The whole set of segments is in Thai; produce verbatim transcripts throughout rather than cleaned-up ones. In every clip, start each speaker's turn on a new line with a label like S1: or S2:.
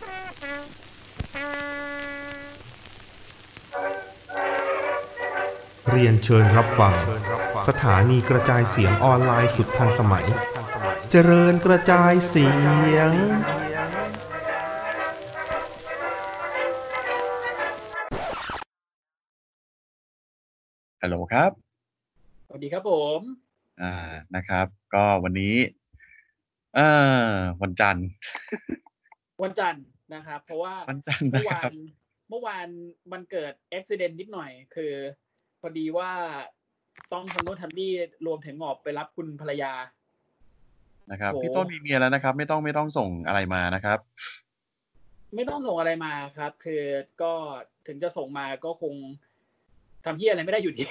S1: เรียนเชิญรับฟังสถานีกระจายเสียงออนไลน์สุดทันสมัยเจริญกระจายเสียง
S2: ฮัลโหลครับ
S3: สวัสดีครับผม
S2: อ่านะครับก็วันนี้เอ่อวันจันทร์
S3: วันจันทร์นะครับเพราะว่า
S2: วันจันทร์
S3: เมื่อวา
S2: นะครับ
S3: นเมื่อวานมันเกิดอุบัติเหตุนิดหน่อยคือพอดีว่าต้องทำโน่นทำนี่รวมถึงหอบไปรับคุณภรรยา
S2: นะครับ
S3: โห
S2: พี่ต้นมีเมียแล้วนะครับไม่ต้องไม่ต้องส่งอะไรมานะครับ
S3: ไม่ต้องส่งอะไรมาครับ คือก็ถึงจะส่งมาก็คงทำเหี้ยอะไรไม่ได้อยู่ดี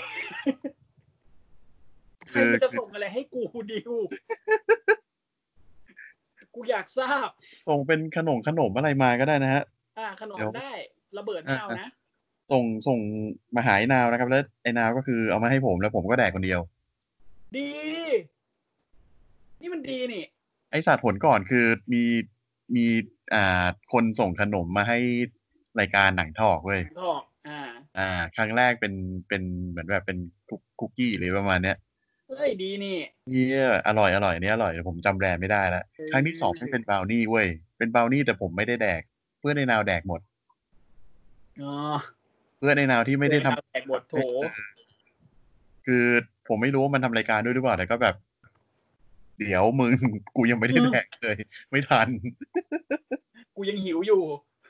S3: ใครมันจะส่งอะไรให้กูดิว กูอยากทราบ
S2: ส่งเป็นขนมขนมอะไรมาก็ได้นะฮะ
S3: อ่าขนม
S2: เดี๋ยว
S3: ได้ระเบิดไม่เอานะ
S2: ส่งส่งมาหาไอ้นาวนะครับแล้วไอ้นาวก็คือเอามาให้ผมแล้วผมก็แดกคนเดียว
S3: ดี นี่มันดีนี่
S2: ไอ้สัตว์ผลก่อนคือมีมีอ่าคนส่งขนมมาให้รายการหนังทอกเว้ย
S3: ทอกอ่า
S2: อ่าครั้งแรกเป็นเป็นเหมือนแบบเป็นคุกกี้หรือประมาณเนี้ย
S3: เฮ้ยดีนี่
S2: เยี่ยอร่อยอร่อยเนี่ยอร่อยแต่ผมจำแบรนด์ไม่ได้แล้วครั้งที่สองมันเป็นบราวนี่เว้ยเป็นบราวนี่แต่ผมไม่ได้แดกเพื่อนในนาวแดกหมด
S3: อ๋อ
S2: เพื่อนในนาวที่ไม่ได้ทำ
S3: แดกหมดโถ
S2: คือผมไม่รู้ว่ามันทำรายการด้วยหรือเปล่าแต่ก็แบบเดี๋ยวมึงกูยังไม่ได้แดกเลยไม่ทัน
S3: กูยังหิวอยู่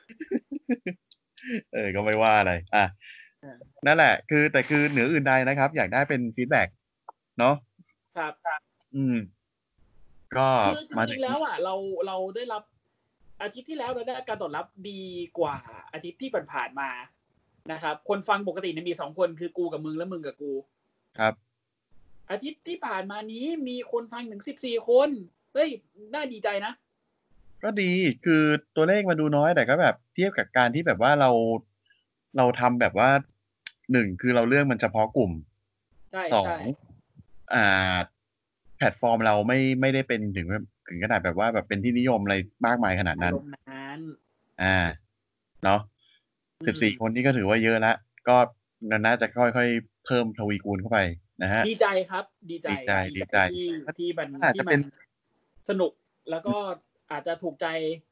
S2: เออก็ไม่ว่าอะไรอ่ะนั่นแหละคือแต่คือเหนืออื่นใดนะครับอยากได้เป็นฟีดแบ็กเนาะ
S3: ครับ
S2: อืมก็
S3: มาจริงแล้วอ่ะเราเราได้รับอาทิตย์ที่แล้วเราได้การตอบรับดีกว่าอาทิตย์ที่ผ่านๆมานะครับคนฟังปกติเนี่ยมีสองคนคือกูกับมึงและมึงกับกู
S2: ครับ
S3: อาทิตย์ที่ผ่านมานี้มีคนฟังถึงสิบสี่คนเฮ้ยน่าดีใจนะ
S2: ก็ดีคือตัวเลขมาดูน้อยแต่ก็แบบเทียบกับการที่แบบว่าเราเราทำแบบว่าหนึ่งคือเราเลือกมันเฉพาะกลุ่มสองอ่าแพลตฟอร์มเราไม่ไม่ได้เป็นถึงถึงขนาดแบบว่าแบบเป็นที่นิยมอะไรมากมายขนาดนั้นอ่าเนาะสิบสี่คนนี่ก็ถือว่าเยอะแล้วก็น่าจะค่อยๆเพิ่มทวีคูณเข้าไปนะฮะ
S3: ดีใจครับดีใจ
S2: ดีใจดีใจ
S3: ที่ที่มันที่
S2: มัน
S3: สนุกแล้วก็อาจจะถูกใจ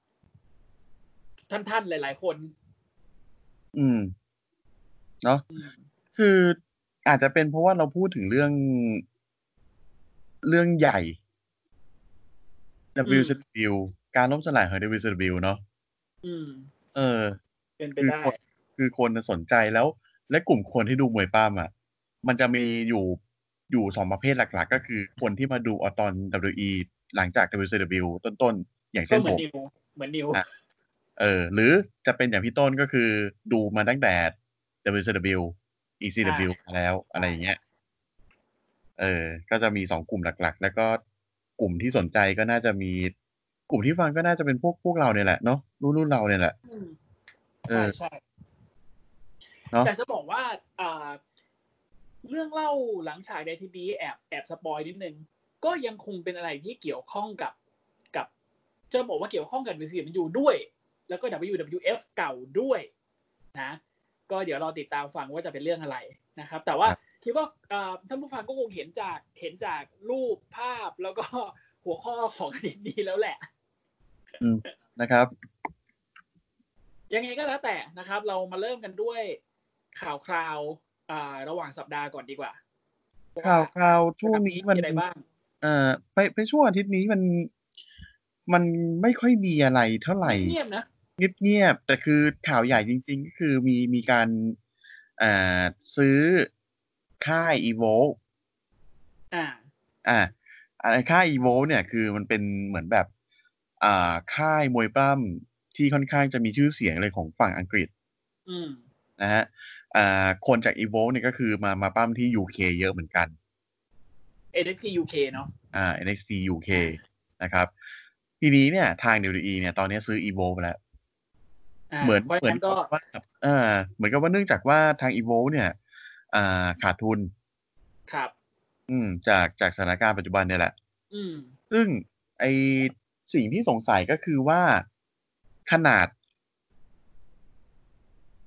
S3: ท่านๆหลายๆคน
S2: อืมเนาะคืออาจจะเป็นเพราะว่าเราพูดถึงเรื่องเรื่องใหญ่ ดับเบิลยู ซี ดับเบิลยู การล่มสลายของ ดับเบิลยู ซี ดับเบิลยู เนาะ
S3: อืม
S2: เออ
S3: เป็นไปได้
S2: คือคนสนใจแล้วและกลุ่มคนที่ดูมวยปล้ำอ่ะมันจะมีอยู่อยู่สองประเภทหลักๆก็คือคนที่มาดูเอาตอน ดับเบิลยู อี หลังจาก ดับเบิลยู ซี ดับเบิลยู ต้นๆอย่างเช่นผม
S3: เหมือนนิว
S2: เออหรือจะเป็นอย่างพี่ต้นก็คือดูมาตั้งแต่ ดับเบิลยู ซี ดับเบิลยู อี ซี ดับเบิลยู มาแล้วอะไรอย่างเงี้ยเออก็จะมีสองกลุ่มหลักๆแล้วก็กลุ่มที่สนใจก็น่าจะมีกลุ่มที่ฟังก็น่าจะเป็นพวกพวกเราเนี่ยแหละเนาะรุ่นรุ่นเราเนี่ยแหละ
S3: ใช่ใช่แต่จะบอกว่าอ่าเรื่องเล่าหลังฉากในทีวีแอบแอบสปอยนิดนึงก็ยังคงเป็นอะไรที่เกี่ยวข้องกับกับจะบอกว่าเกี่ยวข้องกับ ดับเบิลยู ซี ดับเบิลยู ด้วยแล้วก็ ดับเบิลยู ดับเบิลยู เอฟ เก่าด้วยนะก็เดี๋ยวรอติดตามฟังว่าจะเป็นเรื่องอะไรนะครับแต่ว่าคิดว่าท่านผู้ฟังก็คงเห็นจากเห็นจากรูปภาพแล้วก็หัวข้อของอาทิตย์นี้แล้วแหละ
S2: นะครับ
S3: ยังไงก็แล้วแต่นะครับเรามาเริ่มกันด้วยข่าวคราวระหว่างสัปดาห์ก่อนดีกว่า
S2: ข่าวคราวช่วงนี้มันเอ่อไปไปช่วงอาทิตย์นี้มันมันไม่ค่อยมีอะไรเท่าไหร่
S3: เงียบนะ
S2: เงียบๆแต่คือข่าวใหญ่จริงๆก็คือมีมีการอ่าซื้อค่าย Evolve
S3: อ่า
S2: อ่าอะไรค่าย Evolve เนี่ยคือมันเป็นเหมือนแบบอ่าค่ายมวยปล้ำที่ค่อนข้างจะมีชื่อเสียงเลยของฝั่งอังกฤษ
S3: อืม
S2: นะฮะอ่าคนจาก Evolve เนี่ยก็คือมามาปล้ำที่ ยู เค เยอะเหมือนกัน
S3: เอ็น เอ็กซ์ ที ยู เค เนาะ
S2: อ่า เอ็น เอ็กซ์ ที ยู เค นะครับทีนี้เนี่ยทาง ดับเบิลยู ดับเบิลยู อี เนี่ยตอนนี้ซื้อ Evolve ไปแล้วเหมือนเหมือนกับว่าเออเหมือนกับว่าเนื่องจากว่าทาง Evolve เนี่ยอ่าขาดทุน
S3: ครับ
S2: อืมจากจากสถานการณ์ปัจจุบันเนี่ยแหละ
S3: อืม
S2: ซึ่งไอสิ่งที่สงสัยก็คือว่าขนาด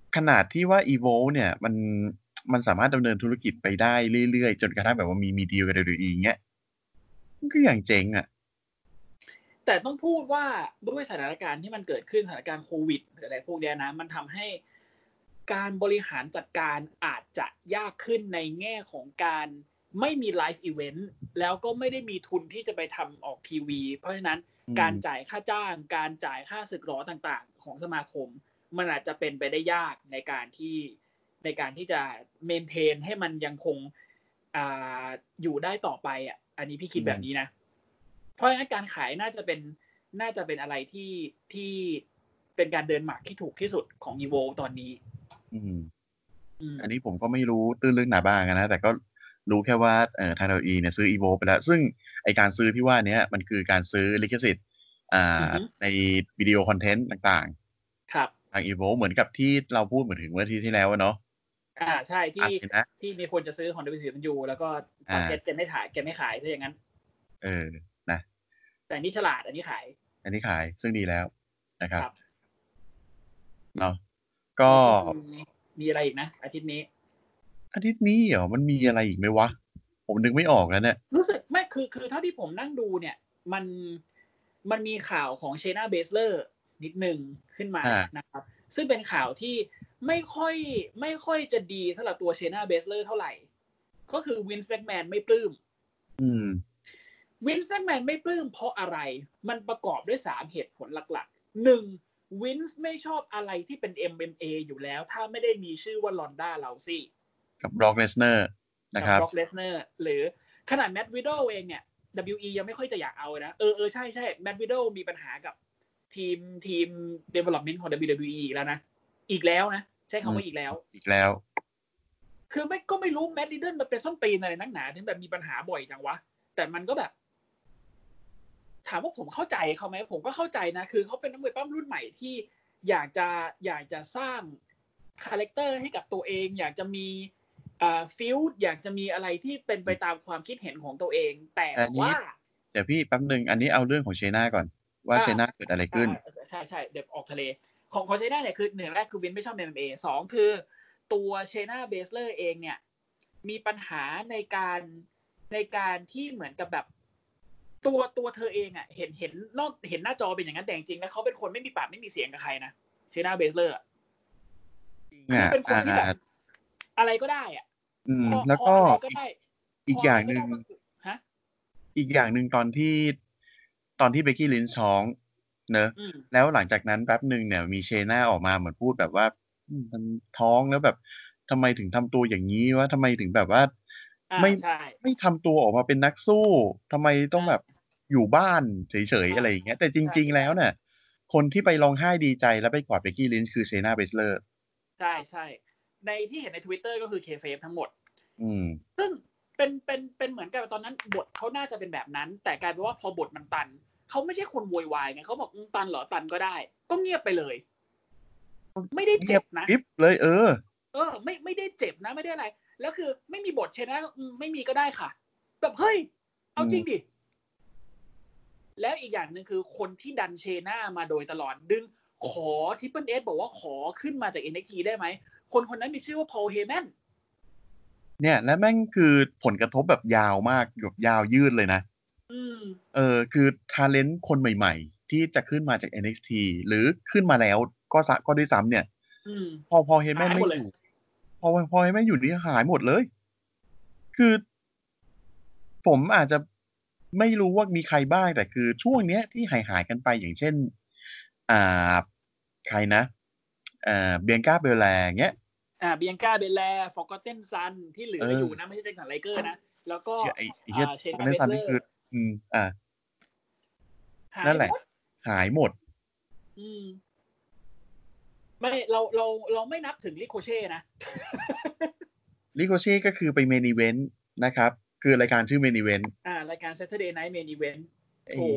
S2: ขนาดที่ว่า Evolve เนี่ยมันมันสามารถดำเนินธุรกิจไปได้เรื่อยๆจนกระทั่งแบบว่ามีมีดีลกับ ดับเบิลยู ดับเบิลยู อี อย่างเงี้ยมันก็ยังเจ๊งอ่ะ
S3: แต่ต้องพูดว่าด้วยสถานการณ์ที่มันเกิดขึ้นสถานการณ์โควิดอะไรพวกนี้นะมันทำให้การบริหารจัดการอาจจะยากขึ้นในแง่ของการไม่มีไลฟ์อีเวนต์แล้วก็ไม่ได้มีทุนที่จะไปทำออกทีวีเพราะฉะนั้นการจ่ายค่าจ้างการจ่ายค่าสึกหรอต่างๆของสมาคมมันอาจจะเป็นไปได้ยากในการที่ในการที่จะเมนเทนให้มันยังคงอ่าอยู่ได้ต่อไปอ่ะอันนี้พี่คิดแบบนี้นะเพราะฉะนั้นการขายน่าจะเป็นน่าจะเป็นอะไรที่ที่เป็นการเดินหมากที่ถูกที่สุดของ Evolve ตอนนี้
S2: อืมอันนี้ผมก็ไม่รู้ตื้นลึกหนาบางนะแต่ก็รู้แค่ว่าเอ่อทาง ดับเบิลยู ดับเบิลยู อี เนี่ยซื้อ Evolve ไปแล้วซึ่งไอ้การซื้อที่ว่านี้มันคือการซื้อลิขสิทธิ์อ่าในวิดีโอคอนเทนต์ต่างๆ
S3: ครับ
S2: ทาง Evolve เหมือนกับที่เราพูดเหมือนถึงเมื่ออาทิตย์ที่แล้วเนาะ
S3: อ่าใช่ที่ที่มีคนจะซื้อของ ดับเบิลยู ซี ดับเบิลยู แล้วก็พอเทสแกไม่ขายแกไม่ขายซะอย่างนั้น
S2: เออนะ
S3: แต่นี่ฉลาดอันนี้ขาย
S2: อันนี้ขายซึ่งดีแล้วนะครับเนาะก็
S3: มีอะไรอีกนะอาทิตย์นี้
S2: อาทิตย์นี้เหรอมันมีอะไรอีกไหมวะผมนึกไม่ออกแล้วเนี่ย
S3: รู้สึกไม่คือคือเท่าที่ผมนั่งดูเนี่ยมันมันมีข่าวของเชน่าเบสเลอร์นิดนึงขึ้นมานะครับซึ่งเป็นข่าวที่ไม่ค่อยไม่ค่อยจะดีสำหรับตัวเชน่าเบสเลอร์เท่าไหร่ก็คือวินส์แม็กแมนไม่ปลื้มวินส์แม็กแมนไม่ปลื้มเพราะอะไรมันประกอบด้วยสามเหตุผลหลักๆหนึ่งวินส์ไม่ชอบอะไรที่เป็น เอ็ม เอ็ม เอ อยู่แล้วถ้าไม่ได้มีชื่อว่าลอนด้าเลาซี่
S2: กับบร็อกเลสเนอร์นะครับ
S3: กับบร็อกเลสเนอร์หรือขนาดแมตต์วิดโดเองเนี่ย ดับเบิลยู อี ยังไม่ค่อยจะอยากเอานะเออเออใช่ใช่แมตต์วิดโดมีปัญหากับทีมทีม development ของ ดับเบิลยู ดับเบิลยู อี อีกแล้วนะอีกแล้วนะใช้คำว่าอีกแล้ว
S2: อีกแล้ว
S3: คือไม่ก็ไม่รู้แมตต์ลิดเดิลมันเป็นส้นตีนอะไรนักหนาถึงแบบมีปัญหาบ่อยจังวะแต่มันก็แบบถามว่าผมเข้าใจเขาไหมผมก็เข้าใจนะคือเขาเป็นนักมวยปั้มรุ่นใหม่ที่อยากจะอยากจะสร้างคาแรคเตอร์ให้กับตัวเองอยากจะมีอ่าฟิลด์อยากจะมีอะไรที่เป็นไปตามความคิดเห็นของตัวเองแต่ว่า
S2: เดี๋ยวพี่แป๊บนึงอันนี้เอาเรื่องของเชน่าก่อนว่าเชน่าเกิดอะไรขึ้น
S3: ใช่ใช่เดี๋ยวออกทะเลของของเชน่าเนี่ยคือหนึ่งแรกคือวินไม่ชอบ เอ็ม เอ็ม เอ สองคือตัวเชน่าเบสเลอร์เองเนี่ยมีปัญหาในการในการที่เหมือนกับแบบตัวตัวเธอเองอ่ะเห็นเห็นนอกเห็นหน้าจอเป็นอย่างนั้นแต่จริงๆแล้วเขาเป็นคนไม่มีปากไม่มีเสียงกับใครนะเชน่าเบสเลอร์คือเป็นคนที่แบบอะไรก็ได้อ่ะ
S2: แล้วก็อีกอย่างหนึ่ง
S3: ฮะ
S2: อีกอย่างหนึ่งตอนที่ตอนที่เบกกี้ลินช์ท้องเนอะแล้วหลังจากนั้นแป๊บหนึ่งเนี่ยมีเชน่าออกมาเหมือนพูดแบบว่ามันท้องแล้วแบบทำไมถึงทำตัวอย่างนี้วะทำไมถึงแบบว่าไม่ไม่ทำตัวออกมาเป็นนักสู้ทำไมต้องแบบอยู่บ้านเฉยๆอะไรอย่างเงี้ยแต่จริงๆแล้วเนี่ยคนที่ไปร้องไห้ดีใจแล้วไปกอดเบกกี้ลินช์คือเชน่าเบสเลอร์
S3: ใช่ใช่ในที่เห็นใน Twitter ก็คือเคเฟฟทั้งหมด
S2: อืม
S3: ซึ่งเป็นเป็นเป็นเหมือนกับตอนนั้นบทเขาน่าจะเป็นแบบนั้นแต่กลายเป็นว่าพอบทมันตันเขาไม่ใช่คนโวยวายไงเขาบอกตันเหรอตันก็ได้ก็เงียบไปเลยไม่ได้เจ็บนะ
S2: ปิ๊บเลยเออ
S3: เออไม่ไม่ได้เจ็บนะไม่ได้อะไรแล้วคือไม่มีบทเชน่าไม่มีก็ได้ค่ะแบบเฮ้ยเอาจริงดิแล้วอีกอย่างหนึ่งคือคนที่ดันเชน่ามาโดยตลอดดึงขอทิปเปิลเอสบอกว่าขอขึ้นมาจาก เอ็น เอ็กซ์ ที ได้ไหมคนคนนั้นมีชื่อว่าพอลเฮแมน
S2: เนี่ยและแม่งคือผลกระทบแบบยาวมากแบบยาวยืดเลยนะเออคือทาเลนต์คนใหม่ๆที่จะขึ้นมาจาก เอ็น เอ็กซ์ ที หรือขึ้นมาแล้วก็ซะก็ด้วยซ้ำเนี่ยพอพอเฮแมนไม่อยู่พอพอเฮแมนอยู่นี่หายหมดเลยคือผมอาจจะไม่รู้ว่ามีใครบ้างแต่คือช่วงเนี้ยที่หายหายกันไปอย่างเช่นอ่าใครนะอ่าเบียงก้าเบลแลเงี้ย
S3: อ่าเบียงก้าเบลแลฟอร์กอตเทนซันที่เหลืออยู่นะไม่ใช่เจสันไลเกอร์นะแล้วก็
S2: อ่าเชนเบสเลอร์คืออืมอ่านั่นแหละหายหมด
S3: อืมไม่เราเราเราไม่นับถึงลิโคเช่นะ
S2: ลิโคเช่ก็คือไปเมนอีเวนต์นะครับคือรายการชื่อเมนอีเวนต์
S3: อ่ารายการ Saturday Night Main Event โอ้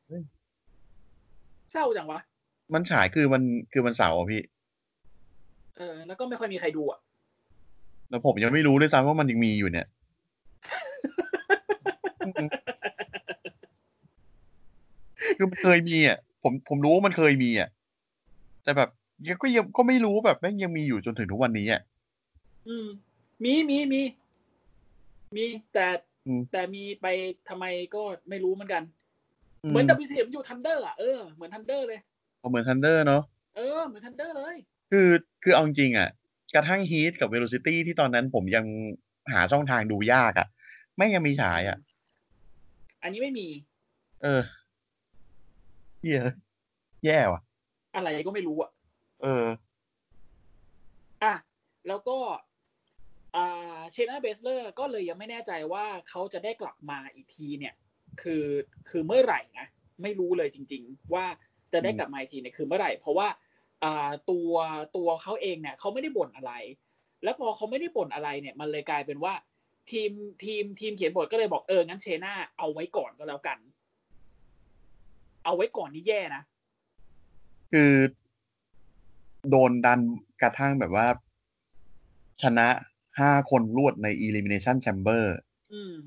S3: เศร้าจังวะ
S2: มันฉายคือมันคือมันเสาร์อ่ะพี่
S3: เออแล้วก็ไม่ค่อยมีใครดูอ่ะ
S2: แล้วผมยังไม่รู้ด้วยซ้ำว่ามันยังมีอยู่เนี่ยคือมันเคยมีอ่ะผมผมรู้ว่ามันเคยมีอ่ะแต่แบบยังก็ยังก็ไม่รู้แบบแม่งยังมีอยู่จนถึงทุกวันนี้อ่ะ
S3: อืมมีมีมีมีแต่แต่มีไปทำไมก็ไม่รู้เหมือนกันเหมือน ดับเบิลยู ซี ดับเบิลยู อยู่ Thunder อ่ะเออเหมือน Thunder เลย
S2: เหมือน Thunder เนาะ
S3: เออเหมือน Thunder เลย
S2: คือคือเอาจริงๆอ่ะกระทั่ง Heat กับ Velocity ที่ตอนนั้นผมยังหาช่องทางดูยากอ่ะแม่งยังมีฉายอ่ะ
S3: อันนี้ไม่มี
S2: เออเหี้ยแย่ว่ะ
S3: อะไรก็ไม่รู้อ่ะ
S2: เออ
S3: อ่ะแล้วก็อ่าเชน่าเบสเลอร์ก็เลยยังไม่แน่ใจว่าเขาจะได้กลับมาอีกทีเนี่ยคือคือเมื่อไหร่นะไม่รู้เลยจริงๆว่าจะได้กลับมาอีกทีเนี่ยคือเมื่อไหร่เพราะว่าอ่าตัวตัวเขาเองเนี่ยเขาไม่ได้บ่นอะไรแล้วพอเขาไม่ได้บ่นอะไรเนี่ยมันเลยกลายเป็นว่าทีมทีมทีมเขียนบทก็เลยบอกเอองั้นเชน่าเอาไว้ก่อนก็แล้วกันเอาไว้ก่อนนี่แย่นะ
S2: คือโดนดันกระทั่งแบบว่าชนะห้าคนรวดใน Elimination Chamber
S3: อืม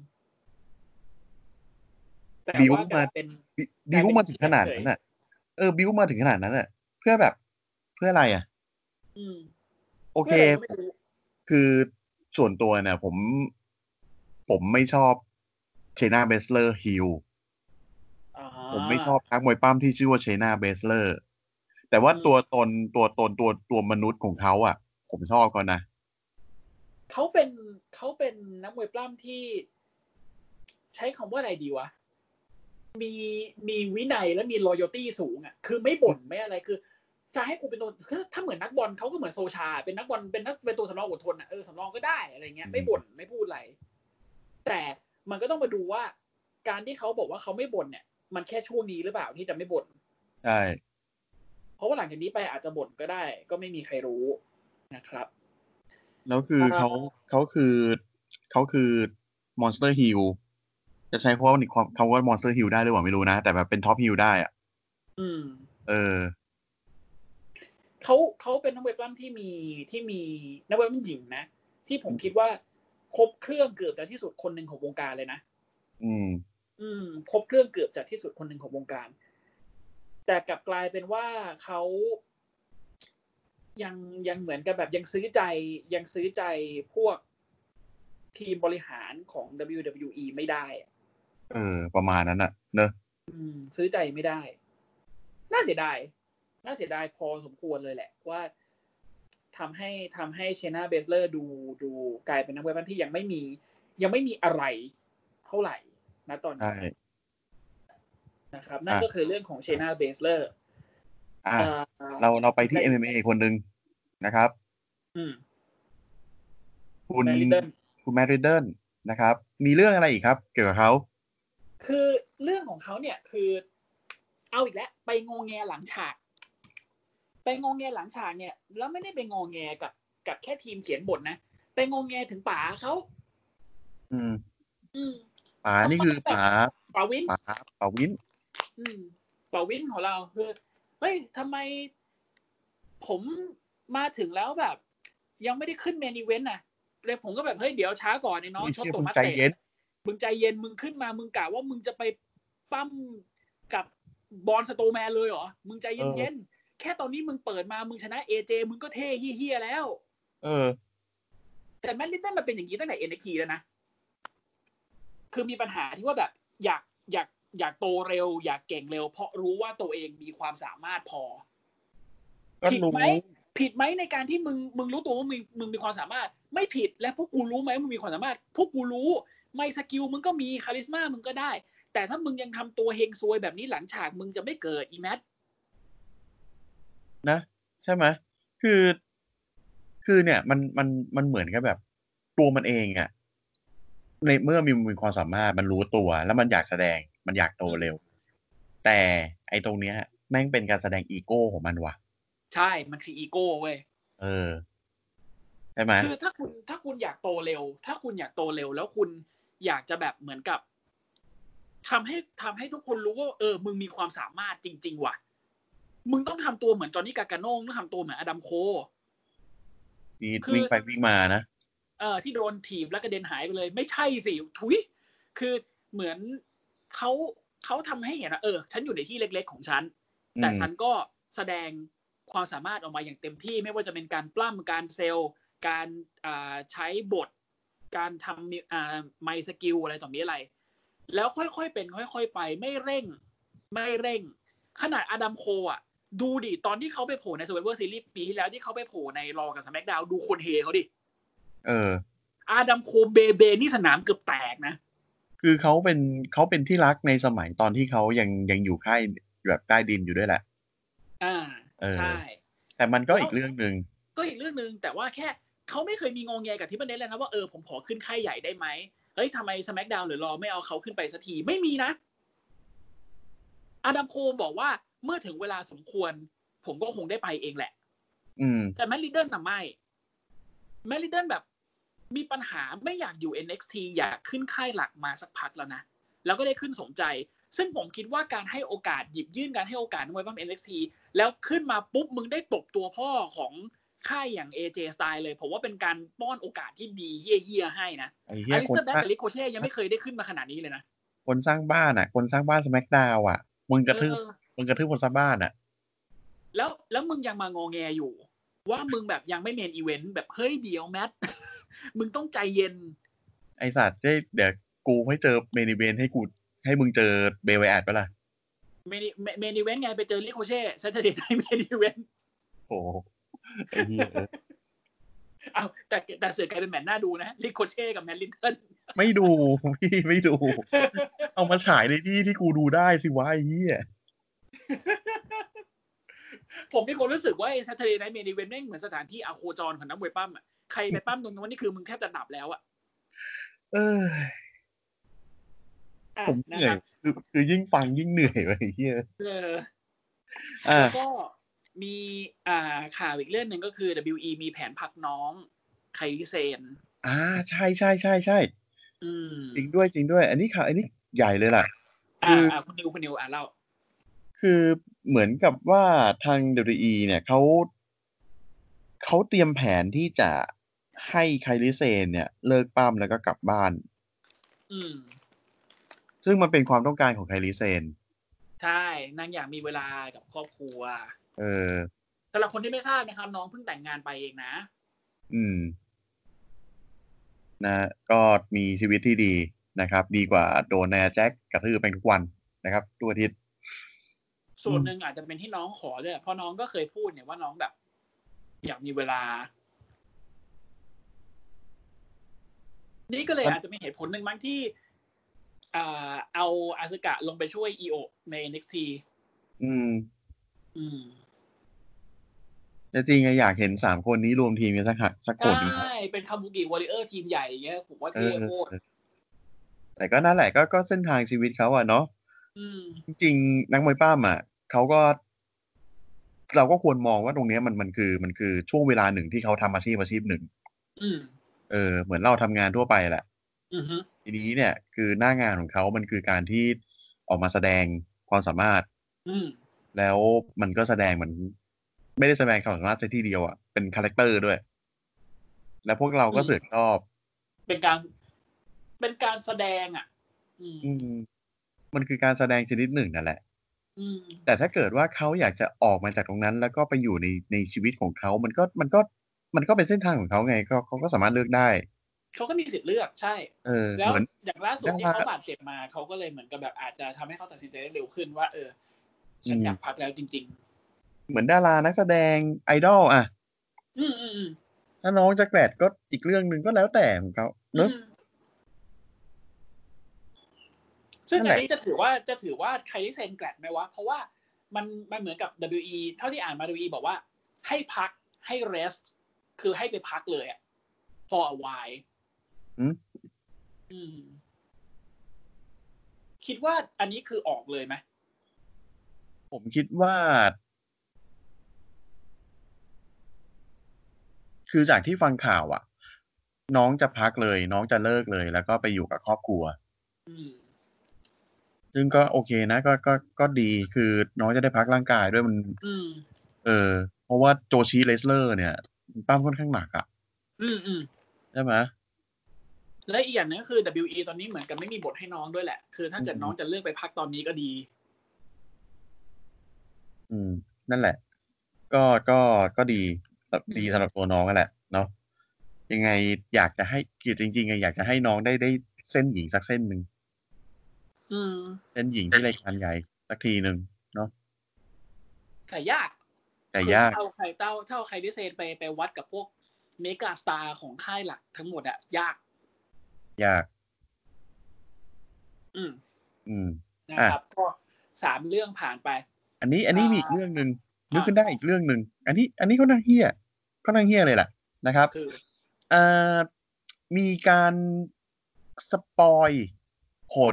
S3: แต่
S2: บิว
S3: ว่า
S2: มา
S3: เป็น
S2: บิวมาถึงขนาดนั้นน่ะเออบิวมาถึงขนาดนั้นน่ะเพื่อแบบเพื่ออะไรอ่ะ
S3: อืม
S2: โอเคคือส่วนตัวเนี่ยผมผมไม่ชอบเชน่าเบสเลอร์ฮิลผมไม่ชอบนักมวยปั้มที่ชื่อว่าเชน่าเบสเลอร์แต่ว่าตัวตนตัวตนตัวตัวมนุษย์ของเขาอ่ะผมชอบเขานะ
S3: เขาเป็นเขาเป็นนักมวยปล้ำที่ใช้คำว่าอะไรดีวะมีมีวินัยและมี loyalty สูงอ่ะคือไม่บ่นไม่อะไรคือจะให้กูเป็นตัวคือถ้าเหมือนนักบอลเขาก็เหมือนโซชาเป็นนักบอลเป็นนักเป็นตัวสำรองอดทนอ่ะเออสำรองก็ได้อะไรเงี้ยไม่บ่นไม่พูดอะไรแต่มันก็ต้องมาดูว่าการที่เขาบอกว่าเขาไม่บ่นเนี่ยมันแค่ช่วงนี้หรือเปล่าที่จะไม่บ่น
S2: ใช่
S3: เพราะว่าหลังจากนี้ไปอาจจะบ่นก็ได้ก็ไม่มีใครรู้นะครับ
S2: แล้วคือเขาเขาคือเขาคือ Monster Hill จะใช้คำว่าคำว่า Monster Hill ได้หรือเปล่าไม่รู้นะแต่แบบเป็นท็อปฮิลได้อ่ะ
S3: อืม
S2: เออ
S3: เขาเขาเป็นนักมวยปล้ำที่มีที่มีนักมวยปล้ำหญิงนะที่ผมคิดว่าครบเครื่องเกือบจะที่สุดคนหนึ่งของวงการเลยนะ
S2: อืม
S3: อืมครบเครื่องเกือบจะที่สุดคนหนึ่งของวงการแต่กลับกลายเป็นว่าเขายังยังเหมือนกับแบบยังซื้อใจยังซื้อใจพวกทีมบริหารของ ดับเบิลยู ดับเบิลยู อี ไม่ได้
S2: เออประมาณนั้นน่ะเนอะ
S3: อืมซื้อใจไม่ได้น่าเสียดายน่าเสียดายพอสมควรเลยแหละว่าทำให้ทำให้เชน่าเบสเลอร์ดูดูกลายเป็นนักมวยปล้ำที่ยังไม่มียังไม่มีอะไรเท่าไหร่ณตอนนี้นะครับนั่นก็คือเรื่องของเชน่าเบสเลอร์
S2: อ่าเราเราไปที่ เอ็ม เอ็ม เอ คนหนึ่งนะครับ
S3: อืม
S2: คุณคุณแมริเดิลนะครับมีเรื่องอะไรอีกครับเกี่ยวกับเขา
S3: คือเรื่องของเขาเนี่ยคือเอาอีกแล้วไปงงแงหลังฉากไปงงแงหลังฉากเนี่ยแล้วไม่ได้ไปงงแงกับกับแค่ทีมเขียนบทนะไปงงแงถึงป๋าเขา
S2: อืม
S3: อืม
S2: ป๋านี่คือป๋า
S3: ป๋าวิน
S2: ป๋าป๋าวิน
S3: อืมป๋าวินของเราคือเฮ้ยทำไมผมมาถึงแล้วแบบยังไม่ได้ขึ้นเมนอีเวนต์น่ะเลยผมก็แบบเฮ้ยเดี๋ยวช้าก่อนไอ้น้องช็อตตัวมัดเตะมึงใจเย็นมึงขึ้นมามึงกะว่ามึงจะไปปั้มกับบอลสโตแมนเลยเหรอมึงใจเย็นๆแค่ตอนนี้มึงเปิดมามึงชนะ เอ เจ มึงก็เท่เหี้ยๆแล้ว
S2: เออ
S3: แต่แมตต์ลิตเติ้ลมันเป็นอย่างนี้ตั้งแต่ เอ็น เอ็กซ์ ที แล้วนะคือมีปัญหาที่ว่าแบบอยากอยากอยากโตเร็วอยากเก่งเร็วเพราะรู้ว่าตัวเองมีความสามารถพอผิดไหมผิดไหมในการที่มึงมึงรู้ตัวว่ามึงมึงมีความสามารถไม่ผิดและพวกกูรู้ไหมมึงมีความสามารถพวกกูรู้ไม่สกิลมึงก็มีคาริสมามึงก็ได้แต่ถ้ามึงยังทำตัวเฮงซวยแบบนี้หลังฉากมึงจะไม่เกิดอีแมท
S2: นะใช่ไหมคือคือเนี่ยมันมันมันเหมือนกับแบบตัวมันเองอะในเมื่อมีมีความสามารถมันรู้ตัวแล้วมันอยากแสดงมันอยากโตเร็วแต่ไอ้ตรงเนี้ยแม่งเป็นการแสดงอีโก้ของมันว่ะ
S3: ใช่มันคืออีโก้เว้ย
S2: เออใช่ไหม
S3: คือถ้าคุณถ้าคุณอยากโตเร็วถ้าคุณอยากโตเร็วแล้วคุณอยากจะแบบเหมือนกับทำให้ทำให้ทุกคนรู้ว่าเออมึงมีความสามารถจริงๆว่ะมึงต้องทำตัวเหมือนจอห์นนี่กาการโน่ต้องทำตัวเหมือนอดัมโค
S2: ที่วิ่งไปวิ่งมานะ
S3: เออที่โดนถีบแล้วกระเด็นหายไปเลยไม่ใช่สิทุยคือเหมือนเขาเขาทำให้เห็นว่าเออฉันอยู่ในที่เล็กๆของฉันแต่ฉันก็แสดงความสามารถออกมาอย่างเต็มที่ไม่ว่าจะเป็นการปล้ำการเซลล์การใช้บทการทำไมค์สกิลอะไรต่อมีอะไรแล้วค่อยๆเป็นค่อยๆไปไม่เร่งไม่เร่งขนาดอดัมโคอ่ะดูดิตอนที่เขาไปโผล่ใน Survivor Series ปีที่แล้วที่เขาไปโผล่ใน Raw กับ SmackDown ดูคนเฮเขาดิ
S2: เออ
S3: อดัมโคเบเบนี่สนามเกือบแตกนะ
S2: คือเขาเป็นเขาเป็นที่รักในสมัยตอนที่เขายังยังอยู่ค่ายแบบใต้ดินอยู่ด้วยแหละ
S3: อ่าใช่
S2: แต่มันก็อีกเรื่องนึง
S3: ก็อีกเรื่องนึงแต่ว่าแค่เขาไม่เคยมีงงแงกับที่ประเด็นเลยนะว่าเออผมขอขึ้นค่ายใหญ่ได้ไหมเฮ้ยทำไม SmackDown หรือ Raw ไม่เอาเขาขึ้นไปสักทีไม่มีนะอดัมโคบอกว่าเมื่อถึงเวลาสมควรผมก็คงได้ไปเองแหละ
S2: อืม
S3: แต่แมทริดเดิลน่ะไม่แมทริดเดิลแบบมีปัญหาไม่อยากอยู่ เอ็น เอ็กซ์ ที อยากขึ้นค่ายหลักมาสักพักแล้วนะแล้วก็ได้ขึ้นสมใจซึ่งผมคิดว่าการให้โอกาสหยิบยื่นการให้โอกาสมวยปั้ม เอ็น เอ็กซ์ ที แล้วขึ้นมาปุ๊บมึงได้ตบตัวพ่อของค่ายอย่าง เอ เจ Style เลยผมว่าเป็นการป้อนโอกาสที่ดีเฮี้ยๆให้นะอลิสเตอร์แบ็คกับริโคเช่ยังไม่เคยได้ขึ้นมาขนาดนี้เลยนะ
S2: คนสร้างบ้านอ่ะคนสร้างบ้าน SmackDown อ่ะมึงกระทืบมึงกระทืบบนสร้างบ้านอ่ะ
S3: แล้วแล้วมึงยังมางอแงอยู่ว่ามึงแบบยังไม่เมนอีเวนต์แบบเฮ้ยเดี๋ยวแมท มึงต้องใจเย็น
S2: ไอสัตว์เดี๋ยวกูให้เจอเมนอีเวนต์ให้กูให้มึงเจอเบลไวแอดปะล่ะ
S3: เมนเมนอีเวนต์ไงไปเจอริโคเช่ซัตเตอร์เดย์ไนท์เมนอีเวนต์
S2: โอ้ไอ้เหี้ย
S3: เอาแต่แต่เสือกลายเป็นแมตช์น่าดูนะริโคเช่กับแมทลินเทิล
S2: ไม่ดูพี่ไม่ดูเอามาฉายในที่ที่กูดูได้สิวะไอ้เหี้ย
S3: ผมมีความรู้สึกว่าไอ้ Saturday Night Main Event แม่งเหมือนสถานที่อะโคจรของนักมวยปั้มอ่ะใครไปปั้มตรงนั้นนี่คือมึงแทบจะดับแล้วอ่ะ
S2: เออผมเหนื่อยคือคือยิ่งฟังยิ่งเหนื่อยว่ะไอ้เหี้ย
S3: เออแล้วก็มีอ่าข่าวอีกเรื่องนึงก็คือ ดับเบิลยู อี มีแผนพักน้องไคลิเซน
S2: อ่าใช่ๆๆๆอืมจริงด้วยจริงด้วยอันนี้ข่าวอันนี้ใหญ่เลยล่ะ
S3: อ่าคุณนิวคุณนิวอ่ะเล่า
S2: คือเหมือนกับว่าทาง ดับเบิลยู อี เนี่ยเขาเขาเตรียมแผนที่จะให้ไคลิเซนเนี่ยเลิกปั้มแล้วก็กลับบ้าน
S3: อืม
S2: ซึ่งมันเป็นความต้องการของไคลิเซน
S3: ใช่นางอยากมีเวลากับครอบครัว
S2: เออ
S3: สำหรับคนที่ไม่ทราบนะครับน้องเพิ่งแต่งงานไปเองนะ
S2: อืมนะก็มีชีวิตที่ดีนะครับดีกว่าโดนนายแจ็คกระทืบไปทุกวันนะครับทุกอาทิตย์
S3: ส่วนหนึ่งอาจจะเป็นที่น้องขอด้วยเพราะน้องก็เคยพูดเนี่ยว่าน้องแบบอยากมีเวลานี่ก็เลยอาจจะเป็นเหตุผลหนึ่งมั้งที่อ่าเอาอาซึกะลงไปช่วยอีโอใน เอ็น เอ็กซ์ ที
S2: อืม
S3: อืม
S2: แต่จริงๆอยากเห็นสามคนนี้รวมทีมกันสักสักคนนึง
S3: ใช่เป็นคาบุกิวอริเออร์ทีมใหญ่อย่างเงี้ยผมว่าเท่โคตร
S2: แต่ก็นั่นแหละก็ก็เส้นทางชีวิตเขาอ่ะเนาะจริงๆนักมวยปั้มอ่ะเขาก็เราก็ควรมองว่าตรงนี้มันมันคือมันคือช่วงเวลาหนึ่งที่เขาทำอาชีพอาชีพหนึ่งเออเหมือนเราทำงานทั่วไปแหละทีนี้เนี่ยคือหน้างานของเขามันคือการที่ออกมาแสดงความสามารถแล้วมันก็แสดงเหมือนไม่ได้แสดงความสามารถแค่ที่เดียวอ่ะเป็นคาแรคเตอร์ด้วยแล้วพวกเราก็เสือกชอบ
S3: เป็นการเป็นการแสดงอ่ะ
S2: อืมมันคือการแสดงชนิดหนึ่งนั่นแหละแต่ถ้าเกิดว่าเขาอยากจะออกมาจากตรงนั้นแล้วก็ไปอยู่ในในชีวิตของเขามันก็มันก็มันก็เป็นเส้นทางของเขาไงก็เขาก็สามารถเลือกได้
S3: เขาก็มีสิทธิ์เลือกใช่แล้วอย่างล่าสุดที่เขาบาดเจ็บมาเขาก็เลยเหมือนกับแบบอาจจะทำให้เขาตัดสินใจได้เร็วขึ้นว่าเออฉันอยากพักแล้วจริง
S2: ๆเหมือนดารานักแสดงไอดอลอ่ะ
S3: อืมอืม
S2: ถ้าน้องจะแกลดก็อีกเรื่องหนึ่งก็แล้วแต่ของเขาเนอะ
S3: ซึ่งอันนี้จะถือว่าจะถือว่าใครที่เซ็นแกลดไหมวะเพราะว่ามันมันเหมือนกับ ดับเบิลยู อี เท่าที่อ่านมา ดับเบิลยู อี บอกว่าให้พักให้ rest คือให้ไปพักเลยอ่ะ for a while
S2: อืม
S3: อืมคิดว่าอันนี้คือออกเลยไหม
S2: ผมคิดว่าคือจากที่ฟังข่าวอ่ะน้องจะพักเลยน้องจะเลิกเลยแล้วก็ไปอยู่กับครอบครัวซึ่งก็โอเคนะก็ก็ก็ดีคือน้องจะได้พักร่างกายด้วยมันเออเพราะว่าโจชิเลสเลอร์เนี่ยปั้มค่อนข้างหนักอ่ะ
S3: อืมอืม
S2: ใช่ไหม
S3: และอีกอย่างนึงก็คือ ดับเบิลยู อี ตอนนี้เหมือนกับไม่มีบทให้น้องด้วยแหละคือถ้าเกิดน้องจะเลือกไปพักตอนนี้ก็ดี
S2: อืมนั่นแหละก็ก็ก็ดีดีสำหรับตัวน้องนั่นแหละเนาะยังไงอยากจะให้คือจริงๆไงอยากจะให้น้องได้ได้เส้นหญิงสักเส้นหนึ่งเส้นหญิงที่รายการใหญ่สักทีหนึ่งเนาะ
S3: แต่ยาก
S2: แต่ยาก
S3: เท่าใครเต้าเท่าใครที่เซนไปไปวัดกับพวกเมกาสตาร์ของค่ายหลักทั้งหมดอะยาก
S2: ยาก
S3: อืม
S2: อืม
S3: นะครับก็สามเรื่องผ่านไป
S2: อันนี้อันนี้มีอีกเรื่องนึงนึกขึ้นได้อีกเรื่องนึงอันนี้อันนี้เขานั่งเฮี้ยเขานั่งเฮี้ยเลยแหละนะครับเอ่อมีการสปอยผล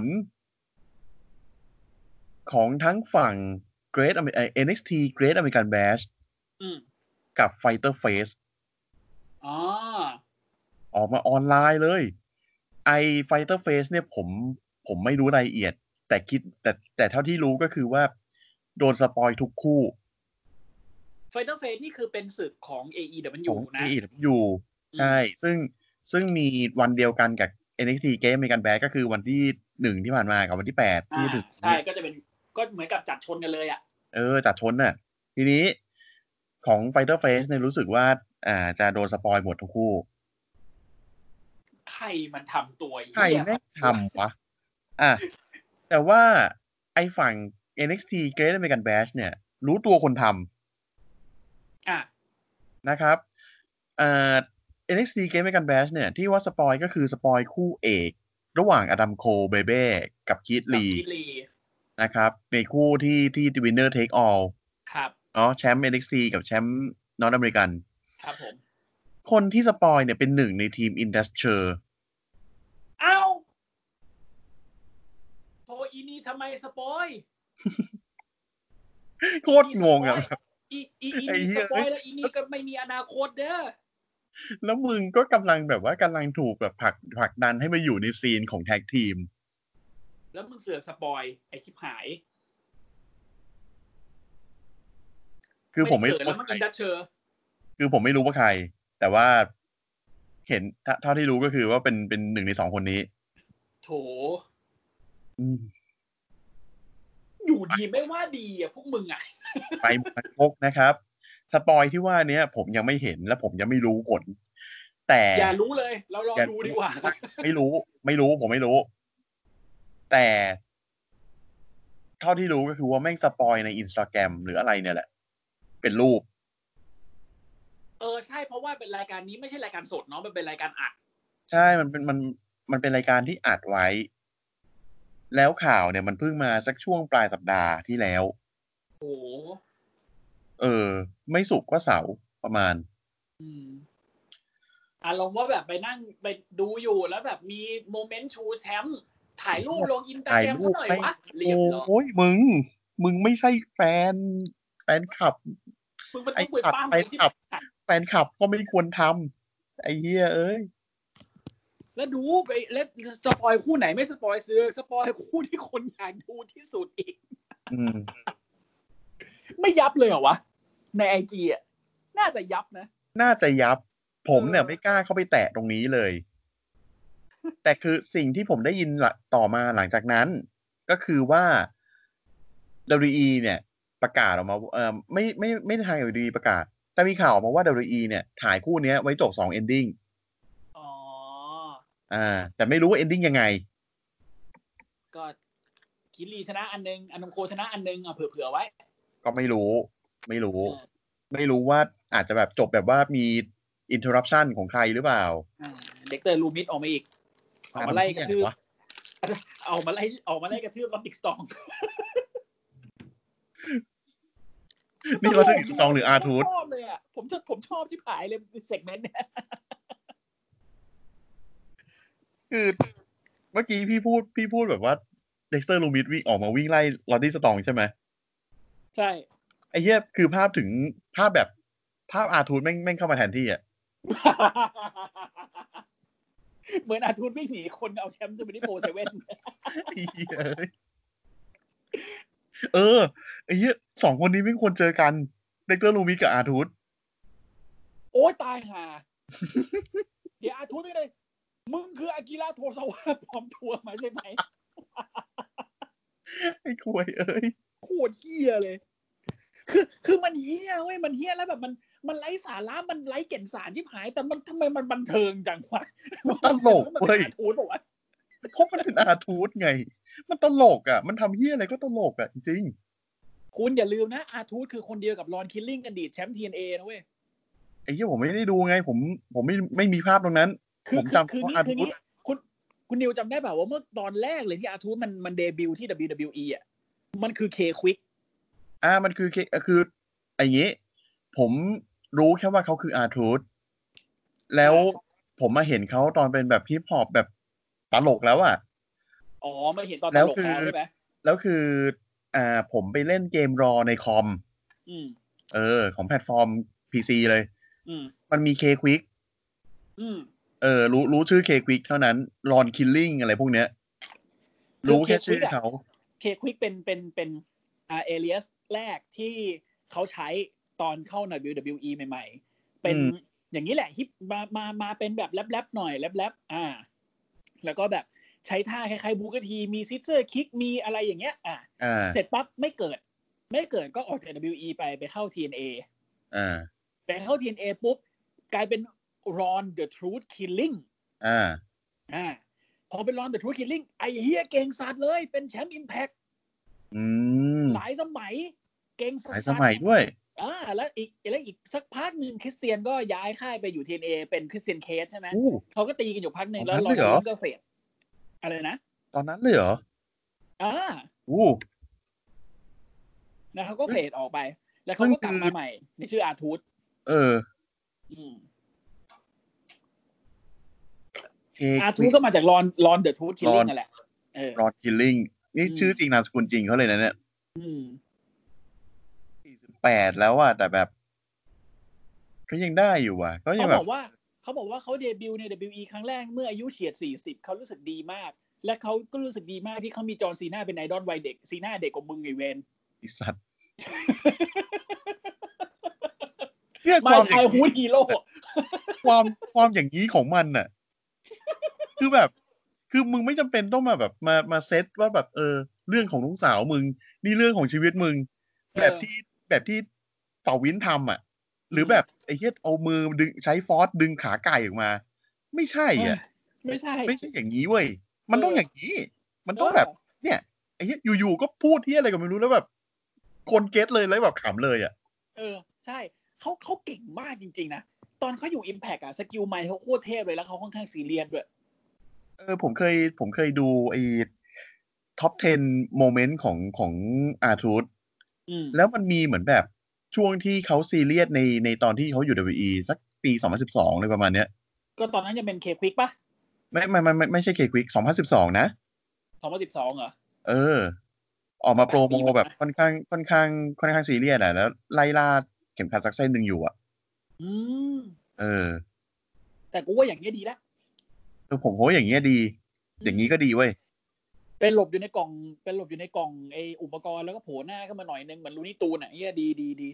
S2: ของทั้งฝั่ง Great เอ็น เอ็กซ์ ที Great American Bash กับ Fighter Face
S3: อ๋อ
S2: ออกมาออนไลน์เลยไอ Fighter Face เนี่ยผมผมไม่รู้รายละเอียดแต่คิดแต่แต่เท่าที่รู้ก็คือว่าโดนสปอยทุกคู่
S3: Fighter Face นี่คือเป็นศึกของ เอ อี ดับเบิลยู นะ
S2: เอ อี ดับเบิลยู ใช่ซึ่งซึ่งมีวันเดียวกันกับ เอ็น เอ็กซ์ ที Great American Bash ก็คือวันที่หนึ่งที่ผ่านมากับวันที่แปดที่ถึง
S3: ใช่ก็จะเป็นก็เหมือนกับจัดชนกันเลยอ่ะ
S2: เออจัดชนน่ะทีนี้ของ Fighter Face เนี่ยรู้สึกว่าอ่าจะโดนสปอยหมดทุกคู่
S3: ใครมันทำตัว
S2: ใครแม่งทำวะอ่ะแต่ว่าไอ้ฝั่ง เอ็น เอ็กซ์ ที Great American Bash เนี่ยรู้ตัวคนท
S3: ำอ่ะ
S2: นะครับอ่า เอ็น เอ็กซ์ ที Great American Bash เนี่ยที่ว่าสปอยก็คือสปอยคู่เอกระหว่างอดัมโคเบเบ้กับคีธลีนะครับในคู่ที่ที่ Winner Take All
S3: ครับ
S2: เนาะแชมป์ เอ็น เอ็กซ์ ที กับแชมป์นอร์ทอเมริกัน
S3: ครับผม
S2: คนที่สปอยเนี่ยเป็นหนึ่งในทีม Industry
S3: เอ้าโทอีนี่ทำไมสปอย
S2: โคตรงงอ่ะ
S3: อีอีอีนี่สปอยแล้วอีนี่ก็ไม่มีอนาคตเด้อ
S2: แล้วมึงก็กำลังแบบว่ากำลังถูกแบบผลักผลักดันให้มาอยู่ในซีนของแท็กทีม
S3: แล้วมึงเสือกสปอยไอ้ชิบหาย
S2: คือผมไม่
S3: รู้แล้วมันอินดัชเชอร์
S2: คือผมไม่รู้ว่าใครแต่ว่าเห็นเท่าที่รู้ก็คือว่าเป็นเป็นหนึ่งในสองคนนี้
S3: โถอยู่ดีไม่ว่าดีอ่ะพวกมึงอ่ะ
S2: ไปมันพกนะครับสปอยที่ว่าเนี้ยผมยังไม่เห็นและผมยังไม่รู้ผลแต่
S3: อย่ารู้เลยเรารอดูดีกว่า
S2: ไม่รู้ไม่รู้ผมไม่รู้แต่เท่าที่รู้ก็คือว่าแม่งสปอยใน Instagram หรืออะไรเนี่ยแหละเป็นรูป
S3: เออใช่เพราะว่าเป็นรายการนี้ไม่ใช่รายการสดเนาะมันเป็นรายการอัด
S2: ใช่มันเป็นมันมันเป็นรายการที่อัดไว้แล้วข่าวเนี่ยมันเพิ่งมาสักช่วงปลายสัปดาห์ที่แล้ว
S3: โอ้
S2: เออไม่สุกก็เสาร์ประมาณ
S3: อืมอารมณ์ว่าแบบไปนั่งไปดูอยู่แล้วแบบมีโมเมนต์ชูแชมป์ถ่ายรูปลงอินสตาแกรมซะหน่อยวะเรียบร้อย
S2: โอ้ยมึงมึงไม่ใช่แฟนแฟนคลับ
S3: มึงมันต้องคุยป้าม
S2: แฟนคลับแฟนคลับก็ไม่ควรทำไอ้เหี้ยเอ้ย
S3: แล้วดูไปแล้วสปอยคู่ไหนไม่สปอยซื้อสปอยคู่ที่คนอยากดูที่สุดอีกไม่ยับเลยเหรอวะใน ไอ จี อ่ะน่าจะยับนะ
S2: น่าจะยับผมเนี่ยไม่กล้าเข้าไปแตะตรงนี้เลยแต่คือสิ่งที่ผมได้ยินต่อมาหลังจากนั้นก็คือว่า ดับเบิลยู ดับเบิลยู อี เนี่ยประกาศออกมาเอ่อไม่ไม่ไม่ทาง ดับเบิลยู ดับเบิลยู อี ประกาศแต่มีข่าวออกมาว่า ดับเบิลยู ดับเบิลยู อี เนี่ยถ่ายคู่นี้ไว้จบสอง ending
S3: อ๋อ
S2: อ่าแต่ไม่รู้ว่า ending ยังไง
S3: ก็คิรีชนะอันนึงอนุโคชนะอันนึงอ่ะเผื่อๆไว้
S2: ก็ไม่รู้ไม่รู้ไม่รู้ว่าอาจจะแบบจบแบบว่ามี interruption ของใครหรือเปล่า
S3: เด็กเตอร์ลูมิดออกมาอีกออกมาไล่กระทืบเอามาไล่ออกมาไล่กระทืบล็อบบิกสตอง
S2: นี่เราจะสตองหรืออาร์ทูธ
S3: ชอบเลยอ่ะผมจะผมชอบที่ผายเลยเซกเมนต์เนี่ย
S2: คือเมื่อกี้พี่พูดพี่พูดแบบว่าเด็กเตอร์ลูมิดวิ่งออกมาวิ่งไล่ลอดดี้สตองใช่ไหม
S3: ใช่
S2: ไอ้เหี้ยคือภาพถึงภาพแบบภาพอาร์ทูธแม่งแม่งเข้ามาแทนที่อ่ะ
S3: เหมือนอาร์ทูธวิ่งหนีคนเอาแชมป์จะไปที่โฟร์เซเว่น
S2: เออไอ้เหี้ยสองคนนี้ไม่ควรเจอกันเด็กเตอร์ลูมิดกับอาร์ทูธ
S3: โอ๊ยตายห่าเดี๋ยวอาร์ทูธไม่เลยมึงคืออากิระโทซาวะปลอมตัวมาใช่ไหม
S2: ไอ้ควยเอ้ย
S3: โคตรเหี้ยเลยคือคือมันเฮี้ยเว้ยมันเฮี้ยแล้วแบบมันมันไร้สาระมันไร้แก่นสารชิบหายแต่มันทำไมมันบันเทิงจังวะ
S2: มันตลกเว้ย
S3: อาทูตบอกว่า
S2: เพราะมันเป็นอาทูตไงมันตลกอ่ะมันทำเฮี้ยอะไรก็ตลกอ่ะจริง
S3: คุณอย่าลืมนะอาทูตคือคนเดียวกับรอนคิลลิ่งอดีตแชมป์ ที เอ็น เอ นะเว้ย
S2: ไอ้เหี้ยผมไม่ได้ดูไงผมผมไม่ไม่มีภาพตรงนั้นผมจำ
S3: คือนี่คือนี่คุณคุณนิวจำได้เปล่าว่าเมื่อตอนแรกเลยที่อาทูตมันมันเดบิวต์ที่ ดับเบิลยู ดับเบิลยู อี อ่ะมันคือ K Quick
S2: อ่ามันคือคือไอ้เงี้ยผมรู้แค่ว่าเขาคืออาทูตแล้วผมมาเห็นเขาตอนเป็นแบบฮิปฮอปแบบตลกแล้วอ่ะ
S3: อ๋อมาเห็นตอนตลกแล้วใช่ไหม
S2: แล้วคืออ่าผมไปเล่นเกมรอในคอมเออของแพลตฟอร์ม พี ซี เลยมันมี K Quick เออรู้รู้ชื่อ K Quick เท่านั้น Ron Killing อะไรพวกเนี้ยรู้แค่ชื่อเขา
S3: K Quick เป็นเป็นเป็นอ่า alias แรกที่เขาใช้ตอนเข้า ดับเบิลยู ดับเบิลยู อี ใหม่ๆเป็นอย่างนี้แหละฮิปมามามาเป็นแบบแรปๆหน่อยแรปๆอ่าแล้วก็แบบใช้ท่าคล้ายๆบูกทีมีซิสเตอร์คิกมีอะไรอย่างเงี้ยอ่าเสร็จปั๊บไม่เกิดไม่เกิดก็ออกจาก ดับเบิลยู อี ไปไปเข้า ที เอ็น เอ
S2: อ่า
S3: ไปเข้า ที เอ็น เอ ปุ๊บกลายเป็น Ron the Truth Killing
S2: อ่า
S3: อ่าพอเป็น Ron the Truth Killing ไอ้เหี้ยเก่งสัตว์เลยเป็นแชมป์ Impact
S2: อืม
S3: หลายสมัยเก่งสัตว์
S2: หลายสมัยด้วย
S3: อ่าแล้วอีกแล้วอีกสักพักนึงคริสเตียนก็ย้ายค่ายไปอยู่ ที เอ็น เอ เป็นคริสเตียนเคสใช่ไหมเขาก็ตีกันอยู่พักนึงแล้วรอนก็เฟดอะไรนะ
S2: ตอนนั้นเลยเหรอ
S3: อ่า
S2: อู้
S3: แล้วเขาก็เฟดออกไปแล้วเขาก็กลับมาใหม่ในชื่ออาทูต
S2: เออ
S3: อาทูตก็มาจากรอนรอนเดอะทูตคิลลิ่งนั่นแหละเออ
S2: รอนคิลลิ่งนี่ชื่อจริงนามสกุลจริงเขาเลยนะเนี่ย
S3: อืม
S2: สี่สิบแปดแล้วอ่ะแต่แบบก็ยังได้อยู่อ่ะก็ยังแบบ
S3: เขาบอกว่าเขาบอกว่าเขาเดบิวต์ใน ดับเบิลยู อี ครั้งแรกเมื่ออายุเฉียดสี่สิบเขารู้สึกดีมากและเขาก็รู้สึกดีมากที่เขามีจอห์นซีน่าเป็นไอดอลวัยเด็กซีน่าเด็กกว่ามึงไอ้เวน
S2: ไอ้สัตว์
S3: มาชายฮูดฮีโร่
S2: ความความอย่างนี้ของมันน่ะคือแบบคือมึงไม่จำเป็นต้องมาแบบมามาเซตว่าแบบเออเรื่องของลูกสาวมึงนี่เรื่องของชีวิตมึงแบบที่แบบที่เป่าวินทำอ่ะหรือแบบไอ้เหี้ยเอามือดึงใช้ฟอสดึงขาไก่ออกมาไม่ใช่อ่ะ
S3: ไม่ใช่
S2: ไม่ใช่อย่างนี้เว้ยมันต้องอย่างนี้มันต้องแบบเนี่ยไอ้เหี้ยอยู่ๆก็พูดที่อะไรก็ไม่รู้แล้วแบบคนเก็ตเลยแล้วแบบขำเลยอ่ะ
S3: เออใช่เขาเขาเก่งมากจริงๆนะตอนเขาอยู่ Impact อ่ะสกิลไมค์เขาโคตรเทพเลยแล้วเขาค่อนข้างซีเรียสด้วย
S2: เออผมเคยผมเคยดูไอ้ท็อปสิบโมเมนต์ของของอาร์ทูธแล้วมันมีเหมือนแบบช่วงที่เขาซีเรียสในในตอนที่เขาอยู่ ดับเบิลยู อี สักปีสองพันสิบสองอะไรประมาณเนี้ย
S3: ก็ตอนนั้นยังเป็น K Quick ป่ะ
S2: ไม่ไม่ไม่ไม่ใช่ K Quick สองพันสิบสองนะ
S3: สองพันสิบสองเหรอ
S2: เออออกมาโปรโมแบบค่อนข้างค่อนข้างค่อนข้างซีเรียสอ่ะแล้วไล่ล่าเข็มขัดสักเส้นนึงอยู่อ่ะ
S3: อืม
S2: เออ
S3: แต่กูว่าอย่างเงี้ยดีแล้ว
S2: เออผมโหอย่างเงี้ยดีอย่างงี้ก็ดีเว้ย
S3: เป็นหลบอยู่ในกล่องเป็นหลบอยู่ในกล่องไอ้อุปกรณ์แล้วก็โผล่หน้าขึ้นมาหน่อยนึงเหมือนลูนี่ตูนอ่ะเหี้ยดีดีดี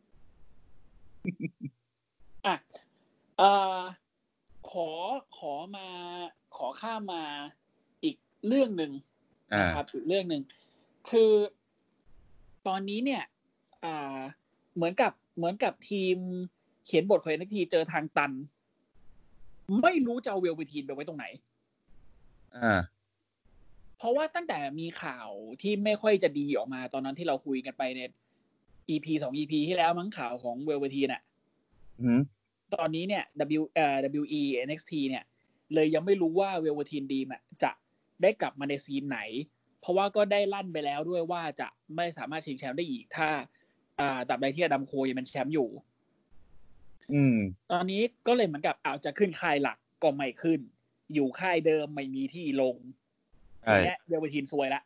S3: อ่ะเอ่อขอขอมาขอข้ามมาอีกเรื่องนึงนะครับอีกเรื่องนึงคือตอนนี้เนี่ยอ่าเหมือนกับเหมือนกับทีมเขียนบทของ เอ็น เอ็กซ์ ที เจอทางตันไม่รู้จะเอาเวลเวทีนไปไว้ตรงไหน
S2: อ่า
S3: เพราะว่าตั้งแต่มีข่าวที่ไม่ค่อยจะดีออกมาตอนนั้นที่เราคุยกันไปใน อี พี สอง อี พี ที่แล้วมั้งข่าวของเวลเวทีนอ่ะ
S2: อือ
S3: ตอนนี้เนี่ย W เอ่อ ดับเบิลยู อี เอ็น เอ็กซ์ ที เนี่ยเลยยังไม่รู้ว่าเวลเวทีนดีมอ่ะจะได้กลับมาในซีนไหนเพราะว่าก็ได้ลั่นไปแล้วด้วยว่าจะไม่สามารถชิงแชมป์ได้อีกถ้าอ่าตราบใดที่อดัมโคยังเป็นแชมป์อยู่
S2: อืม
S3: ตอนนี้ก็เลยเหมือนกับเอาจะขึ้นค่ายหลักก็ไม่ขึ้นอยู่ค่ายเดิมไม่มีที่ลงอย่างเงี้ยเวลเวทีนซวยละ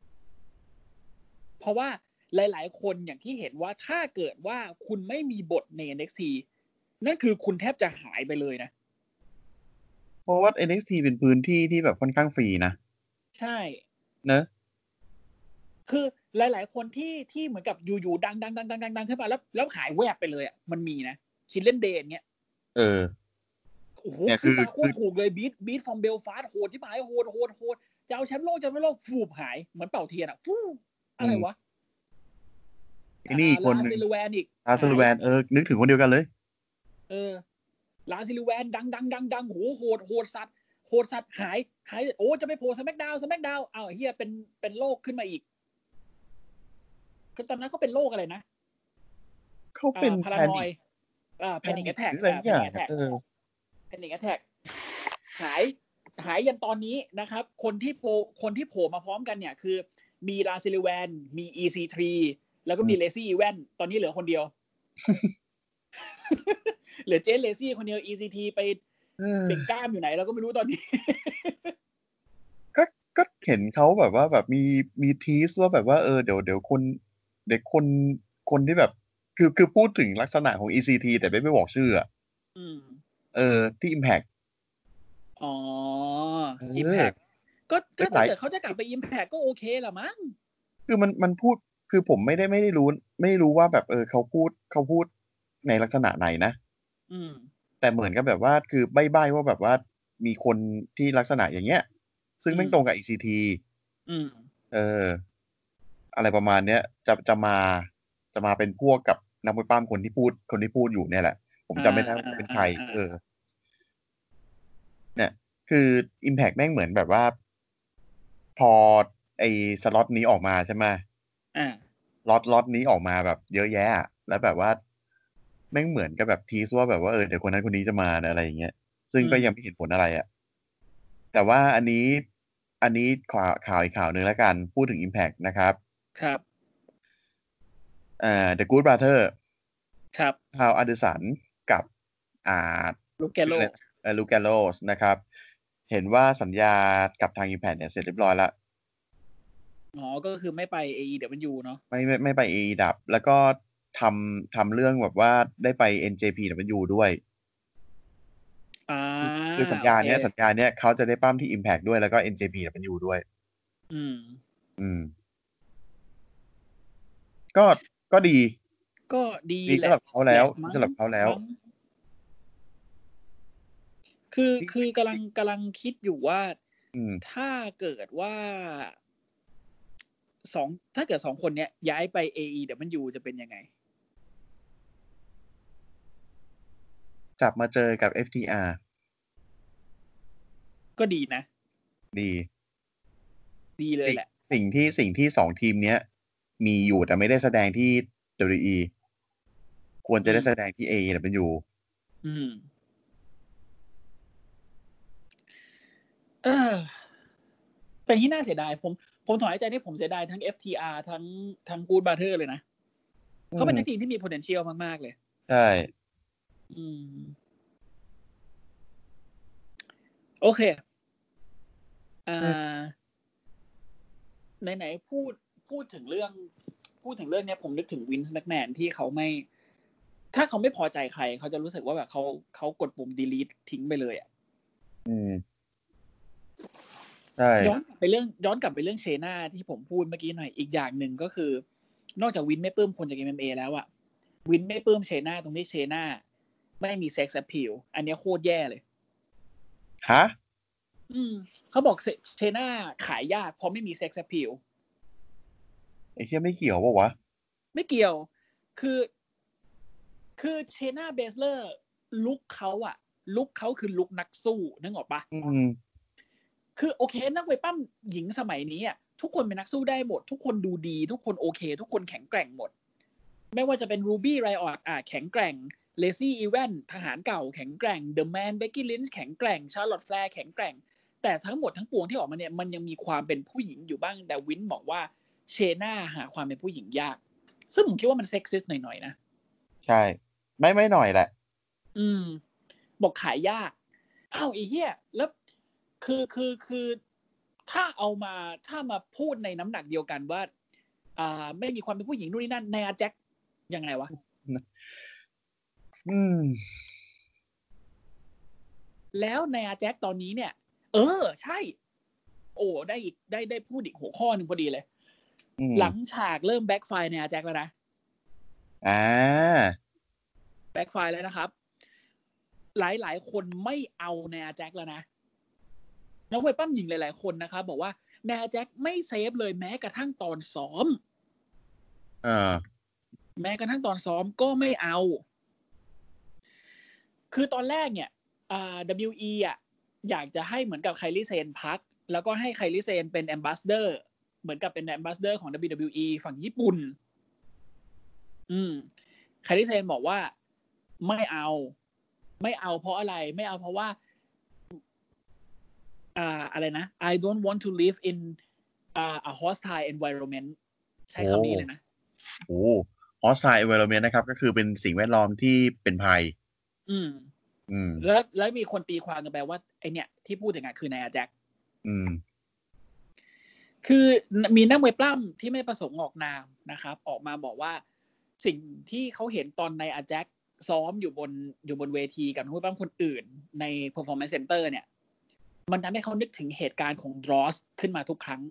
S3: เพราะว่าหลายๆคนอย่างที่เห็นว่าถ้าเกิดว่าคุณไม่มีบทใน เอ็น เอ็กซ์ ที นั่นคือคุณแทบจะหายไปเลยนะ
S2: เพราะว่า เอ็น เอ็กซ์ ที เป็นพื้นที่ที่แบบค่อนข้างฟรีนะ
S3: ใช่
S2: เนอะ
S3: คือหลายๆคนที่ที่เหมือนกับอยู่ๆดังๆๆๆๆขึ้นมาแล้วแล้วหายแวบไปเลยอ่ะมันมีนะชิลเลนเดย์อย่างเงี้ย
S2: เออ
S3: โอ้โหคือโคตรถูกเลยบีทบีทฟอร์มเบลฟาสโหดที่หายโหดโหดโหดจะเอาแชมป์โลกจะไม่โลกฟูบหายเหมือนเป่าเทียนอ่ะฟูอะไรวะ
S2: ไอ้นี่คนนึง
S3: ลาซิลแวนอีก
S2: ลาซิลแวนเออนึกถึงคนเดียวกันเลย
S3: เออลาซิลแวนดังดังดังดังโหโหดโหดสัตว์โหดสัตว์หายหายโอ้จะไปโผล่สแมคดาวน์สแมคดาวน์อ้าวเฮียเป็นเป็นโรคขึ้นมาอีกคือตอนนั้นเขาเป็นโรคอะไรนะ
S2: เขาเป็น
S3: พารานอยอ่าแพนิคแอทแทค
S2: อะไรอย่างเออ
S3: แพนิคแอทแทคหายหายยันตอนนี้นะครับคนที่โผล่คนที่โผล่มาพร้อมกันเนี่ยคือมีลาซิลแวนมี อี ซี ทรี แล้วก็มีเลซี่อีแวนตอนนี้เหลือคนเดียวเหลือเจนเลซี่คนเดียว อี ซี ที ไปเบ่งกล้ามอยู่ไหนเราก็ไม่รู้ตอนนี้
S2: ก็ก็เห็นเขาแบบว่าแบบมีมีทีสว่าแบบว่าเออเดี๋ยวเดี๋ยวคนเด็กคนคนที่แบบคือคือพูดถึงลักษณะของ อี ซี ที แต่ไม่ไม่บอกชื่ออ่ะเออที่ Impact
S3: อ๋อ Impact ก็ถ้าเกิดเขาจะกลับไป Impact ก็โอเคละมั้ง
S2: คือมันมันพูดคือผมไม่ได้ไม่ได้รู้ไม่รู้ว่าแบบเออเขาพูดเขาพูดในลักษณะไหนนะ
S3: อืม
S2: แต่เหมือนกับแบบว่าคือใบ้ๆว่าแบบว่ามีคนที่ลักษณะอย่างเงี้ยซึ่งไม่ตรงกับ อี ซี ที
S3: อืม
S2: เอออะไรประมาณเนี้ยจะจะมาจะมาเป็นพวกกับนักมวยปล้ำคนที่พูดคนที่พูดอยู่เนี่ยแหละผมจำไม่ได้ว่าเป็นใครเออเนี่ยคือ Impact แม่งเหมือนแบบว่าพอไอ้สล็อตนี้ออกมาใช่ไหม
S3: อ่า
S2: ล็อตล็อตนี้ออกมาแบบเยอะแยะแล้วแบบว่าแม่งเหมือนกับแบบทีสว่าแบบว่าเออเดี๋ยวคนนั้นคนนี้จะมาอะไรอย่างเงี้ยซึ่งก็ยังไม่เห็นผลอะไรอ่ะแต่ว่าอันนี้อันนี้ข่าวข่าวอีกข่าวหนึ่งแล้วกันพูดถึง Impact นะครับ
S3: ครับ
S2: อ่า The Good Brother
S3: ครับ
S2: ฮาวอันเดอร์สันกับอ่า
S3: ลูกแกโล
S2: เอ่อลูกแกโลสนะครับเห็นว่าสัญญากับทาง Impact เนี่ยเสร็จเรียบร้อยแล้ว
S3: อ๋อก็คือไม่ไป เอ อี ดับเบิลยู เนาะ
S2: ไม่ไม่ไม่ไป เอ อี ดับแล้วก็ทำทำเรื่องแบบว่าได้ไป เอ็น เจ พี ดับเบิลยู ด้วย
S3: อ่า
S2: คือสัญญาเนี้ยสัญญาเนี้ยเขาจะได้ปั้มที่ Impact ด้วยแล้วก็ เอ็น เจ พี ดับเบิลยู ด้วย
S3: อืม
S2: อืมก็ก็ดี
S3: ก็ดี
S2: ดีสำหรับเขาแล้วสำหรับเขาแล้ว
S3: คือคือกำลังกำลังคิดอยู่ว่า
S2: อืม
S3: ถ้าเกิดว่าสองถ้าเกิดสองคนเนี้ยย้ายไป เอ อี ดับเบิลยู จะเป็นยังไง
S2: จับมาเจอกับ เอฟ ที อาร์
S3: ก็ดีนะ
S2: ดี
S3: ดีเลยแหละ
S2: สิ่งที่สิ่งที่สองทีมเนี้ยมีอยู่แต่ไม่ได้แสดงที่ ดับเบิลยู อี ควรจะได้แสดงที่ เอ อี ดับเบิลยู
S3: อืมเออเป็นที่น่าเสียดายผมผมถอนหายใจนี่ผมเสียดายทั้ง เอฟ ที อาร์ ทั้งทั้ง Good Brother เลยนะเขาเป็นนักทีมที่มี potential มากๆเลย
S2: ใช่
S3: อืมโอเคอ่าไหนๆพูดพูดถึงเรื่องพูดถึงเรื่องนี้ผมนึกถึงวินส์แม็กแมนที่เขาไม่ถ้าเขาไม่พอใจใครเขาจะรู้สึกว่าแบบเขาเขากดปุ่ม delete ทิ้งไปเลยอ่ะ
S2: อืมใช่
S3: ย้อนกลับไปเรื่องย้อนกลับไปเรื่องเชน่าที่ผมพูดเมื่อกี้หน่อยอีกอย่างหนึ่งก็คือนอกจากวินไม่ปลื้มคนจาก เอ็ม เอ็ม เอ แล้วอ่ะวินไม่ปลื้มเชน่าตรงที่เชน่าไม่มีเซ็กซ์แอพพิลอันนี้โคตรแย่เลย
S2: ฮะ
S3: อืมเขาบอกเชน่าขายยากเพราะไม่มีเซ็กซ์แอพพิล
S2: ไอ้เชี่ยไม่เกี่ยวป่ะวะ
S3: ไม่เกี่ยวคือคือเชน่าเบสเลอร์ลุคเขาอะลุคเขาคือลุคนักสู้นึกออกปะ
S2: อืม
S3: คือโอเคนักมวยปั้มหญิงสมัยนี้อะทุกคนเป็นนักสู้ได้หมดทุกคนดูดีทุกคนโอเคทุกคนแข็งแกร่งหมดไม่ว่าจะเป็นรูบี้ไรออตอ่ะแข็งแกร่งเลซี่อีแวนทหารเก่าแข็งแกร่งเดอะแมนเบกกี้ลินช์แข็งแกร่งชาร์ลอตแฟร์แข็งแกร่งแต่ทั้งหมดทั้งปวงที่ออกมาเนี่ยมันยังมีความเป็นผู้หญิงอยู่บ้างแต่วินบอกว่าเชน่าหาความเป็นผู้หญิงยากซึ่งผมคิดว่ามันเซ็กซิสต์หน่อยๆนะ
S2: ใช่ไม่ไม่หน่อยแหละ
S3: อืมบอกขายยากอ้าวไอ้เหี้ยแล้วคือคือคือถ้าเอามาถ้ามาพูดในน้ำหนักเดียวกันว่าอ่าไม่มีความเป็นผู้หญิงนู่นนี่นั่นในอาแจ็คยังไงวะ
S2: อืม
S3: แล้วในอาแจ็คตอนนี้เนี่ยเออใช่โอ้ได้อีกได้ได้พูดอีกหัวข้อหนึ่งพอดีเลยหลังฉากเริ่มแบ็คไฟในอาแจ็คแล้วนะ
S2: อ่า
S3: แบ็คไฟแล้วนะครับหลายหลายคนไม่เอาในอาแจ็คแล้วนะนักมวยปั้มหญิงหลายๆคนนะครับบอกว่าแนวแจ็คไม่เซฟเลยแม้กระทั่งตอนซ้อม
S2: อ่า
S3: แม้กระทั่งตอนซ้อมก็ไม่เอาคือตอนแรกเนี่ยอ่า ดับเบิลยู อี อ่ะอยากจะให้เหมือนกับไคลี่เซนพักแล้วก็ให้ไคลี่เซนเป็นแอมบาสเดอร์เหมือนกับเป็นแอมบาสเดอร์ของ ดับเบิลยู ดับเบิลยู อี ฝั่งญี่ปุ่นอืมไคลี่เซนบอกว่าไม่เอาไม่เอาเพราะอะไรไม่เอาเพราะว่าอ่าอะไรนะ I don't want to live in uh, a hostile environment ใช้คำนี้เลยนะ
S2: โอ้ hostile environment นะครับก็คือเป็นสิ่งแวดล้อมที่เป็นภัย
S3: อืมอืมแล้วแล้วมีคนตีความกันไปว่าไอเนี่ยที่พูดถึงอ่ะคือนายอาแจ็คอืมคือมีนักมวยปล้ำที่ไม่ประสงค์ออกนามนะครับออกมาบอกว่าสิ่งที่เขาเห็นตอนนายอาแจ็คซ้อมอยู่บนอยู่บนเวทีกับนักมวยปล้ำคนอื่นใน performance center เนี่ยมันทำให้เขานึกถึงเหตุการณ์ของดรอสขึ้นมาทุกครั้ง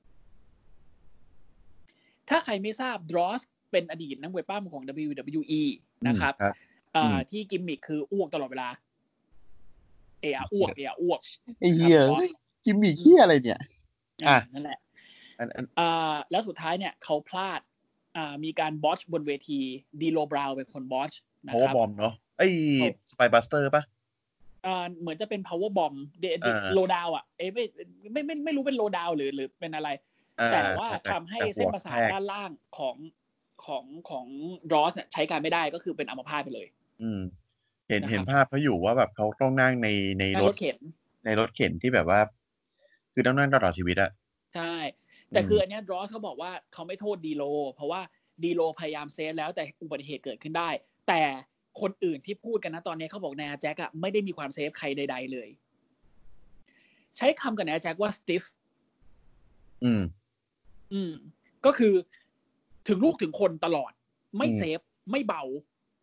S3: ถ้าใครไม่ทราบดรอสเป็นอดีตนักมวยปล้ำของ ดับเบิลยู ดับเบิลยู อี นะครับอ่าที่กิมมิคคืออ้วกตลอดเวลาเอะอ้วกเอะอ้วก
S2: ไอ้เหี้ยกิมมิคเหี้ยอะไรเนี่ย
S3: อ่ะนั่นแหละอ่าแล้วสุดท้ายเนี่ยเขาพลาดอ่ามีการบอชบนเวทีดีโลบราวน์เป็นคนบอชนะครับ
S2: power bomb เนาะไอ้สไปบัสเตอร์ป่ะ
S3: อ่าเหมือนจะเป็น power bomb เดดโลดาวอ่ะเอ้ไม่ไม่ไม่ไม่รู้เป็นโลดาวหรือหรือเป็นอะไรแต่ว่าทำให้เส้นประสาทด้านล่างของของของดรอสเนี่ยใช้การไม่ได้ก็คือเป็นอัมพาตไปเลย
S2: อืมเห็นเห็นภาพเขาอยู่ว่าแบบเขาต้องนั่งในในรถ
S3: เข็น
S2: ในรถเข็นที่แบบว่าคือต้องนั่งตลอดชีวิตอะ
S3: ใช่แต่คืออันเนี้ยดรอสเขาบอกว่าเขาไม่โทษดีโลเพราะว่าดีโลพยายามเซฟแล้วแต่อุบัติเหตุเกิดขึ้นได้แต่คนอื่นที่พูดกันนะตอนนี้เขาบอกนายแจ็คอะไม่ได้มีความเซฟใครใดๆเลยใช้คำกับนายแจ็คว่า stiff อืมอืมก็คือถึงลูกถึงคนตลอดไม่เซฟไม่เบา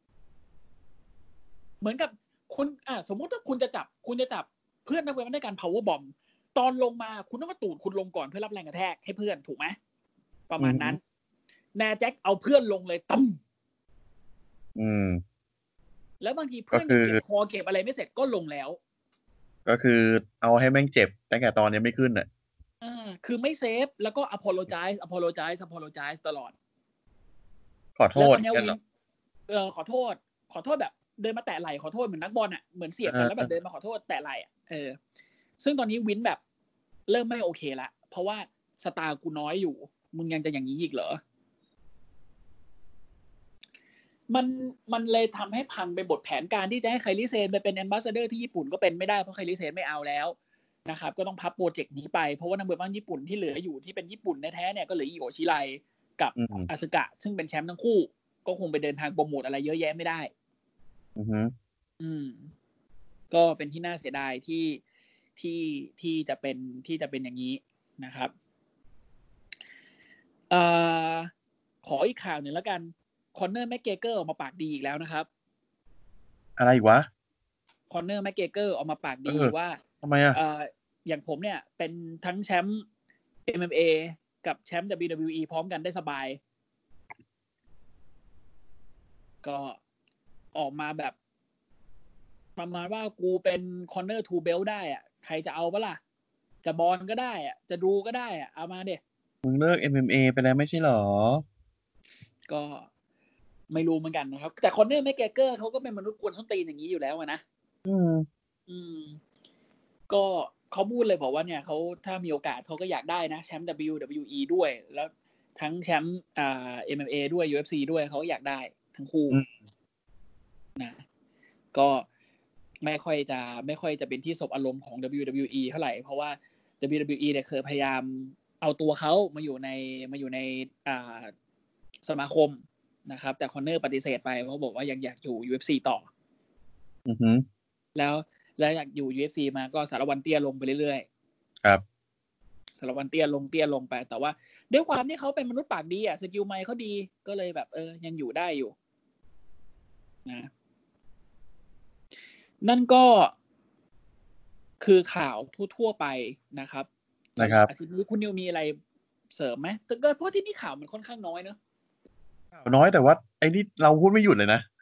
S3: เหมือนกับคุณอ่ะสมมุติถ้าคุณจะจับคุณจะจับเพื่อนนักเวทในการ power bomb ตอนลงมาคุณต้องกระตูดคุณลงก่อนเพื่อรับแรงกระแทกให้เพื่อนถูกไหมประมาณนั้นนายแจ็คเอาเพื่อนลงเลยตั้มอืมแล้วบางทีเพื่อนเก็บคอเก็บอะไรไม่เสร็จก็ลงแล้ว
S2: ก็คือเอาให้แม่งเจ็บตั้งแต่ตอนยังไม่ขึ้นอ่ะ
S3: อ่าคือไม่เซฟแล้วก็ apologize apologize apologize ตลอด
S2: ขอโทษ
S3: เออขอโทษขอโทษแบบเดินมาแตะไหล่ขอโทษเหมือนนักบอลอ่ะเหมือนเสียบกันแล้วแบบเดินมาขอโทษแตะไหล่อ่ะเออซึ่งตอนนี้วินแบบเริ่มไม่โอเคละเพราะว่าสตาร์กูน้อยอยู่มึงยังจะอย่างนี้อีกเหรอมันมันเลยทำให้พังเป็นบทแผนการที่จะให้ไคลี่เซนไปเป็นแอมบาสเดอร์ที่ญี่ปุ่นก็เป็นไม่ได้เพราะไคลี่เซนไม่เอาแล้วนะครับก็ต้องพับโปรเจกต์นี้ไปเพราะว่านักมวยบ้านญี่ปุ่นที่เหลืออยู่ที่เป็นญี่ปุ่นแท้ๆเนี่ยก็เหลืออิโอชิไลกับอาซึกะซึ่งเป็นแชมป์ทั้งคู่ก็คงไปเดินทางโปรโมทอะไรเยอะแยะไม่ได้อือฮึอืมก็เป็นที่น่าเสียดายที่ที่ที่จะเป็นที่จะเป็นอย่างนี้นะครับเอ่อขออีกข่าวหนึ่งแล้วกันคอนเนอร์แม็กเกเกอร์ออกมาปากดีอีกแล้วนะครับ
S2: อะไรอีกวะ
S3: คอนเนอร์แม็กเกเกอร์ออกมาปากดีว่า
S2: ทำไมอ่ะ
S3: เอ่ออย่างผมเนี่ยเป็นทั้งแชมป์ เอ็ม เอ็ม เอ กับแชมป์ ดับเบิลยู ดับเบิลยู อี พร้อมกันได้สบายก็ออกมาแบบประมาณว่ากูเป็นคอนเนอร์ทูเบลได้อ่ะใครจะเอาปะล่ะจะบอลก็ได้อ่ะจะดูก็ได้อ่ะเอามาเด็ก
S2: มึงเลิก เอ็ม เอ็ม เอ ไปแล้วไม่ใช่หรอ
S3: ก็ไม่รู้เหมือนกันนะครับแต่คอนเนอร์แม็กเกเกอร์เขาก็เป็นมนุษย์กวนส้นตีนอย่างนี้อยู่แล้วนะอืมอืมก็เขาพูดเลยบอกว่าเนี่ยเขาถ้ามีโอกาสเขาก็อยากได้นะแชมป์ ดับเบิลยู ดับเบิลยู อี ด้วยแล้วทั้งแชมป์อ่า เอ็ม เอ็ม เอ ด้วย ยู เอฟ ซี ด้วยเขาอยากได้ทั้งคู่นะก็ไม่ค่อยจะไม่ค่อยจะเป็นที่สบอารมณ์ของ ดับเบิลยู ดับเบิลยู อี เท่าไหร่เพราะว่า ดับเบิลยู ดับเบิลยู อี เนี่ยเคยพยายามเอาตัวเขามาอยู่ในมาอยู่ในอ่าสมาคมนะครับแต่คอนเนอร์ปฏิเสธไปเพราะบอกว่ายังอยากอยู่ ยู เอฟ ซี ต่ออือฮึแล้วแล้วอยากอยู่ ยู เอฟ ซี มาก็สารวัตรเตี้ยลงไปเรื่อยๆครับสารวัตรเตี้ยลงเตี้ยลงไปแต่ว่าด้วยความที่เขาเป็นมนุษย์ปากดีอ่ะสกิลไมค์เขาดีก็เลยแบบเออยังอยู่ได้อยู่นะนั่นก็คือข่าวทั่วๆไปนะครับ
S2: นะครับ
S3: อาทิตย์นี้คุณนิวมีอะไรเสริมไหมแต่ก็เพราะที่นี่ข่าวมันค่อนข้างน้อยเนอะ
S2: ข่าวน้อยแต่ว่าไอ้นี่เราพูดไม่หยุดเลยนะ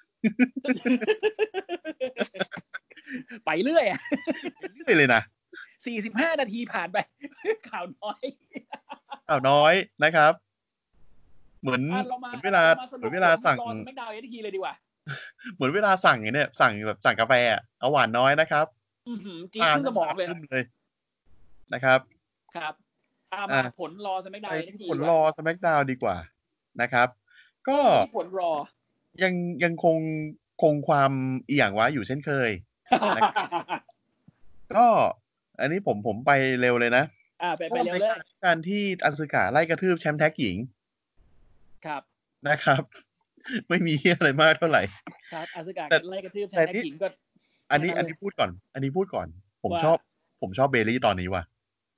S3: ไปเรื่อยอ่ะ
S2: เรื่อยเลยนะ
S3: สี่สิบห้านาทีผ่านไปข่าวน้อย
S2: ข่าวน้อยนะครับเหมือน
S3: อ่ะเรา
S2: เห
S3: มา
S2: มือนเวลา
S3: เรามาส
S2: เห
S3: รุ
S2: มือ
S3: ป
S2: นเวลา
S3: ผล
S2: สั่ง
S3: Raw SmackDown เอ็น ที เลยดีกว่า
S2: เหมือนเวลาสั่งไอ้เนี่ยสั่งแบบสั่งกาแฟอะเอาหวานน้อยนะครับ
S3: อื้อฮือจี๊ดขึ้นสมองเลย
S2: ขึ้นเลยนะครับ
S3: ครับอ่ะ
S2: อ่ะ
S3: มาผล Raw
S2: ไป
S3: SmackDown เอ็น
S2: ที่
S3: ที
S2: ผล
S3: ดีกว่า
S2: Raw SmackDown ดีกว่านะครับ ก็
S3: เริ่มที่ผล Raw
S2: ยังยังคงคงความอีหยังวะอยู่เช่นเคย นะครับ ก็อันนี้ผมผมไปเร็วเลยนะ
S3: อ่าไปไป
S2: ก็
S3: เร็ว
S2: ใน
S3: เลย
S2: การที่อัสึกะไล่กระทืบแชมป์แท็กหญิง
S3: ครับ
S2: นะครับ ไม่มีเหี้ยอะไรมากเท่าไร
S3: ครับอัสึกะ
S2: แต่
S3: ไล่กระทืบแชม
S2: แต่
S3: ป์แท็ก
S2: ที่
S3: หญิงก็
S2: อันนี้
S3: แค่
S2: อัน
S3: เล
S2: นี้
S3: ย
S2: พูดก่อน อันนี้พูดก่อน ผม
S3: ว่า
S2: ชอบ ผมชอบเบลลี่ตอนนี้ว่ะ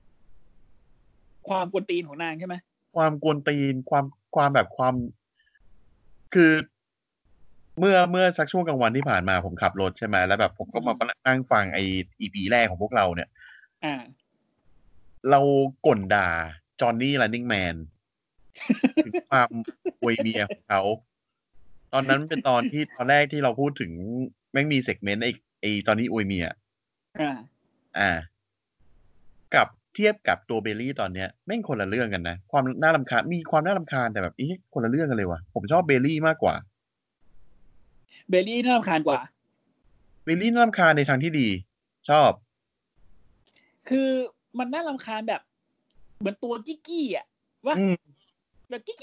S3: ความกวนตีนของนางใช่ไหม
S2: ความกวนตีน ความ ความแบบความ คือ เมื่อ เมื่อสักช่วงกลางวันที่ผ่านมาผมขับรถใช่ไหม แล้วแบบผมก็
S3: อื
S2: มา
S3: ม
S2: มานั่งฟังไอ้ อี พี แรกของพวกเราเนี่ย
S3: อา
S2: เราก่นด่า Johnny Running Man ถึงความอวยเมียของเขา ตอนนั้นเป็นตอนที่ ตอนแรกที่เราพูดถึงแม่งมี segment ไอ้ ไอ้ Johnny อวยเมีย
S3: อา
S2: อา กับ เทียบกับตัวเบลลี่ตอนเนี้ยแม่งคนละเรื่องกันนะ ความน่ารำคาญ มีความน่ารำคาญแต่แบบ เอ๊ะ คนละเรื่องกันเลยว่ะ ผมชอบเบลลี่มากกว่า
S3: เบลลี่น่ารำคาญกว่า
S2: เบลลี่น่ารำคาญในทางที่ดี ชอบ
S3: คือมันน่ารำคาญแบบ เหมือนตัวกี้ๆอะ ว่า
S2: อืม
S3: แบบกี้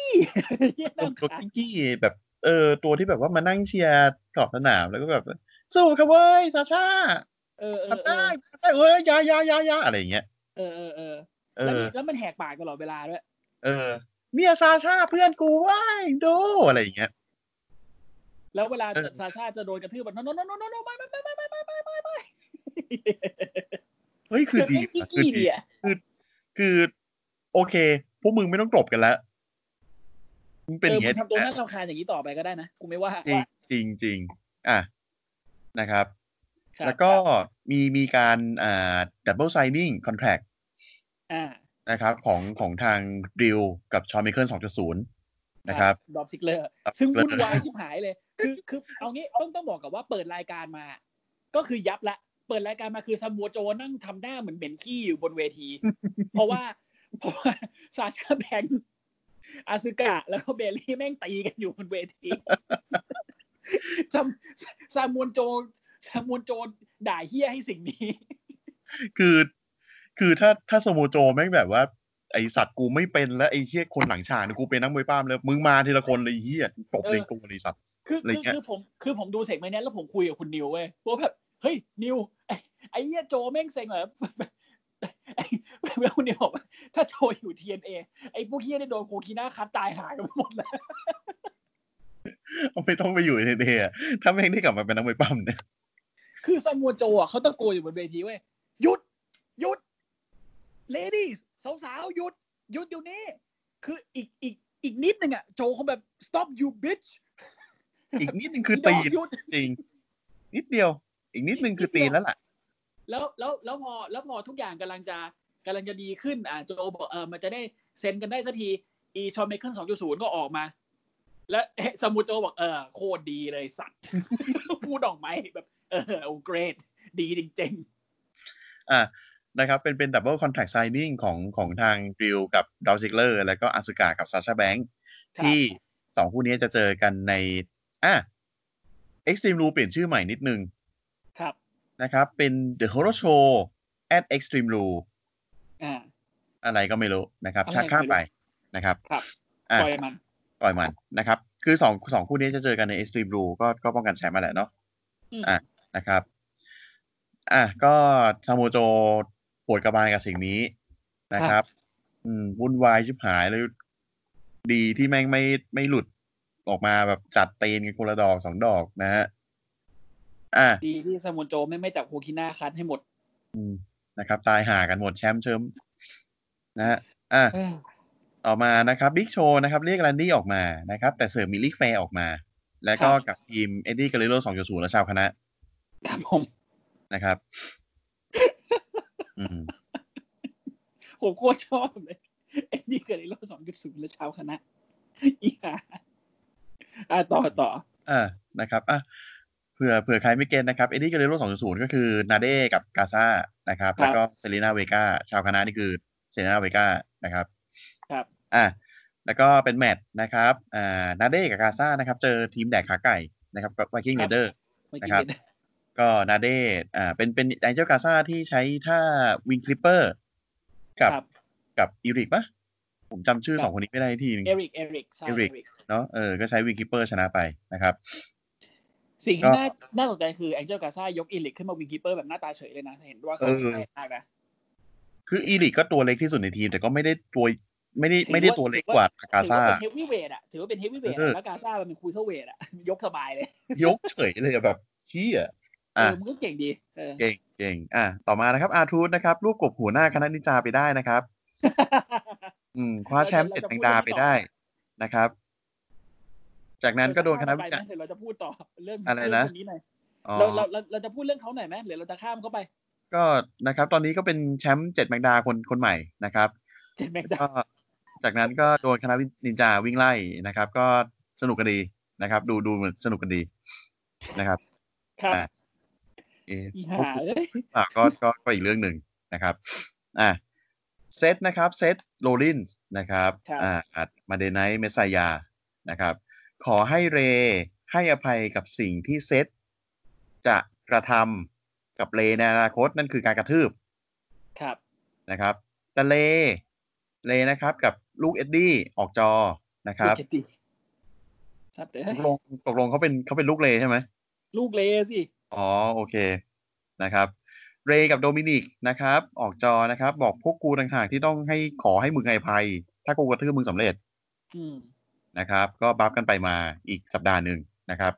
S3: ๆๆๆ ๆ เหี้ย น่ารำ
S2: ตัว
S3: คาญ
S2: กี้ ๆ แบบ เออ ตัวที่แบบว่ามานั่งเชียร์ขอบสนาม แล้วก็แบบ "สู้เขาเว้ย Sasha
S3: เออ
S2: ทำได้
S3: ๆ ๆ
S2: ทำได้เว้ย อย่า ๆ ๆ ๆ" อะไรอย่างเงี้ย
S3: เออ ๆ
S2: เอ
S3: ๆ แล้วมี
S2: อ
S3: แล้วมันแหกปากตลอดเวลาด้วย
S2: เออ "เนี่ย Sasha เพื่อนกูเว้ย ดู" อะไรอย่างเงี้ย
S3: แล้วเวลา
S2: เออ
S3: Sasha จะโดนกระทืบแบบ "No no no no no ไม่ ๆ ๆ ๆ ๆ ๆ
S2: เฮ้ย
S3: ๆ"
S2: คื
S3: คือ อ
S2: ดี
S3: แม่ง
S2: ว่ะ คือ
S3: กี้
S2: ดี
S3: ๆ ดีอะ
S2: คือ คือ โอเค พวกมึงไม่ต้องกลบกันแล้ว มึงเป็
S3: เอน
S2: อ
S3: อ
S2: ย่าง
S3: มึ
S2: เงี้
S3: ง
S2: ย
S3: ทำตัว
S2: ดี
S3: น่า
S2: แล้ว
S3: รำคาญอย่างงี้ต่อไปก็ได้นะ กูไม่ว่า
S2: จริง จริง ๆ อา นะครับ
S3: คร
S2: แล้วกั มี มีการ อ่า double signing contract
S3: อา
S2: นะครับ ของ ของทาง Drew กับ Shawn Michaels สองจุดศูนย์ นะ
S3: ค
S2: ค
S3: รั
S2: รั
S3: บ
S2: บ
S3: Dolph Ziggler
S2: Dolph
S3: ซึ่ง
S2: Ziggler
S3: วุ่นวายชิบหายเลย คือ คือ เอางี้ ต้อง ต้องบอกก่อนว่าเปิดรายการมา ก็คือยับแล้ว เปิดรายการมาคือ Samoa Joe นั่งทำหน้าเหมือนเหม็นขี้อยู่บนเวที เพราะว่า เพราะว่า Sasha Banks อาสึกะ แล้วก็เบลลี่แม่งตีกันอยู่บนเวที ซาม Samoa Joe Samoa Joe ด่าเหี้ยให้สิ่งนี้
S2: คือ คือถ้า ถ้า Samoa Joe แม่งแบบว่า ไอ้สัตว์กูไม่เป็นแล้ว ไอ้เหี้ยคนหลังฉากเนี่ยกูเป็นนักมวยปล้ำแล้ว มึงมาทีละคนเลยไอ้เหี้ย ตบ
S3: เอ
S2: เล
S3: อ
S2: ยกูเลยไอ้สัตว์
S3: คือ
S2: อะไร
S3: คือ
S2: เงี้ย
S3: คือผม คือผมดู segment เนี้ย แล้วผมคุยกับคุณนิวเว้ย ว่าแบบ เฮ้ย นิว ไอ้ ไอ้เหี้ยโจแม่งเซ็งเหรอ ไอ้ แล้วคุณนิวบอกว่า ถ้าโจอยู่ ที เอ็น เอ ไอ้พวกเหี้ยนี่โดนโคคิน่าคัตตายหากันไปหมดแล้ว
S2: ไม่ต้องไปอยู่ ที เอ็น เอ อะ ถ้าแม่งได้กลับมาเป็นนักมวยปล้ำเนี่ย
S3: คือ Samoa Joe อะเขาตะโกนอยู่บนเวทีเว้ย หยุด หยุด Ladies สาว ๆ หยุด หยุดเดี๋ยวนี้ คืออีก อีก อีกนิดหนึ่งอะโจคงแบบ stop you bitch
S2: อีกนิดหนึ่งคือ
S3: อี
S2: ต
S3: ดอี ก
S2: น
S3: หยุด
S2: จริง นิดเดียว อีกนิดหนึ่งคือตีนแล้วล่ะ
S3: แล้ว แล้ว แล้วพอ แล้วพอทุกอย่างกำลังจะ กำลังจะดีขึ้น อ่า โจบอก เออ มันจะได้เซ็นกันได้สักที อี Shawn Michaels สองจุดศูนย์ ก็ออกมา แล้ว Samoa Joe บอก เออ โคตรดีเลยสัตว์ พูดออกไหมแบบ เออ โอ้ great ดีจริง ๆ
S2: อา นะครับ เป็น เป็น double contract signing ของ ของทาง Drew กับ Dolph Ziggler แล้วก็ Asuka กับ Sasha Banks
S3: ครับ
S2: ที่ สอง คู่นี้จะเจอกันใน อา Extreme Rules เปลี่ยนชื่อใหม่นิดหนึ่ง
S3: ครับ
S2: นะครับ เป็น The Horror Show at Extreme Rules
S3: อา
S2: อะไรก็ไม่รู้นะครับ
S3: อะไร
S2: ถ้า
S3: ก็
S2: ข้าม
S3: ไม่
S2: ไป
S3: รู้
S2: นะครับ
S3: ครับ
S2: อา
S3: ปล่อยมัน
S2: ปล่อยมันนะครับ คือ สอง สอง คู่นี้จะเจอกันใน Extreme Rules ก็ ก็ป้องกันแชมป์อะแหละเนาะ
S3: อืม
S2: อา นะครับ อา ก็ Samoa Joe ปวดกระบาลกับสิ่งนี้นะ
S3: ค
S2: ค
S3: รั
S2: รับ บ อืม วุ่นวายชิบหายเลย ดีที่แม่งไม่ ไม่หลุดออกมาแบบจัดตีนกันคนละดอก สอง ดอกนะครับ อา
S3: ดีที่ Samoa Joe ไม่ ไม่จับโคคิน่าคัตให้หมด
S2: อืม นะครับ ตายห่ากันหมดแชมป์เชิมป์ นะครับ อา
S3: เออ
S2: ต่อมานะครับ Big Show นะครับ เรียก Randy ออกมานะครับ แต่เสริมมี Ric Flair ออกมา แล้วก็
S3: ครับ
S2: กับทีม Eddie Guerrero สองจุดศูนย์ และชาวคณะ
S3: ครับผม
S2: นะครับ อืม
S3: ผมโคตรชอบเลย Eddie Guerrero สองจุดศูนย์ และชาวคณะ อีห่า อา ต่อ ต่อ
S2: อา นะครับ อา เผื่อ เผื่อใครไม่เก็ตนะครับ Eddie Guerrero สองจุดศูนย์ ก็คือ Nade กับ Garza นะครับ
S3: ค
S2: แล้
S3: รั
S2: ว
S3: บ
S2: ก็ Zelina Vega ชาวคณะนี่คือ Zelina Vega นะครับ
S3: ครับ
S2: อาแล้วก็เป็นแมตช์นะครับอ่านาเด้กับกาซ่านะครับเจอทีมแดกขาไก่นะครับไวกิ้งเรเดอร์นะครับก็นาเด้อ่าเป็นเป็นแองเจิลกาซ่าที่ใช้ท่าวิงคลิปเปอร์กับกับอีริกปะผมจำชื่อสองคนนี้ไม่ได้ทีนึง
S3: เอริกเอริกใช่เอริก
S2: เนาะเออก็ใช้วิงคลิปเปอร์ชนะไปนะครับ
S3: สิ่งที่น่าน่าสนใจคือแองเจิลกาซ่ายกอีริกขึ้นมาวิงคลิปเปอร์แบบหน้าตาเฉยเลยนะเห็นว่าเขาแข็งมากนะ
S2: คืออีริกก็ตัวเล็กที่สุดในทีมแต่ก็ไม่ได้ตัวไม่ได้ไม่ได้ตัวเล็กกว่ากาซ่า
S3: ถือว่าเป็นเฮฟวีเวทอ่ะถือว่าเป็นเฮฟวีเวทแล้วกาซ่ามันเป็นคูเซอร์เวทอ่ะยกสบายเลย
S2: ยกเฉยเลยแบบเชี่ย
S3: อ่ะมันก็เก่งดี
S2: เก่งเก่งอ่ะต่อมานะครับอาร์ทูธนะครับลูกกบหัวหน้าคณะนินจาไปได้นะครับอืมคว้าแชมป์เจ็ดแมงดาไปได้นะครับจากนั้นก็โดนคณะวิจารณ์
S3: เราจะพูดต่อเรื่อง
S2: อะไรนะ
S3: นี้หน่อยเราเราเราจะพูดเรื่องเขาหน่อยไหมหรือเราจะข้ามเขาไป
S2: ก็นะครับตอนนี้ก็เป็นแชมป์เจ็ดแมงดาคนคนใหม่นะครับ
S3: เจ็ดแมงดา
S2: จากนั้นก็โดนคณะนินจาวิ่งไล่นะครับก็สนุกกันดีนะครับดูดูเหมือนสนุกกันดีนะครับ
S3: ครับ
S2: เออก็ก็ก็อีกเรื่องหนึ่งนะครับอ่ะเซตนะครับเซตโรลินส์นะครับอ่าอัดมาเดไนท์เมสไซยานะครับขอให้เรให้อภัยกับสิ่งที่เซตจะกระทำกับเรในอนาคตนั่นคือการกระทืบ
S3: ครับ
S2: นะครับแต่เรเรนะครับกับลูกเอ็ดดี้ออกจอนะครับตกลงตกลงเขาเป็นเขาเป็นลูกเรใช่ไหม
S3: ลูกเรสิ
S2: อ๋อโอเคนะครับเรกับโดมินิกนะครับออกจอนะครับบอกพวกกูต่างหากที่ต้องให้ขอให้มึงให้อภัยถ้ากูกระทืบมึงสำเร็จนะครับก็บัฟกันไปมาอีกสัปดาห์หนึ่งนะครับ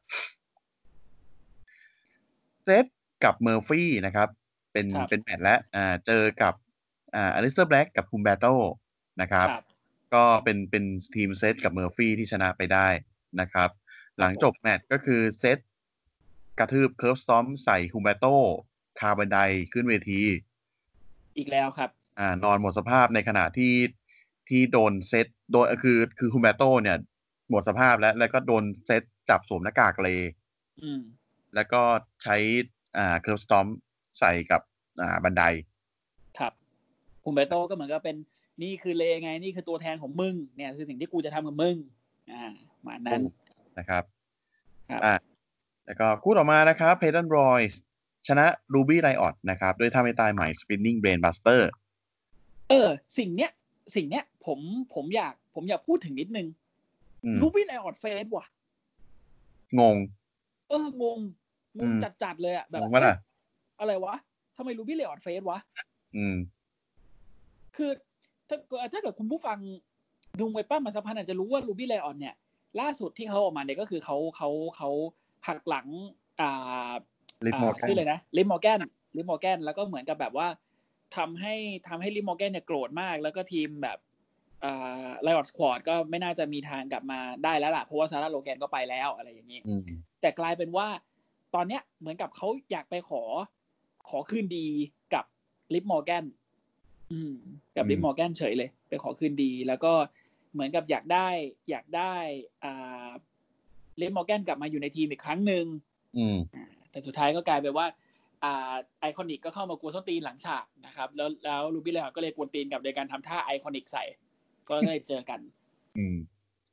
S2: เซธกับเมอร์ฟี่นะครับเป็นเป็นแมตช์และอ่าเจอกับอ่าอลิสเตอร์แบล็กกับคุมแบตโต้นะครับก็เป็นเป็นทีมเซธกับเมอร์ฟี่ที่ชนะไปได้นะครับหลังจบแมตช์ก็คือเซธกระทืบเคิร์ฟสตอมใส่คุมแบตโต้คาบันไดขึ้นเวที
S3: อีกแล้วครับ
S2: อ่านอนหมดสภาพในขณะที่ที่โดนเซตโดนคือคือคุมแบตโต้เนี่ยหมดสภาพแล้วแล้วก็โดนเซตจับสวมหน้ากากเล
S3: อืม
S2: แล้วก็ใช้อ่าเคิร์ฟสตอมใส่กับอ่าบันได
S3: ครับคุมแบตโต้ก็เหมือนกับเป็นนี่คือเลไงนี่คือตัวแทนของมึงเนี่ยคือสิ่งที่กูจะทำกับมึงอ่าประมาณนั้น
S2: นะครับอ่าแล้วก็คู่ต่อมานะครับเพเดนรอยส์ชนะรูบี้ไรออตนะครับด้วยท่าไม่ตายใหม่ Spinning Brain Buster
S3: เออสิ่งเนี้ยสิ่งเนี้ยผมผมอยากผมอยากพูดถึงนิดนึงรูบี้ไรออตเฟสว่ะ
S2: งง
S3: เอองงงงจัดๆเลยอ่ะแบบอะไรวะทำไมรูบี้ไรออตเฟสวะ
S2: อืม
S3: คือถ้าถ้าเกิดคุณผู้ฟังดูมวยปั้มมาสักพักอาจจะรู้ว่ารูบี้ไรออตเนี่ยล่าสุดที่เขาออกมาเนี่ยก็คือเขาเขาเขาหักหลังอ่าชื่ออะไรนะลิมมอร์แกนลิมมอร์แกนแล้วก็เหมือนกับแบบว่าทำให้ทำให้ลิมมอร์แกนเนี่ยโกรธมากแล้วก็ทีมแบบอ่าไลออดสควอดก็ไม่น่าจะมีทางกลับมาได้แล้วล่ะเพราะว่าซาร่าโลแกนก็ไปแล้วอะไรอย่างนี้แต่กลายเป็นว่าตอนเนี้ยเหมือนกับเขาอยากไปขอขอคืนดีกับลิมมอร์แกนอืมกับลิมมอร์แกนเฉยเลยไปขอคืนดีแล้วก็เหมือนกับอยากได้อยากได้อ่าลิมมอร์แกนกลับมาอยู่ในทีมอีกครั้งนึงแต่สุดท้ายก็กลายเป็นว่าอ่าไอคอนิกก็เข้ามากวนส้นตีนหลังฉากนะครับแล้วแล้วรูบี้ไรออตก็เลยกวนตีนกับโดยการทำท่าไอคอนิกใส่ก็เลยเจอกัน
S2: อืม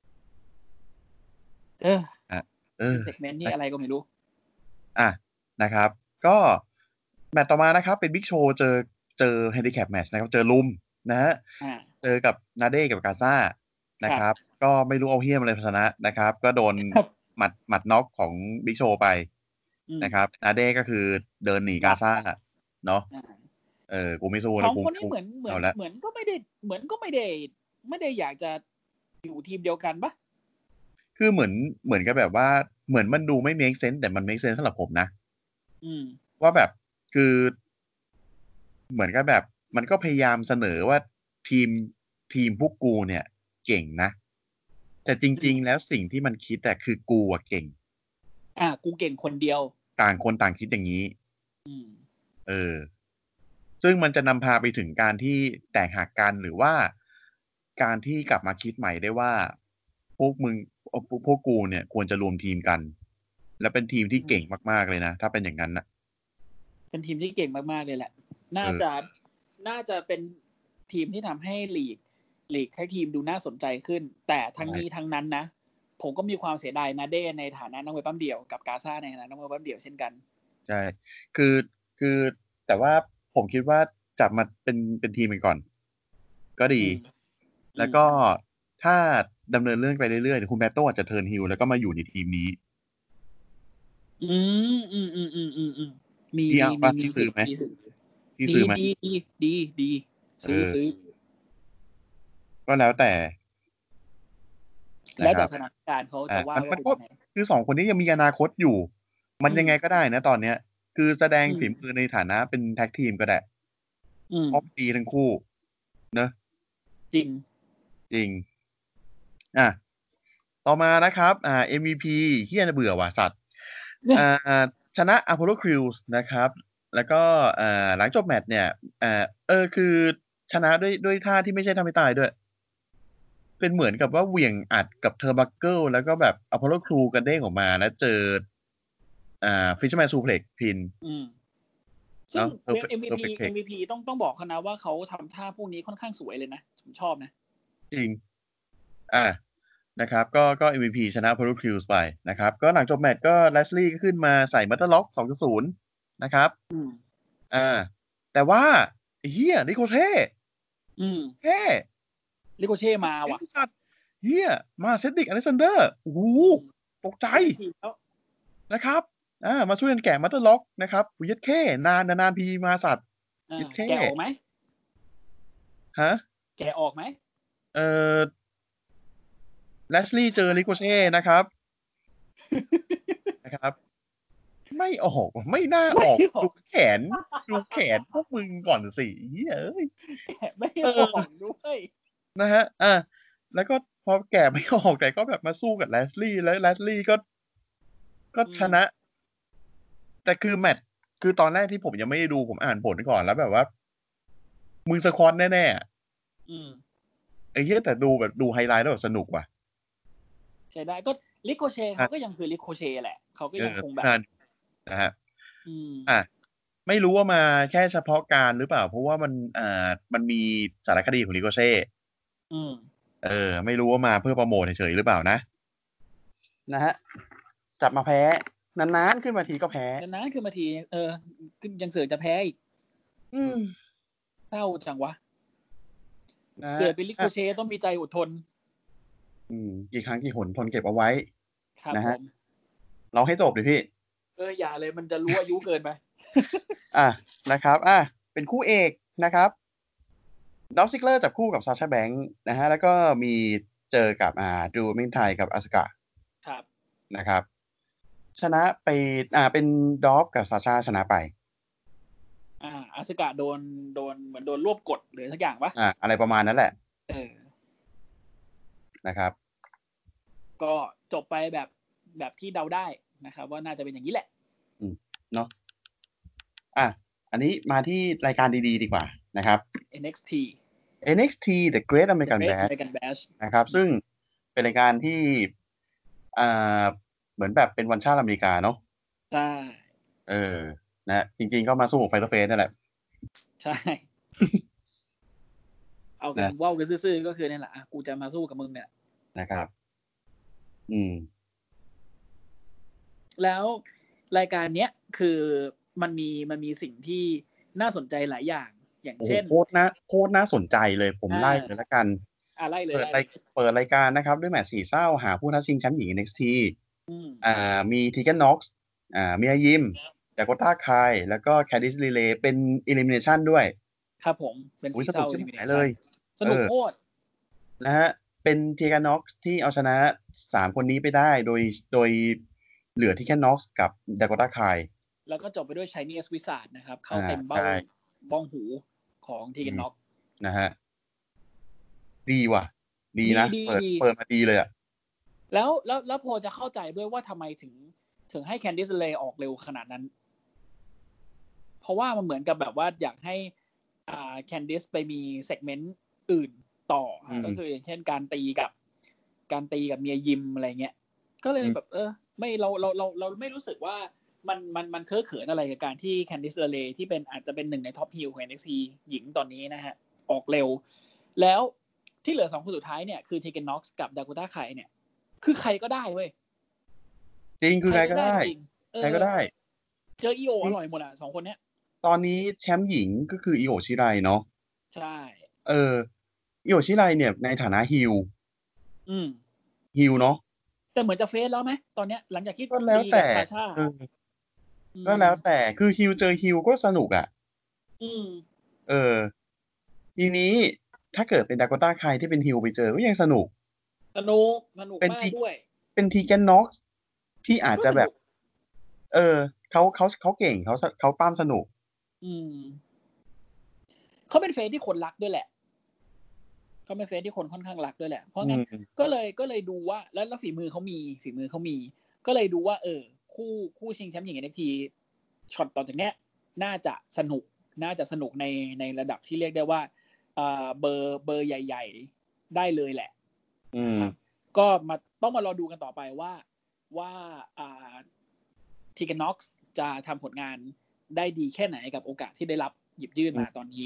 S3: เออเออเซกเมนต์นี่อะไรก็ไม่รู้
S2: อ่ะนะครับก็แมตต์ต่อมานะครับเป็นบิ๊กโชว์เจอเจอแฮนดิแคปแมตช์นะครับเจอลุมนะฮะเจอกับนาเด้กับกาซ่านะครับก็ไม่รู้เอาเฮี้ยมอะไรชนะนะครับก็โดนหมัดหมัดน็อกของบิ๊กโชว์ไปนะครับนาเด้ก็คือเดินหนีกาซ่าเนาะเออกูไม่สู้
S3: นะกูคนนี้เหมือนเหมือนเหมือนก็ไม่ได้เหมือนก็ไม่ได้ไม่ได้อยากจะอยู่ทีมเดียวกันปะ
S2: คือเหมือนเหมือนกับแบบว่าเหมือนมันดูไม่ make sense แต่มัน make sense สำหรับผมนะ
S3: อืม
S2: ว่าแบบคือเหมือนกับแบบมันก็พยายามเสนอว่าทีมทีมพวกกูเนี่ยเก่งนะแต่จริงๆแล้วสิ่งที่มันคิดแต่คือกูอะเก่ง
S3: อ่ากูเก่งคนเดียว
S2: ต่างคนต่างคิดอย่างนี้
S3: อืม
S2: เออซึ่งมันจะนำพาไปถึงการที่แตกหักกันหรือว่าการที่กลับมาคิดใหม่ได้ว่าพวกมึงพวกกูเนี่ยควรจะรวมทีมกันและเป็นทีมที่เก่งมากๆเลยนะถ้าเป็นอย่างนั้นนะ
S3: เป็นทีมที่เก่งมากๆเลยแหละน่าจะน่าจะเป็นทีมที่ทำให้ลีกลีกแท็กทีมดูน่าสนใจขึ้นแต่ทั้งนี้ทั้งนั้นนะผมก็มีความเสียดายนาเด้ในฐานะนักมวยปั้มเดี่ยวกับกาซ่าในฐานะนักมวยปั้มเดี่ยวเช่นกัน
S2: ใช่คือคือแต่ว่าผมคิดว่าจับมาเป็นเป็นทีมกันก่อนก็ดีแล้วก็ถ้าดำเนินเรื่องไปเรื่อยๆคุณแมตโต้อาจจะเทิร์นฮิลแล้วก็มาอยู่ในทีมนี้
S3: อืมอืมอืมอืมอืมอืมมี
S2: มีมีซื้อไหม
S3: มีซื้อไหมดีดีดีดีซื้อซื้อ
S2: ก็แล้วแต่
S3: แล้วแต่สถานการณ์เขาจะว่า
S2: มันก็คือสองคนนี้ยังมีอนาคตอยู่มันยังไงก็ได้นะตอนเนี้ยคือแสดงฝีมือในฐานะเป็นแท็กทีมก็ได้เพราะดีทั้งคู่เนอะ
S3: จริง
S2: จริงอ่ะต่อมานะครับอ่า เอ็ม วี พี เหี้ยน่าเบื่อว่ะสัตว์อ่าชนะ Apollo Crews นะครับแล้วก็อ่าหลังจบแมตช์เนี่ยอ่าเออคือชนะด้วยด้วยท่าที่ไม่ใช่ทำให้ตายด้วยเป็นเหมือนกับว่าเหวี่ยงอัดกับเทอร์บัคเกิลแล้วก็แบบ Apollo Crew กระเด้งออกมาแล้วเจออ่า Fisherman Suplex พิน
S3: อืมซึ่ง เอ็ม วี พี เอ็ม วี พี ต้องต้องบอกเขานะว่าเขาทำท่าพวกนี้ค่อนข้างสวยเลยนะผมชอบนะ
S2: จริงอ่านะครับก็ก็ เอ็ม วี พี ชนะ Apollo Crews ไปนะครับก็หลังจบแมตช์ก็ Lashley ก็ขึ้นมาใส่ Murder Lock สองจุดศูนย์ นะครับ
S3: อืม
S2: อ่าแต่ว่าไอ้เหี้ยริโคเช่
S3: อืม
S2: เท่
S3: ริโคเช่มาว่ะ
S2: เหี้ยมาเซดริกอเล็กซานเดอร์โอ้โหตกใจนะครับอ่ามาช่วยกันแกะ Murder Lock นะครับหูยัดเข้นานนานๆพีมาสัตว์
S3: ยัดเข้แกะออกไหม
S2: ฮะ
S3: แกะออกไหม
S2: เอ่อแลชลี่เจอริโคเช่นะครับนะครับไม่ออกไม่น่าออกดูแขนดูแขนพวกมึงก่อนสิเอ้ย
S3: แกะไม่ออกด้วย
S2: นะฮะอ่ะแล้วก็พอแกะไม่ออกแต่ก็แบบมาสู้กับแลชลี่แล้วแลชลี่ก็ก็ชนะแต่คือแมตช์คือตอนแรกที่ผมยังไม่ได้ดูผมอ่านผลก่อนแล้วแบบว่ามึงสควอตแน่ๆอืมไอ้เหี้ยแต่ดูแบบดูไฮไลท์แล้วแบบสนุกว่ะ
S3: ใช่ได้ก็ริโคเช่เขาก็ยังคือริโคเช่แหละเขาก็ยังคงแบบ
S2: นะฮะอ่ะไม่รู้ว่ามาแค่เฉพาะการหรือเปล่าเพราะว่ามันอ่ามันมีสารคดีของริโคเช่
S3: อืม
S2: เออไม่รู้ว่ามาเพื่อโปรโมทเฉยๆหรือเปล่านะนะฮะจับมาแพ้นานๆขึ้นมาทีก็แพ้
S3: นานๆขึ้นมาทีเออยังเสือกจะแพ้อีก
S2: อืม
S3: เศร้าจังวะเกิดเป็นริโคเช่ต้องมีใจอดทน
S2: อืมกี่ครั้งกี่หนทนเก็บเอาไว้
S3: นะฮะ
S2: เราให้จบดิพี่
S3: เอออย่าเลยมันจะรู้อายุเกินไป
S2: อ่ะนะครับอ่ะเป็นคู่เอกนะครับดอลซิกเลอร์จับคู่กับซาชาแบงค์นะฮะแล้วก็มีเจอกับอ่าจูมินไทยกับอาสกา
S3: ครับ
S2: นะครับชนะไปอ่าเป็นดอฟกับซาชาชนะไป
S3: อ่าอาสกาโดนโดนเหมือนโดนรวบกดหรือสักอย่างปะ
S2: อ่าอะไรประมาณนั้นแหละ
S3: เออ
S2: นะครับ
S3: ก็จบไปแบบแบบที่เดาได้นะครับว่าน่าจะเป็นอย่างนี้แหละ
S2: อืมเนาะอ่ะอันนี้มาที่รายการดีๆดีกว่านะครับ
S3: เอ็น เอ็กซ์ ที
S2: เอ็น เอ็กซ์ ที The Great American Bash นะครับซึ่งเป็นรายการที่อ่าเหมือนแบบเป็นวันชาติอเมริกาเนาะ
S3: ใช่
S2: เออนะจริงๆก็มาสู้กับไฟเตอร์เฟสนั่นแหละ
S3: ใช่เอากันว่าวกันซื่อๆก็คือนี่แหละกูจะมาสู้กับมึงเนี่ย
S2: นะครับอืม
S3: แล้วรายการเนี้ยคือมันมีมันมีสิ่งที่น่าสนใจหลายอย่างอย่างเช่น
S2: โคตรน่าโคตรน่าสนใจเลยผมไล่เลยละกัน
S3: อ่าไล่เลย
S2: เปิดรายเปิดรายการนะครับด้วยแมตช์สี่เศร้าหาผู้ท้าชิงแชมป์หญิง เอ็น เอ็กซ์ ที อ่ามีทีแกนน็อกซ์อ่ามีอายิมดากอต้าคายแล้วก็แคดิสลีเลย์เป็นอิลิมิเนชั่นด้วย
S3: ครับผมเป็นสี่เศร้าอิลิมิเนชั่น
S2: เลย
S3: สนุกโคตร
S2: นะฮะเป็นทีแกนน็อกซ์ที่เอาชนะสามคนนี้ไปได้โดยโดยเหลือทีแกนน็อกซ์กับดากอต้าคาย
S3: แล้วก็จบไปด้วยชายนีสวิสาร์ดนะครับเข้าเต็มเบ้าบ้องหูของทีแกนน็อก
S2: นะฮะดีว่ะดีนะเปิดเปิดมาดีเลยอ่ะ
S3: แล้วแล้วแล้วพอจะเข้าใจด้วยว่าทำไมถึงถึงให้แคนดิสเลย์ออกเร็วขนาดนั้นเพราะว่ามันเหมือนกับแบบว่าอยากให้อ่าแคนดิสไปมีเซกเมนต์อื่นต่อก็คืออย่างเช่นการตีกับการตีกับเมียยิมอะไรเงี้ยก็เลยแบบเออไม่เราเราเราเราไม่รู้สึกว่ามันมันมันเคอะเขินอะไรกับการที่แคนดิสเลย์ที่เป็นอาจจะเป็นหนึ่งในท็อปฮิลของ เอ็น เอ็กซ์ ที หญิงตอนนี้นะฮะออกเร็วแล้วที่เหลือสองคนสุดท้ายเนี่ยคือเทเกนน็อกซ์กับดาโกต้าไคเนี่ยคือใครก็ได้เว้ย
S2: จริงคือใครก็ได้ใครก็ได้
S3: เจออีโออร่อยหมดอ่ะสองคนเนี้ย
S2: ตอนนี้แชมป์หญิงก็คืออิโอชิไรเนาะ
S3: ใช่
S2: เอออิโอชิไรเนี่ยในฐานะฮิล
S3: อืม
S2: ฮิลเนาะ
S3: แต่เหมือนจะเฟซแล้วไหมตอนเนี้ยหลังจากที่
S2: ก็แล้วแต่ก็แล้วแต่คือฮิลเจอฮิลก็สนุกอ่ะ
S3: อืม
S2: เออทีนี้ถ้าเกิดเป็นดาโกต้าไคที่เป็นฮิลไปเจอก็ยังสนุก
S3: สนุกสนุกมากด้วย
S2: เป็นทีแกนน็อกซ์ที่อาจจะแบบเออเขาเขาเขาเก่งเขาเขาปั้มสนุก
S3: อืมเขาเป็นเฟซที่คนรักด้วยแหละเขาเป็นเฟซที่คนค่อนข้างรักด้วยแหละเพราะงั้นก็เลยก็เลยดูว่าแล้วแล้วฝีมือเขามีฝีมือเขามีก็เลยดูว่าเออคู่คู่ชิงแชมป์หญิง เอ็น เอ็กซ์ ที ช็อตต่อจากเนี้ยน่าจะสนุกน่าจะสนุกในในระดับที่เรียกได้ว่าอ่าเบอร์เบอร์ใหญ่ๆได้เลยแหละ
S2: นะครับ
S3: ก็มาต้องมารอดูกันต่อไปว่าว่าอ่าทีเกนน็อกซ์จะทำผลงานได้ดีแค่ไหนกับโอกาสที่ได้รับหยิบยื่นมาตอนนี้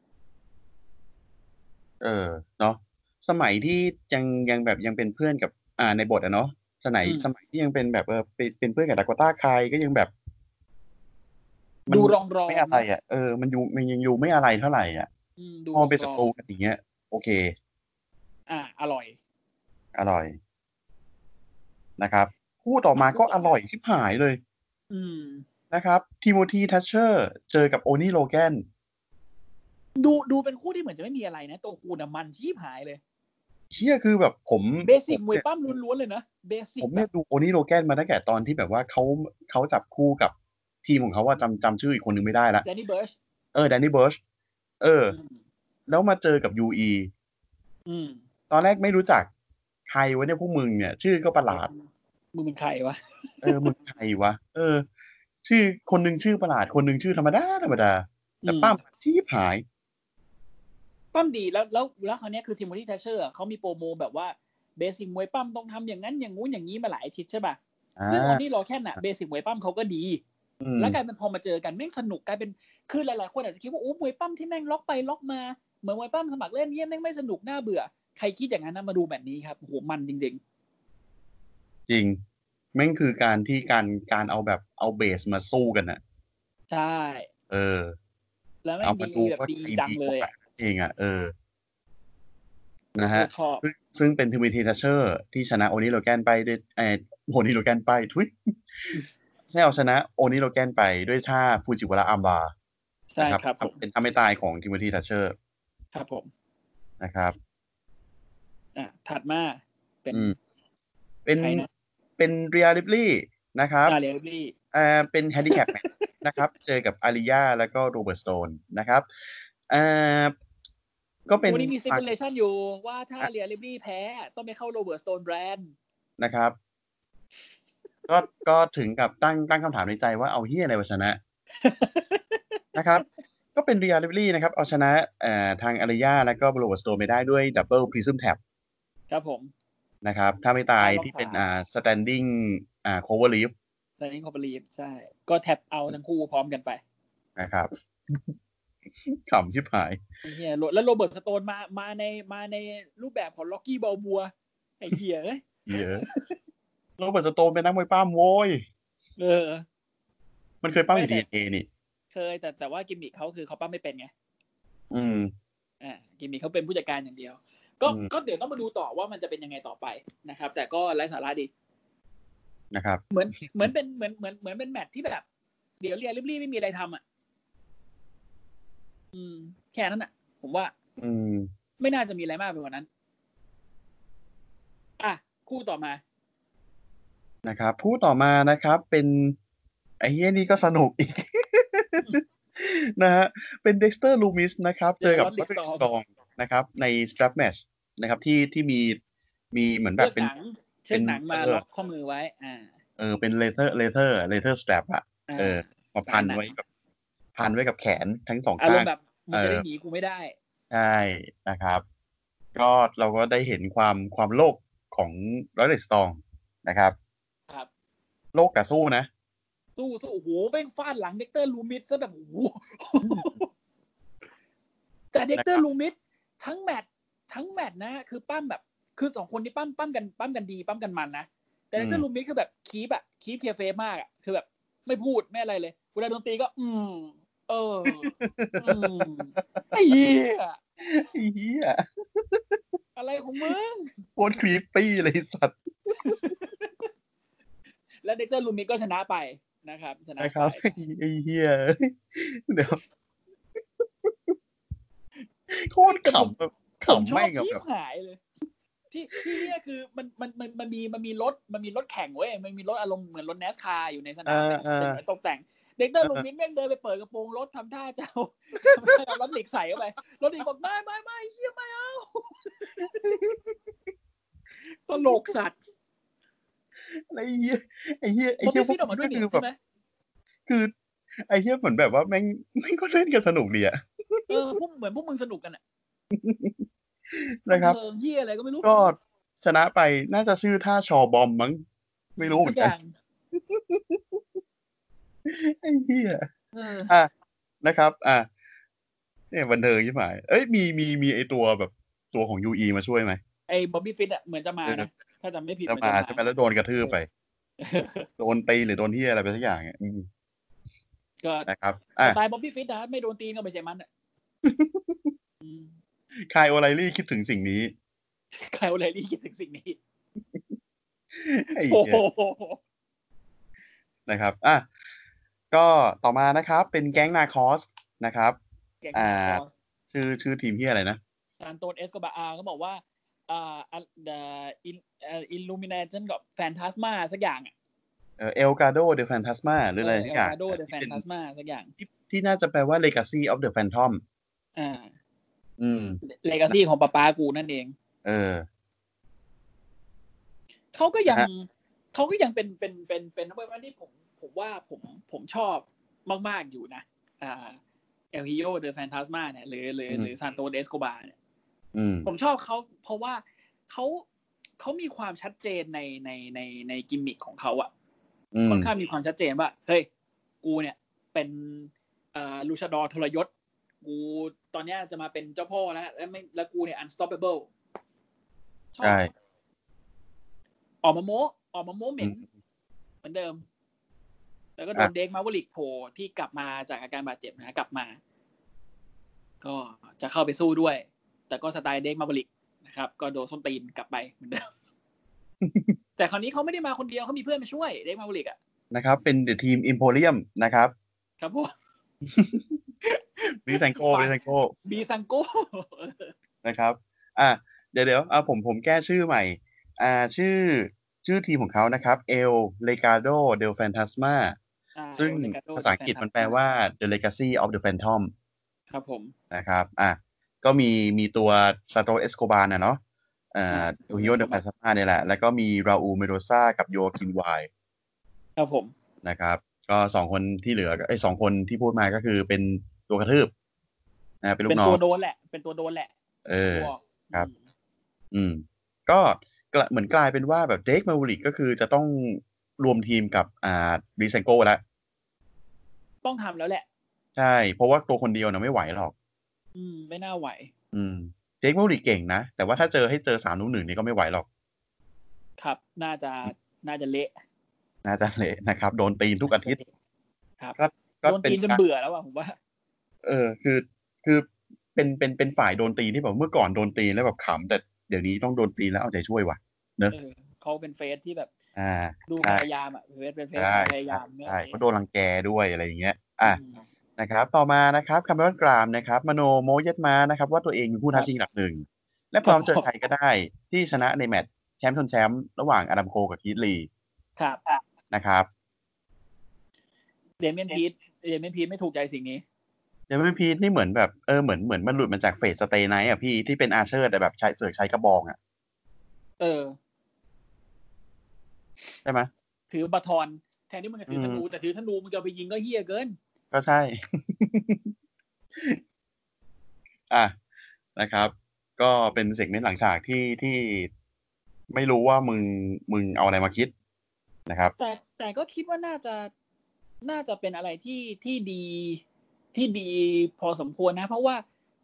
S2: เออเนาะสมัยที่ยังยังแบบยังเป็นเพื่อนกับอ่าในบทอะเนาะสมัยสมัยที่ยังเป็นแบบเออเป็นเป็นเพื่อนกับดาโกต้าไคก็ยังแบบ
S3: ดูรองรอง
S2: ไม่อะไรอ่ะเออมันอยู่มันยังอยู่ไม่อะไรเท่าไหร่อ่ะพอเป็นศัตรูกันอย่างเงี้ยโอเค
S3: อ่าอร่อย
S2: อร่อยนะครับคู่ต่อมาก็อร่อยชิบหายเลย
S3: อืม
S2: นะครับทิโมธีทัชเชอร์เจอกับโอนี่โลแกน
S3: ดูดูเป็นคู่ที่เหมือนจะไม่มีอะไรนะตัวคู่น่ะมันชิบหายเลย
S2: เชี่ยคือแบบผม
S3: เบสิกมวยปั้มล้วนๆเลยนะเบสิก
S2: ผมเนี่ยดูโอนี่โลแกนมาตั้งแต่ตอนที่แบบว่าเขาเขาจับคู่กับทีมของเขาว่าจำจำชื่ออีกคนนึงไม่ได้ละ
S3: แดนนี่เบิร์ช
S2: เออแดนนี่เบิร์ชเออแล้วมาเจอกับยูอีตอนแรกไม่รู้จักใครวะเนี่ยพวกมึงเนี่ยชื่อก็ประหลาด
S3: มึงเป็นใครวะ
S2: เออมึงใครวะเออชื่อคนนึงชื่อประหลาดคนนึงชื่อธรรมดาธรรมดาแต่ปั้มชี้หาย
S3: ปั้มดีแล้วแล้วแล้วคราวนี้คือทิโมธีทัชเชอร์เขามีโปรโมแบบว่าเบสิกมวยปั้มต้องทำอย่างนั้นอย่างงู้นอย่างนี้มาหลายอาทิตย์ใช่ป่ะซึ่งอันนี้รอแค่น่ะเบสิกมวยปั้มเขาก็ดีแล้วกลายเป็นพอมาเจอกันแม่งสนุกกลายเป็นคือหลายๆคนอาจจะคิดว่าโอ้มวยปั้มที่แม่งล็อกไปล็อกมาเหมือนมวยปั้มสมัครเล่นเงี้ยแม่งไม่สนุกน่าเบื่อใครคิดอย่างนั้นนะมาดูแบบนี้ครับโอ้โหมันจริง
S2: ๆจริงแม่งคือการที่การการเอาแบบเอาเบสมาสู้กันน่ะ
S3: ใช่
S2: เออ
S3: แล้วแม่งดีแบบดีจังเลย
S2: เองอ่ะเออนะฮะซึ่งเป็นทิโมธีทัชเชอร์ที่ชนะโอนิโลแกนไปด้วยเออโอนิโลแกนไปทุยใช่เอาชนะโอนิโลแกนไปด้วยท่าฟูจิวาระอัมบา
S3: ใช่ครับผม
S2: เป็นท่าไม่ตายของทิโมธีทัชเชอร์
S3: ครับผม
S2: นะครับ
S3: อ่ะถัดมาเป็น
S2: เป็นเป็นเรียลิบลี่นะครับ
S3: เรียลิบลี่
S2: อ่าเป็นแฮนดิแคปแมตช์นะครับเจอกับอาริยาแล้วก็โรเบิร์ตสโตนนะครับอ่าก็เป็น
S3: วันนี้มีสติมูเลชันอยู่ว่าถ้าเรียลิบลี่แพ้ต้องไปเข้าโรเบิร์ตสโตนแบรนด์
S2: นะครับก็ก็ถึงกับตั้งตั้งคำถามในใจว่าเอาเฮียอะไรมาชนะนะครับก็เป็นเรียลิบลี่นะครับเอาชนะเอ่อทางอาริยาแล้วก็โรเบิร์ตสโตนไปได้ด้วยดับเบิลพริซึมแท็บ
S3: ครับผม
S2: นะครับถ้าไม่ตายที่เป็นอ่า standing อ่า cover leaf
S3: standing cover leaf ใช่ก็แท็บเอาทั้งคู่พร้อมกันไป
S2: นะครับขำชิบหาย
S3: เฮียแล้วโรเบิร์ตสโตนมามาในมาในรูปแบบของล็อกกี้บอลบัวไอ้เหี้ยเอ้ย
S2: เหี้ยโรเบิร์ตสโตนเป็นนักมวยปั้มโว้ย
S3: เออ
S2: มันเคยปั้มอยู่ ดี เอ็น เอ นี่
S3: เคยแต่แต่ว่ากิมมิคเขาคือเขาปั้มไม่เป็นไง
S2: อืม
S3: อ่ากิมมิคเขาเป็นผู้จัดการอย่างเดียวก็ก็เดี๋ยวต้องมาดูต่อว่ามันจะเป็นยังไงต่อไปนะครับแต่ก็ไร้สาระดี
S2: นะครับ
S3: เหมือนเหมือนเป็นเหมือนเหมือนเหมือนเป็นแมตช์ที่แบบเดี๋ยวเรียลิบลี่ไม่มีอะไรทำอ่ะอืมแค่นั้นอ่ะผมว่า
S2: อืม
S3: ไม่น่าจะมีอะไรมากไปกว่านั้นอ่ะคู่ต่อมา
S2: นะครับคู่ต่อมานะครับเป็นไอ้เหี้ยนี่ก็สนุกอีกนะฮะเป็นเด็กสเตอร์ลูมิสนะครับเจอกับลอดริกสตองนะครับในสแตรปแมตช์นะครับที่ที่มีมีเหมือนแบบเป็น
S3: เป็นหนังมาล็อกข้อมือไว้อ่า
S2: เออเป็นเลเทอร์เลเทอร์เลเทอร์สแตรปอ่ะเออมาพันไว้กับพันไว้กับแขนทั้งสองข้าง
S3: แบบมึงจะได้หนีกูไม่ได้
S2: ใช่นะครับก็เราก็ได้เห็นความความโลกของลอดริกสตองนะครับ
S3: ครับ
S2: โลกกับสู้นะ
S3: สู้สู้โอ้โหแม่งฟาดหลังเด็กเตอร์ลูมิสซะแบบโอ้โหแต่เด็กเตอร์ลูมิสทั้งแมตช์ทั้งแมตช์นะคือปั้มแบบคือสองคนที่ปั้มปั้มกันปั้มกันดีปั้มกันมันนะแต่เจ้าลูมิสคือแบบคีบอะคีบเทียเฟสมากอะคือแบบไม่พูดไม่อะไรเลยเวลาโดนตีก็อืมเอออืมไอ้เหี้ย
S2: ไอ้เหี้ย
S3: อะไรของมึง
S2: โคตรครีปปี้เลยสัตว์
S3: แล้วเด็กเจ้าลูมิสก็ชนะไปนะครับชนะ
S2: ไปไอ้เหี้ยเดี๋ยวโคตรขำแบบขำไม่กับแบบ
S3: หายเลยที่ที่นี่คือมันมันมันมันมีมันมีรถมันมีรถแข่งเว้ยมันมีรถอารมณ์เหมือนรถ NASCAR อยู่ในสนามเป็นตกแต่งเด็กเตอร์ลูมินแม่งเดินไปเปิดกระโปรงรถทำท่าเจ้ารถหลีกใส่เข้าไปรถหลีกบอกไม่ไม่ไม่เฮียไม่เอาตลกสัตว์
S2: ไอ้เหี้ยไอ้เหี้ยไอ้เหี้ยพวก
S3: มันก็คือแบบ
S2: คือไอ้เหี้ยเหมือนแบบว่าแม่งแม่งก็เล่นกันสนุกดีอะ
S3: เออพวกเหมือนพวกมึงสนุกกันอะ
S2: นะครับ
S3: เหี้ยอะไรก็ไม่รู้
S2: ก็ชนะไปน่าจะชื่อท่าชอบอมมั้งไม่รู้เหมือนกันไอ้เหี้ยอ่ะนะครับอ่ะเนี่ยบันเทิงใช่ไหมเอ้ยมีมีมีไอตัวแบบตัวของ ยู อี มาช่วยไหม
S3: ไอ้บ๊อบบี้ฟิตอ่ะเหมือนจะมานะถ้าจำไม่ผิด
S2: จะมาใช่ไหมแล้วโดนกระทืบไปโดนตีหรือโดนที่อะไรไปสักอย่างอ่ะ
S3: ก็
S2: นะครับ
S3: สไตล์บ๊อบบี้ฟิตนะไม่โดนตีก็ไม่ใช่มันอ่ะ
S2: คายโอไลลี่คิดถึงสิ่งนี้
S3: คายโอไลลี่คิดถึงสิ่งนี้
S2: โอ้โหนะครับอ่ะก็ต่อมานะครับเป็นแก๊งนาคอสนะครับอ่าชื่อชื่อทีมที่อะไรนะ
S3: ซานโตสเอสโกบาร์เขาบอกว่าอ่าเอ่ออิลลูมิเนชั่นกับแฟนตาสมาสักอย่างอ่ะ
S2: เออเอลกาโดเดอะแฟนตาสมาหรืออะไรสักอย่าง
S3: เอลกาโดเดอะแฟนตาสมาสักอย่าง
S2: ที่น่าจะแปลว่า Legacy of the Phantom
S3: อ่า
S2: อืม
S3: Legacy ของป๊าป๊ากูนั่นเอง
S2: เออ
S3: เขาก็ยังเขาก็ยังเป็นเป็นเป็นเป็นนักบอลที่ผมผมว่าผมผมชอบมากๆอยู่นะอ่าเอลฮิโอเดอะแฟนตาสมาเนี่ยหรือหรือหรือซานโตสเอสโกบาร์เนี่ยผมชอบเขาเพราะว่าเขาเขามีความชัดเจนในในในในกิมมิคของเขาอะค่อนข้างมีความชัดเจนว่าเฮ้ยกูเนี่ยเป็นอ่าลูชาดอร์ทรยศกูตอนนี้จะมาเป็นเจ้าพ่อแล้วแล้วไม่แล้วกูเนี่ย unstoppable
S2: ใช่
S3: ออกมาโม้ออกมาโม้เหม็นเหมือนเดิมแล้วก็โดนเด็กมาว์ลิกโผล่ที่กลับมาจากอาการบาดเจ็บนะกลับมาก็จะเข้าไปสู้ด้วยแต่ก็สไตล์เด็กมาว์ลิกนะครับก็โดนส้นตีนกลับไปเหมือนเดิมแต่คราวนี้เขาไม่ได้มาคนเดียวเขามีเพื่อนมาช่วยเด็กมาว์ลิกอ่ะ
S2: นะครับเป็นเดอะทีมอิมโพเรียมนะครับ
S3: ครับผม
S2: บีซังโก้บีซังโก้
S3: บีซังโก้
S2: นะครับอ่ะเดี๋ยวเดี๋ยวอ่ะผมผมแก้ชื่อใหม่อ่าชื่อชื่อทีมของเขานะครับเอลเลกาโดเดลแฟนตาสมาซึ่งภาษาอังกฤษมันแปลว่า The Legacy of the Phantom
S3: ครับผม
S2: นะครับอ่ะก็มีมีตัวซาโตเอสโกบาร์น่ะเนาะอ่าโอฮิโอเดลแฟนตาสมาเนี่ยแหละแล้วก็มีราอูเมโดซ่ากับโยคินไว
S3: ครับผม
S2: นะครับก็สองคนที่เหลือไอ้สองคนที่พูดมาก็คือเป็นตัวกระทืบนะเป็นลูกน้อง
S3: เป็นตัวโดนแหละเป็นตัวโดนแหละ
S2: เออครับอืมก็เหมือนกลายเป็นว่าแบบเดคมาวูริกก็คือจะต้องรวมทีมกับอ่าบีเซนโก้แล้ว
S3: ต้องทำแล้วแหละ
S2: ใช่เพราะว่าตัวคนเดียวนะไม่ไหวหรอก
S3: อืมไม่น่าไหว
S2: อืมเดคมาวูริกเก่งนะแต่ว่าถ้าเจอให้เจอสามนุ่มหนึ่งนี่ก็ไม่ไหวหรอก
S3: ครับน่าจะน่าจะเละ
S2: น่าจะเละนะครับโดนตีนทุกอาทิตย์
S3: ครับโดนตีนจนเบื่อแล้วอ่ะผมว่า
S2: เออคือคือเป็นเป็นเป็นฝ่ายโดนตีที่แบบเมื่อก่อนโดนตีแล้วแบบขำแต่เดี๋ยวนี้ต้องโดนตีแล้วเอาใจช่วยว่ะเนอะ
S3: เขาเป็นเฟสที่แบบ
S2: อ่า
S3: ดูพยายามอ่ะเฟสเป็นเฟสพยายาม
S2: ใช่เขาโดนรังแกด้วยอะไรอย่างเงี้ยอ่ะนะครับต่อมานะครับคาร์เมลกรามนะครับมโนโมเยตมานะครับว่าตัวเองเป็นผู้ท้าชิงอันดับหนึ่งและพร้อมเจอใครก็ได้ที่ชนะในแมตช์แชมป์ชนแชมป์ระหว่างอดัมโคกับคีธลี
S3: ครับ
S2: นะครับ
S3: เดเมียนพีทเดเมียนพีทไม่ถูกใจสิ่งนี้
S2: เดเมียนพีทนี่เหมือนแบบเออเหมือนเหมือนมันหลุดมาจากเฟสสเตย์ไนท์อ่ะพี่ที่เป็นอาร์เชอร์แต่แบบใช้เสือกใช้กระบองอ่ะ
S3: เออ
S2: ใช่ไหม
S3: ถือบาทอนแทนที่มึงจะถือธนูแต่ถือธนูมึงจะไปยิงก็เหี้ยเกิน
S2: ก็ใช่อ่ะนะครับก็เป็นเซกเมนต์หลังฉากที่ที่ไม่รู้ว่ามึงมึงเอาอะไรมาคิดนะครับ
S3: แต่แต่ก็คิดว่าน่าจะน่าจะเป็นอะไรที่ที่ดีที่ดีพอสมควรนะเพราะว่า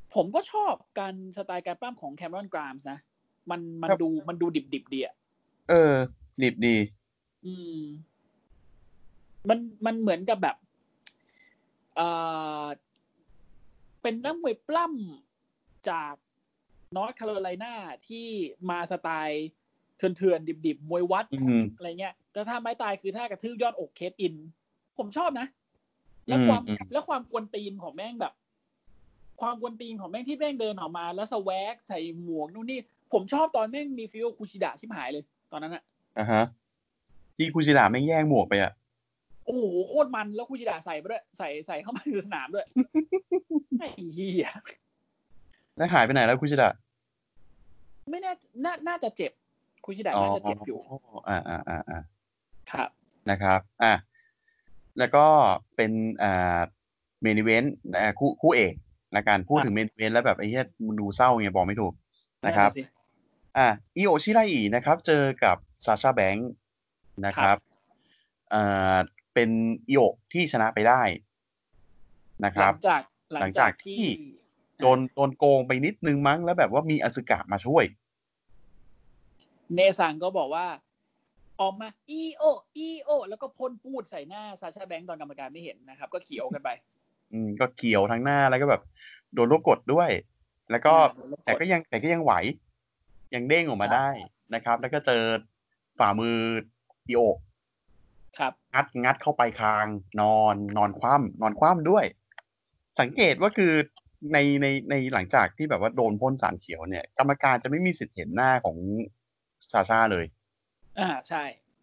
S3: ผมก็ชอบการสไตล์การปั้มของแคมรอนกรามส์นะมันมันดูมันดูดิบๆดีอ่ะ
S2: เออดิบดี
S3: อืมมันมันเหมือนกับแบบเอ่อเป็นนักมวยปล้ำจากนอร์ทแคโรไลนาที่มาสไตล์เถื่อนๆดิบๆมวยวัดอะไรเงี้ยแต่ถ้าไม้ตายคือถ้ากระทืบยอดอกเคสอินผมชอบนะแล้วความแล้วความกวนตีนของแม่งแบบความกวนตีนของแม่งที่แม่งเดินออกมาแล้วสแวกใส่หมวกนู่นนี่ผมชอบตอนแม่งมีฟิลคูชิดะชิบหายเลยตอนนั้นอ่ะ
S2: อ่าฮะที่คูชิดะแม่งแย่งหมวกไปอ่ะ
S3: โอ้โหโคตรมันแล้วคูชิดะใส่ไปด้วยใส่ใส่เข้ามาในสนามด้วยไอ้เหี้ย
S2: แล้วหายไปไหนแล้วคูชิดะ
S3: ไม่น่าน่าน่าจะเจ็บคูชิดะน่าจะเจ็บอยู่
S2: อ่าอ่าอ่าอ่า
S3: ครับ
S2: นะครับอ่ะแล้วก็เป็นอ่าเมนอีเวนต์นะคู่คู่เอกนะการพูดถึงเมนอีเวนต์แล้วแบบไอ้เหี้ยมันดูเศร้าไงบอกไม่ถูกนะครับอ่ะอิโอชิไรอินะครับเจอกับซาชาแบงค์นะครับอ่าเป็นอิโอที่ชนะไปได้นะครับ
S3: หลังจาก
S2: หลังจากที่โดนโดนโกงไปนิดนึงมั้งแล้วแบบว่ามีอสึกะมาช่วย
S3: เนซังก็บอกว่าออกมาอีโออีโอแล้วก็พ่นปูดใส่หน้าซาชาแบงค์ตอนกรรมการไม่เห็นนะครับก็เขียวกันไป
S2: อืมก็เขียวทั้งหน้าแล้วก็แบบโดนลูกกดด้วยแล้วก็แต่ก็ยังแต่ก็ยังไหวยังเด้งออกมาได้นะครับแล้วก็เจอฝ่ามืออีโอ
S3: ครับ
S2: งัดงัดเข้าไปคางนอนนอนคว่ำนอนคว่ำด้วยสังเกตว่าคือในในในหลังจากที่แบบว่าโดนพ่นสารเขียวเนี่ยกรรมการจะไม่มีสิทธิ์เห็นหน้าของซาชาเลย
S3: อ่าใช่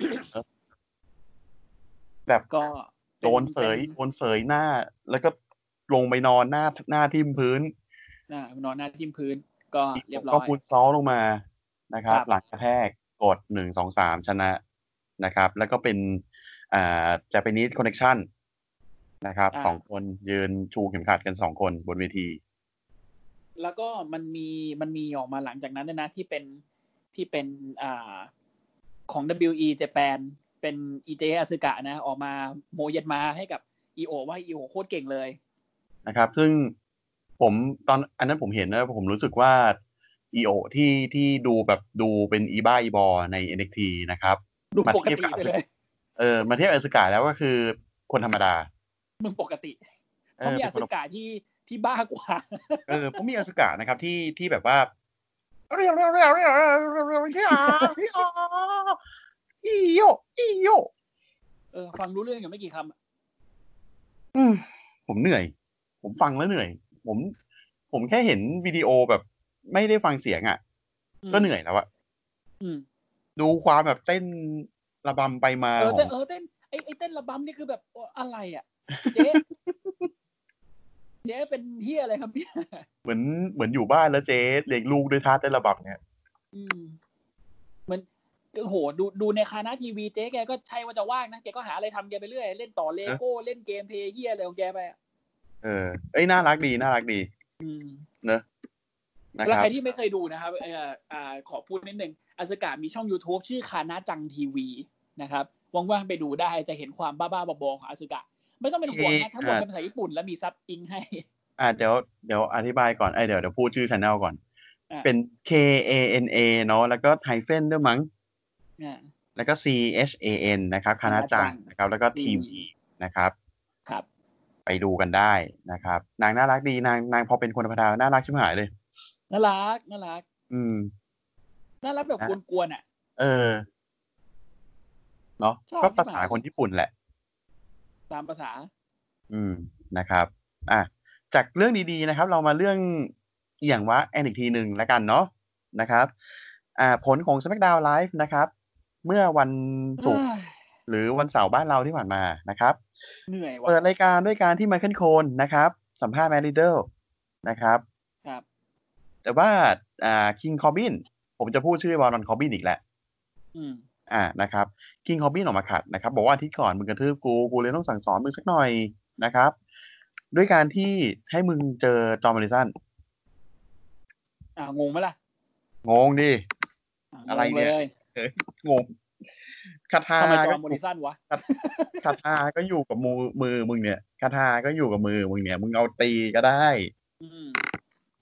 S2: แบบ
S3: ก็
S2: โดนเสยโดนเสยหน้าแล้วก็ลงไปนอนหน้าหน้าทิ่มพื้น
S3: อ่านอนหน้าทิ่มพื้นก็เรียบร้อย
S2: ก็พุทซอลลงมานะครับหลังกระแทกกดหนึ่งสองสามชนะนะครับแล้วก็เป็นอ่า Japanese Connection นะครับสองคนยืนชูเข็มขัดกันสองคนบนเวที
S3: แล้วก็มันมีมันมีออกมาหลังจากนั้นนะที่เป็นที่เป็นอ่าของ ดับเบิลยู อี Japan เป็น อี เจ อาซึกะนะออกมาโมเย็นมาให้กับ อี โอ ว่า อี โอ โคตรเก่งเลย
S2: นะครับซึ่งผมตอนอันนั้นผมเห็นนะผมรู้สึกว่า อี โอ ที่ที่ดูแบบดูเป็นอีบ้าอีบอใน เอ็น เอ็กซ์ ที นะครับ
S3: ดูปกติไปเลย
S2: เออมาเทียบอาซึกะแล้วก็คือคนธรรมดา
S3: มึงปกติเขามีอาซึกะที่ที่บ้ากว่า
S2: เออผมมีอาซึกะนะครับที่ที่แบบว่าเรียวเรียวเรียวเรียวเรียวเรียวเรียวเรียวอีโยอีโย
S3: เออฟังรู้เรื่องอย่างไม่กี่คำ
S2: อืมผมเหนื่อยผมฟังแล้วเหนื่อยผมผมแค่เห็นวิดีโอแบบไม่ได้ฟังเสียงอ่ะก็เหนื่อยแล้วอะดูความแบบเต้นระบำไปมา
S3: เออเต้นเออเต้นไอ้ไอ้เต้นระบำนี่คือแบบอะไรอ่ะเจ๊เจ๊เป็นเฮียอะไรครับเนี่ย
S2: เหมือนเหมือนอยู่บ้านแล้วเจ๊เลี้ยงลูกด้วยท่าเต้นระบำเนี่ย
S3: อืมเหมือนโหดูดูในคณะทีวีเจ๊แกก็ใช่ว่าจะว่างนะแกก็หาอะไรทำแกไปเรื่อยเล่นต่อเลโก้เล่นเกมเพย์เฮียอะไรของแกไป
S2: เออเอ้ยน่ารักดีน่ารักดีเนอะ
S3: แล้วใครที่ไม่เคยดูนะครับเอ่ออ่าขอพูดนิดนึงอาซึกะมีช่อง YouTube ชื่อคานะจังทีวีนะครับว่างๆไปดูได้จะเห็นความบ้าๆบอๆของอาซึกะไม่ต้องเป็นห่วงนะทั้งหมดเป็นภาษาญี่ปุ่นและมีซับอิงให้
S2: อ่าเดี๋ยวเดี๋ยวอธิบายก่อนไอ้เดี๋ยวเดี๋ยวพูดชื่อ channel ก่อนเป็น K A N A เนาะแล้วก็ไฮเฟนด้วยมั้งแล้วก็ C H A N นะครับคานะจังนะครับแล้วก็ทีวีนะครับ
S3: ครับ
S2: ไปดูกันได้นะครับนางน่ารักดีนางนางพอเป็นคนธรรมดาน่ารักชิบหายเลย
S3: น่ารักน่ารัก
S2: อืม
S3: น่ารักแบบกวนๆอ่ะ
S2: เออเนาะก็ภาษาคนญี่ปุ่นแหละ
S3: ตามภาษา
S2: อืมนะครับอ่ะจากเรื่องดีๆนะครับเรามาเรื่องอย่างว่าแอนอีกทีหนึ่งแล้วกันเนาะนะครับอ่าผลของ SmackDown Live นะครับเมื่อวันศุกร์หรือวันเสาร์บ้านเราที่ผ่านมานะครับ
S3: เหนื่อยว่ะ
S2: เปิดรายการด้วยการที่ไมเคิลโคนนะครับสัมภาษณ์แมดริดเดิลนะครับ
S3: ครับ
S2: แต่ว่าอ่าคิงคอบินผมจะพูดชื่อบอลนอนคอบินอีกแหละ
S3: อืม
S2: อ่านะครับคิงคอบินออกมาขัดนะครับบอกว่าอาทิตย์ก่อนมึงกระทืบกูกูเลยต้องสั่งสอนมึงสักหน่อยนะครับด้วยการที่ให้มึงเจอจอห์น มอริสัน
S3: อ่างงไหมล่ะ
S2: งงดิอะไรเนี่ยงงคาถา
S3: ทำไมจอห์น มอริสันวะ
S2: คาถาก็อยู่กับมือมือมึงเนี่ยคาถาก็อยู่กับมือมึงเนี่ยมึงเอาตีก็ได้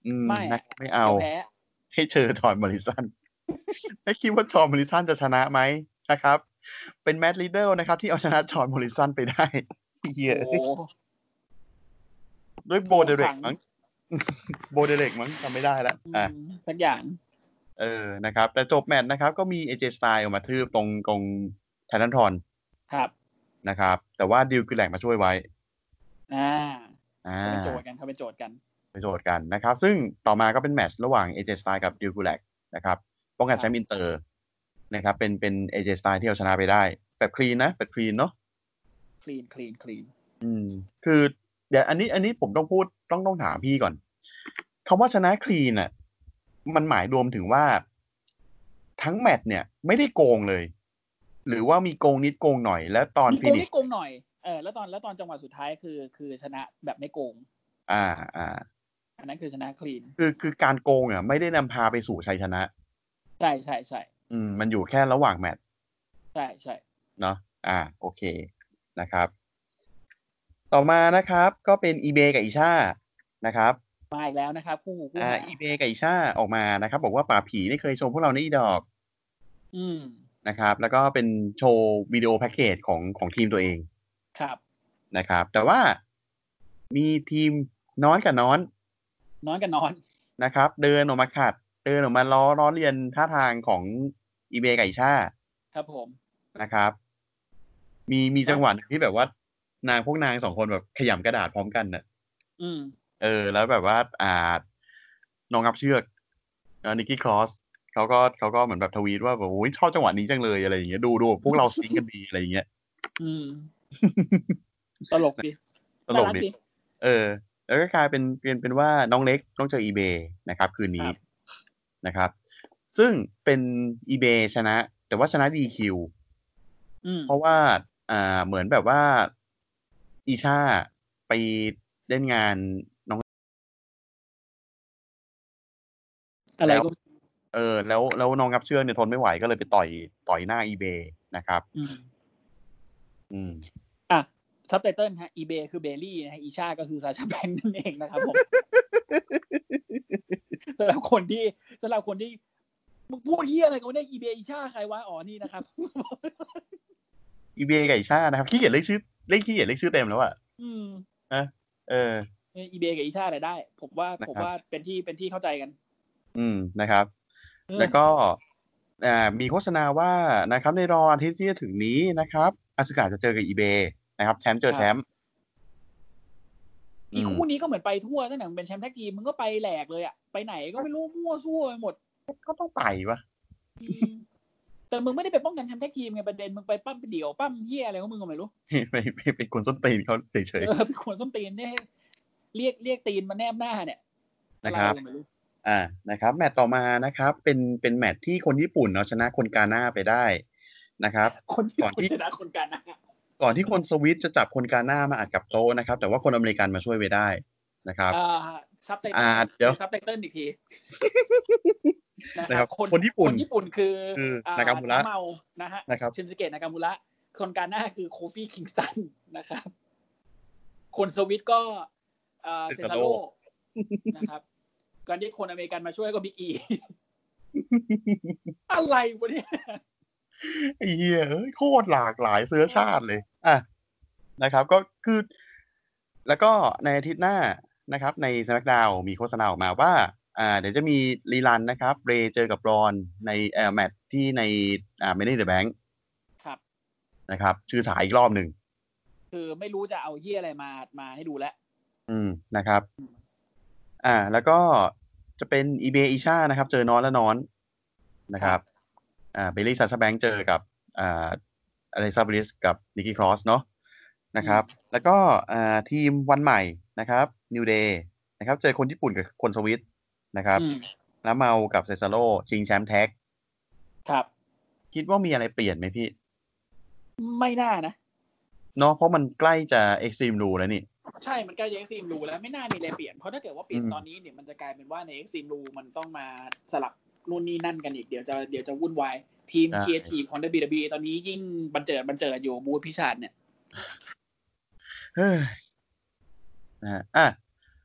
S3: ไม่
S2: ไม่เอาให้เจอจอห์นมอริสันไม่คิดว่าจอห์นมอริสันจะชนะไหมนะครับเป็นแมตต์ลีเดอร์นะครับที่เอาชนะจอห์นมอริสันไปได้เหี้ยด้วยโบเดเร็กมั้งโบเดเร็กมั้งจำไม่ได้แล้วอ่ะ
S3: สักอย่าง
S2: เออนะครับแต่จบแมตช์นะครับก็มี เอ เจ Styles ออกมาทืบตรงตรงไททันทอน
S3: ครับ
S2: นะครับแต่ว่าดิวคือแหลกมาช่วยไว้
S3: อ่าอ่าเป็นโจทย์กันเขาเป็นโจทย์กัน
S2: เป็นโจทย์กันนะครับซึ่งต่อมาก็เป็นแมตช์ระหว่าง เอ เจ Styles กับดิวกูแลกนะครับป้องกันแชมป์อินเตอร์นะครับเป็นเป็น เอ เจ Styles ที่เอาชนะไปได้แบบคลีนนะแบบคลีนเนาะ
S3: คลีนคลีนคลีน
S2: อืมคือเดี๋ยวอันนี้อันนี้ผมต้องพูดต้องต้องถามพี่ก่อนคำว่าชนะคลีนอ่ะมันหมายรวมถึงว่าทั้งแมตช์เนี่ยไม่ได้โกงเลยหรือว่ามีโกงนิดโกงหน่อยแล้วตอน
S3: ฟินิชโกงหน่อยเออแล้วตอนแล้วตอนจังหวะสุดท้ายคือคือชนะแบบไม่โกง
S2: อ่าอ่า
S3: อันนั้นคือชนะคลีน
S2: คือคือการโกงอ่ะไม่ได้นำพาไปสู่ชัยชนะ
S3: ใช่ใช่ใช่
S2: อืมมันอยู่แค่ระหว่างแมตช์
S3: ใช่ใช่
S2: เนาะอ่าโอเคนะครับต่อมานะครับก็เป็นอีเบกับอิช่านะครับ
S3: มาอีกแล้วนะครับคู่หูคู่
S2: อ่าอีเบกับอิช่าออกมานะครับบอกว่าป่าผีนี่เคยชมพวกเราในอีดอก
S3: อืม
S2: นะครับแล้วก็เป็นโชว์วิดีโอแพ็กเกจของของทีมตัวเอง
S3: ครับ
S2: นะครับแต่ว่ามีทีมน้อนกับน้อน
S3: น้อนกับน้อน
S2: นะครับเดินออกมาขัดเดินออกมาล้อล้อเลียนท่าทางของอีเบกับอิช่า
S3: ครับผม
S2: นะครับมีมีจังหวะที่แบบว่านางพวกนางสองคนแบบขยำกระดาษพร้อมกันน่ะ
S3: อืม
S2: เออแล้วแบบว่าอ่าน้องงับเชือกนิกกี้ครอสเขาก็เขาก็เหมือนแบบทวีตว่าแบบโอ้ยชอบจังหวะนี้จังเลยอะไรอย่างเงี้ยดูดูพวกเราซิงกันดีอะไรอย่างเงี้ย
S3: อืมตลกดิ
S2: ตลกดิเออแล้วก็กลายเป็นเป็นเป็นว่าน้องเล็กต้องเจออีเบนะครับคืนนี้นะครับซึ่งเป็นอีเบชนะแต่ว่าชนะดีคิวเพราะว่าอ่าเหมือนแบบว่าอีชาไปเล่นงานน้อง
S3: อะไรก็
S2: เออแล้วแล้วน้องงับเชือกเนี่ยทนไม่ไหวก็เลยไปต่อยต่อยหน้าอีเบนะครับ
S3: อืม
S2: อืม
S3: อ่ะซับไตเติลฮะอีเบคือเบลลี่นะฮะอีชาก็คือซาชาแบงค์นั่นเองนะครับผมสำหรับคนที่สำหรับคนที่มึงพูดเหี้ยอะไรกันเนี่ยอีเบอีชาใครวะอ๋อนี่นะครับ
S2: อีเบกับอีชานะครับขี้เกียจเรียกชื่อเรียกขี้เกียจเรียกชื่อเต็มแล้วอ่ะ
S3: อืม
S2: นะเออ
S3: อีเบกับอีชาอะไรได้ผมว่าผมว่าเป็นที่เป็นที่เข้าใจกัน
S2: อืมนะครับแล้วก็อ่ามีโฆษณาว่านะครับในรออาทิตย์ที่จะถึงนี้นะครับอาสึกะจะเจอกับอีเบนะครับแชมป์เจอแชมป์
S3: อีคู่นี้ก็เหมือนไปทั่วตั้งแต่มันเป็นแชมป์แท็กทีมมึงก็ไปแหลกเลยอ่ะไปไหนก็ไม่รู้มั่วซั่วไปหมด
S2: ก็ต้องไปวะ
S3: แต่มึงไม่ได้ไปป้องกันแชมป์แท็กทีมไงประเด็นมึงไปปั้มเดี่ยวปั้มเหี้ยอะไรของมึงก็ไม่รู้
S2: ไปไปเป็นคนส้นตีนเขาเฉยๆ
S3: เออเป็นคนส้นตีนเนี่ยเรียกเรียกตีนมาแนบหน้าเนี่ย
S2: นะครับอ่านะครับแมตต์ต่อมานะครับเป็นเป็นแมตต์ที่คนญี่ปุ่นเอาชนะคนกาน่าไปได้นะครับ
S3: คนญี่ปุ่นชนะคนกาน่า
S2: ก่อนที่คนสวิตจะจับคนกาน่ามาอัดกับโต๊ะนะครับแต่ว่าคนอเมริกันมาช่วยไว้ได้นะครับ
S3: อ่าซับไตเติ้ลเดี๋ยวซับไตเติ้ลอีกที
S2: นะครับคนญี่ปุ่น
S3: คนญี่ปุ่นคื
S2: อนากามูระ
S3: เมานะฮะชินสเกะนากามูระคนกาน่าคือโคฟี่คิงสตันนะครับคนสวิตก็เซซาโร่นะครับการที่คนอเมริกันมาช่วยก็บิ๊กอีอะไรวะเนี่ย
S2: ไอ้เหี้ยโคตรหลากหลายเชื้อชาติเลยอ่ะนะครับก็คือแล้วก็ในอาทิตย์หน้านะครับใน SmackDown มีโฆษณาออกมาว่าอ่าเดี๋ยวจะมีรีรันนะครับเรย์เจอกับรอนในเอ่อแมตช์ที่ในอ่า Money in the Bank
S3: ครับ
S2: นะครับชื่อฉายอีกรอบหนึ่ง
S3: คือไม่รู้จะเอาเหี้ยอะไรมามาให้ดูแล้ว
S2: อืมนะครับอ่าแล้วก็จะเป็นอีเบอีชานะครับเจอนอนและนอนนะครับอ่าเบลลี่ซาชาแบงค์เจอกับอ่าอเล็กซาบริสกับนิกกี้ครอสเนาะนะครับแล้วก็อ่าทีมวันใหม่นะครับนิวเดย์นะครับเจอคนญี่ปุ่นกับคนสวิตนะครับแล้วเมากับเซซาโร่ชิงแชมป์แท็ก
S3: ครับ
S2: คิดว่ามีอะไรเปลี่ยนไหมพี่
S3: ไม่น่านะ
S2: เนาะเพราะมันใกล้จะเอ็กซ์ตรีมรูแล้วนี่
S3: ใช่มันใกล้จะเอ็กซ์ตรีมรูแล้วไม่น่ามีอะไรเปลี่ยนเพราะถ้าเกิดว่าเปลี่ยนตอนนี้เนี่ยมันจะกลายเป็นว่าในเอ็กซ์ตรีมรูมันต้องมาสลับนู่นนี่นั่นกันอีกเดี๋ยวจะเดี๋ยวจะวุ่นวายทีม ครีเอทีฟ ของ ดับเบิลยู ดับเบิลยู อี ตอนนี้ยิ่งบันเจิดบันเจิดอยู่บูธพิชาติเนี่ย
S2: เฮ้ยนะฮะอ่ะ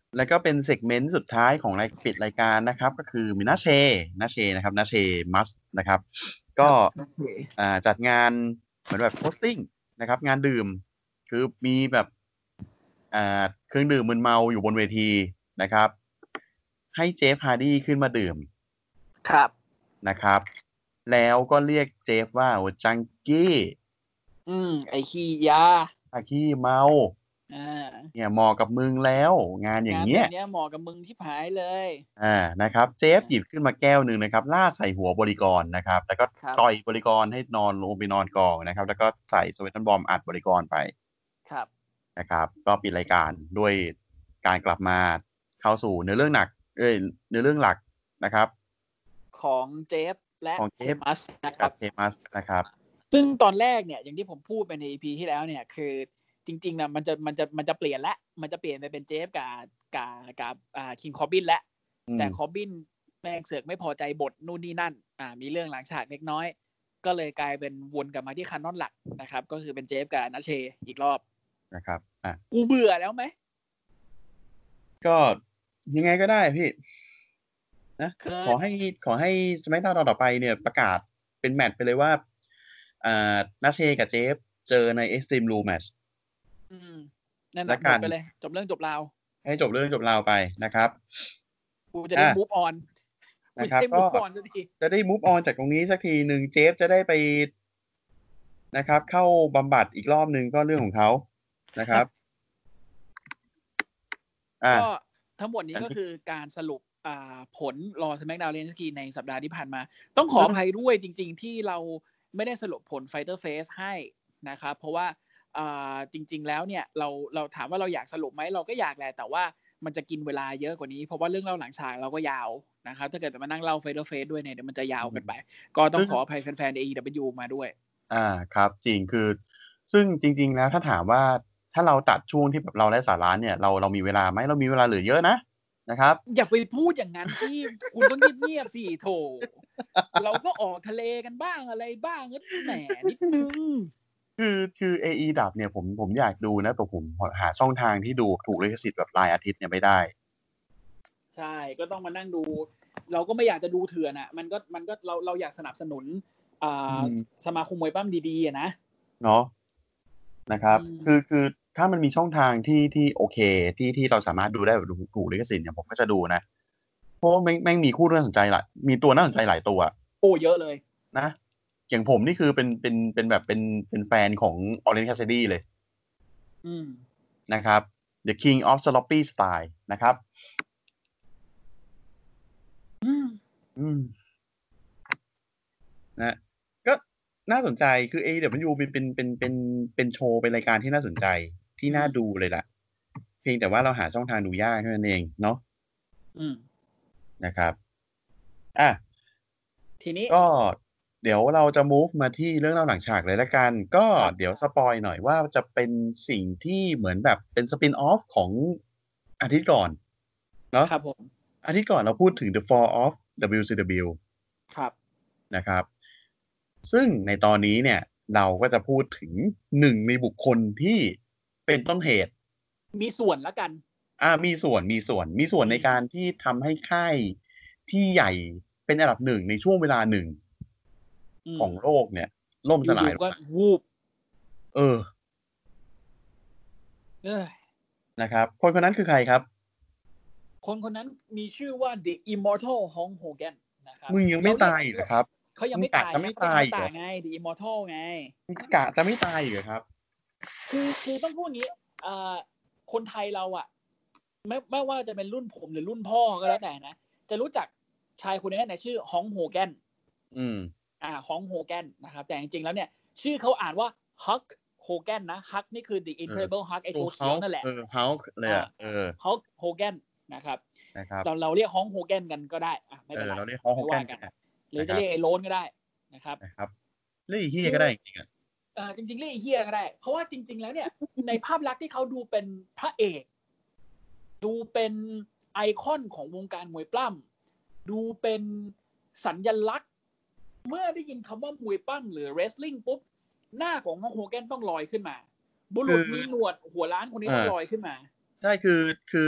S2: แล้วก็เป็นเซกเมนต์สุดท้ายของรายปิดรายการนะครับก็คือมินาเชนาเชนะครับนาเชมัสนะครับก็อ่าจัดงานเหมือนแบบโพสติ้งนะครับงานดื่มคือมีแบบอ่าเครื่องดื่มมึนเมาอยู่บนเวทีนะครับให้เจฟฮาร์ดี้ขึ้นมาดื่ม
S3: ครับ
S2: นะครับแล้วก็เรียกเจฟว่าจังกี้
S3: อืมไอขี้ยา
S2: ไอ้ขี้เมา
S3: อ่า
S2: เนี่ยเหมาะกับมึงแล้วงานอย่างเงี้ย
S3: งานแบบเนี้ยเหมาะกับมึงที่หายเลย
S2: อ่านะครับเจฟหยิบขึ้นมาแก้วหนึ่งนะครับลาดใส่หัวบริกรนะครับแล้วก็ต่อยบริกรให้นอนลงไปนอนกองนะครับแล้วก็ใส่สเวตเทิลบอมอัดบริกรไป
S3: ครับ
S2: นะครับก็ปิดรายการด้วยการกลับมาเข้าสู่เนื้อเรื่องหนักเอ้ยเนื้อเรื่องหลักนะครับ
S3: ของเจฟและเชมัสนะครับ
S2: เชมัสนะครับ
S3: ซึ่งตอนแรกเนี่ยอย่างที่ผมพูดไปใน อี พี ที่แล้วเนี่ยคือจริงๆนะมันจะมันจะมันจะเปลี่ยนละมันจะเปลี่ยนไปเป็นเจฟกับกับกับอ่าคิงคอบินและแต่คอบินแม่งเสือกไม่พอใจบทนู่นนี่นั่นอ่ามีเรื่องหลังฉากเล็กน้อยก็เลยกลายเป็นวนกลับมาที่คานอนหลักนะครับก็คือเป็นเจฟกับนัชเชอีกรอบ
S2: นะครับอ่ะ
S3: กูเบื่อแล้วไหม
S2: ก็ยังไงก็ได้พี่นะขอให้ขอให้สมัยหน้าตอนต่อไปเนี่ยประกาศเป็นแมตช์ไปเลยว่าอ่านัชเชกับเจฟเจอใน Extreme Rules Match
S3: อืมนั่นแหละหมดไปเลยจบเรื่องจบราว
S2: ให้จบเรื่องจบราวไปนะครับ
S3: กูจะได้ move on
S2: นะครับก็จะได้ move on จากตรงนี้สักทีหนึ่งเจฟจะได้ไปนะครับเข้าบำบัดอีกรอบนึงก็เรื่องของเขานะครับ
S3: ก็ทั้งหมดนี้ก็คือการสรุปผลรอ SmackDown เลนสกีในสัปดาห์ที่ผ่านมาต้องขออภัยด้วยจริงๆที่เราไม่ได้สรุปผล Fighter Face ให้นะครับเพราะว่าจริงๆแล้วเนี่ยเราเราถามว่าเราอยากสรุปไหมเราก็อยากแหละแต่ว่ามันจะกินเวลาเยอะกว่านี้เพราะว่าเรื่องเล่าหลังฉากเราก็ยาวนะครับถ้าเกิดมานั่งเล่า Fighter Face ด้วยเนี่ยเดี๋ยวมันจะยาวเกินไปก็ต้องขออภัยแฟนๆ เอ อี ดับเบิลยู มาด้วย
S2: อ่าครับจริงคือซึ่งจริงๆแล้วถ้าถามว่าถ้าเราตัดช่วงที่แบบเราไร้สาระเนี่ยเราเรามีเวลาไหมเรามีเวลาเหลือเยอะนะนะครับ
S3: อย่าไปพูดอย่างนั้นสิคุณต้องเงียบๆสิโถเราก็ออกทะเลกันบ้างอะไรบ้างก็แหมนิดนึง
S2: คือคือ เอ อี ดับเนี่ยผมผมอยากดูนะแต่ผมหาช่องทางที่ดูถูกลิขสิทธิ์แบบรายอาทิตย์เนี่ยไม่ได้
S3: ใช่ก็ต้องมานั่งดูเราก็ไม่อยากจะดูเถื่อนอ่ะมันก็มันก็เราเราอยากสนับสนุนอ่าสมาคมมวยปั้มดีๆอ่ะนะ
S2: เนาะนะครับคือคือถ้ามันมีช่องทางที่ที่โอเคที่ที่เราสามารถดูได้แบบถูกลิขสิทธิ์เนี่ยผมก็จะดูนะเพราะแม่งแม่งมีคู่น่าสนใจหลายมีตัวน่าสนใจหลายตัว
S3: โอ้เยอะเลย
S2: นะอย่างผมนี่คือเป็นเป็นเป็นแบบเป็นเป็นแฟนของ Orange Cassidy เลย
S3: อืม
S2: นะครับ The King of Sloppy Style นะครับ
S3: อืม
S2: อืมนะก็น่าสนใจคือ เอ อี ดับเบิลยู เป็นเป็นเป็นเป็นเป็นโชว์เป็นรายการที่น่าสนใจที่น่าดูเลยล่ะเพียงแต่ว่าเราหาช่องทางดูยากเท่านั้นเองเนาะ
S3: อืม
S2: นะครับอ่ะ
S3: ทีนี้
S2: ก็เดี๋ยวเราจะ move มาที่เรื่องเล่าหลังฉากเลยละกันก็เดี๋ยวสปอยหน่อยว่าจะเป็นสิ่งที่เหมือนแบบเป็นสปินออฟของอาทิตย์ก่อนเนาะ
S3: ครับผม
S2: อาทิตย์ก่อนเราพูดถึง The Fall of ดับเบิลยู ซี ดับเบิลยู
S3: ครับ
S2: นะครับซึ่งในตอนนี้เนี่ยเราก็จะพูดถึงหนึ่งในบุคคลที่เป็นต้นเหตุ
S3: มีส่วนละกัน
S2: อ่ามีส่วนมีส่วนมีส่วนในการที่ทำให้ค่ายที่ใหญ่เป็นอันดับหนึ่งในช่วงเวลาหนึ่งของโลกเนี่ยล่มสลาย
S3: ก็วูบ
S2: เออ
S3: เออ
S2: นะครับคนคนนั้นคือใครครับ
S3: คนคนนั้นมีชื่อว่า The Immortal Hulk Hogan นะครับ
S2: มึงยังไม่ตายเหรอครับ
S3: เขายังไม่ตาย
S2: จะไม่ตายเหรอ
S3: ไง The Immortal ไง
S2: กะจะไม่ตายเหรอครับ
S3: คือคือต้องพูดงี้อ่าคนไทยเราอ่ะไม่ไม่ว่าจะเป็นรุ่นผมหรือรุ่นพ่อก็แล้วแต่นะจะรู้จักชายคนนี้ในชื่อฮองโฮแกน
S2: อืม
S3: อ่าฮองโฮแกนนะครับแต่จริงๆแล้วเนี่ยชื่อเขาอ่านว่าฮักโฮแกนนะฮักนี่คือ The Incredible Hulk ไอ้ตัวเขียวนั่นแหละ
S2: เออฮัลค์เลยอ่ะเออ
S3: ฮักโฮแกนนะครับ
S2: นะครับ
S3: เราเราเรียกฮองโฮแกนกันก็ได้อ่ะไม่เป็นไร
S2: เราเรียกฮองโฮแกน
S3: กันหรือจะเรียกไอ้โลนก็ได้นะครับ
S2: นะครับเรียกไอ้เฮียก็ได้จริงๆอ่ะ
S3: อ่าจริงๆเรียกไอ้เฮียก็ได้เพราะว่าจริงๆแล้วเนี่ยในภาพลักษณ์ที่เขาดูเป็นพระเอกดูเป็นไอคอนของวงการมวยปล้ำดูเป็นสัญลักษณ์เมื่อได้ยินคำว่ามวยปล้ำหรือ wrestling ปุ๊บหน้าของโฮแกนต้องลอยขึ้นมาบุรุษมีหนวดหัวล้านคนนี้ต้องลอยขึ้นมา
S2: ใช่คือคือ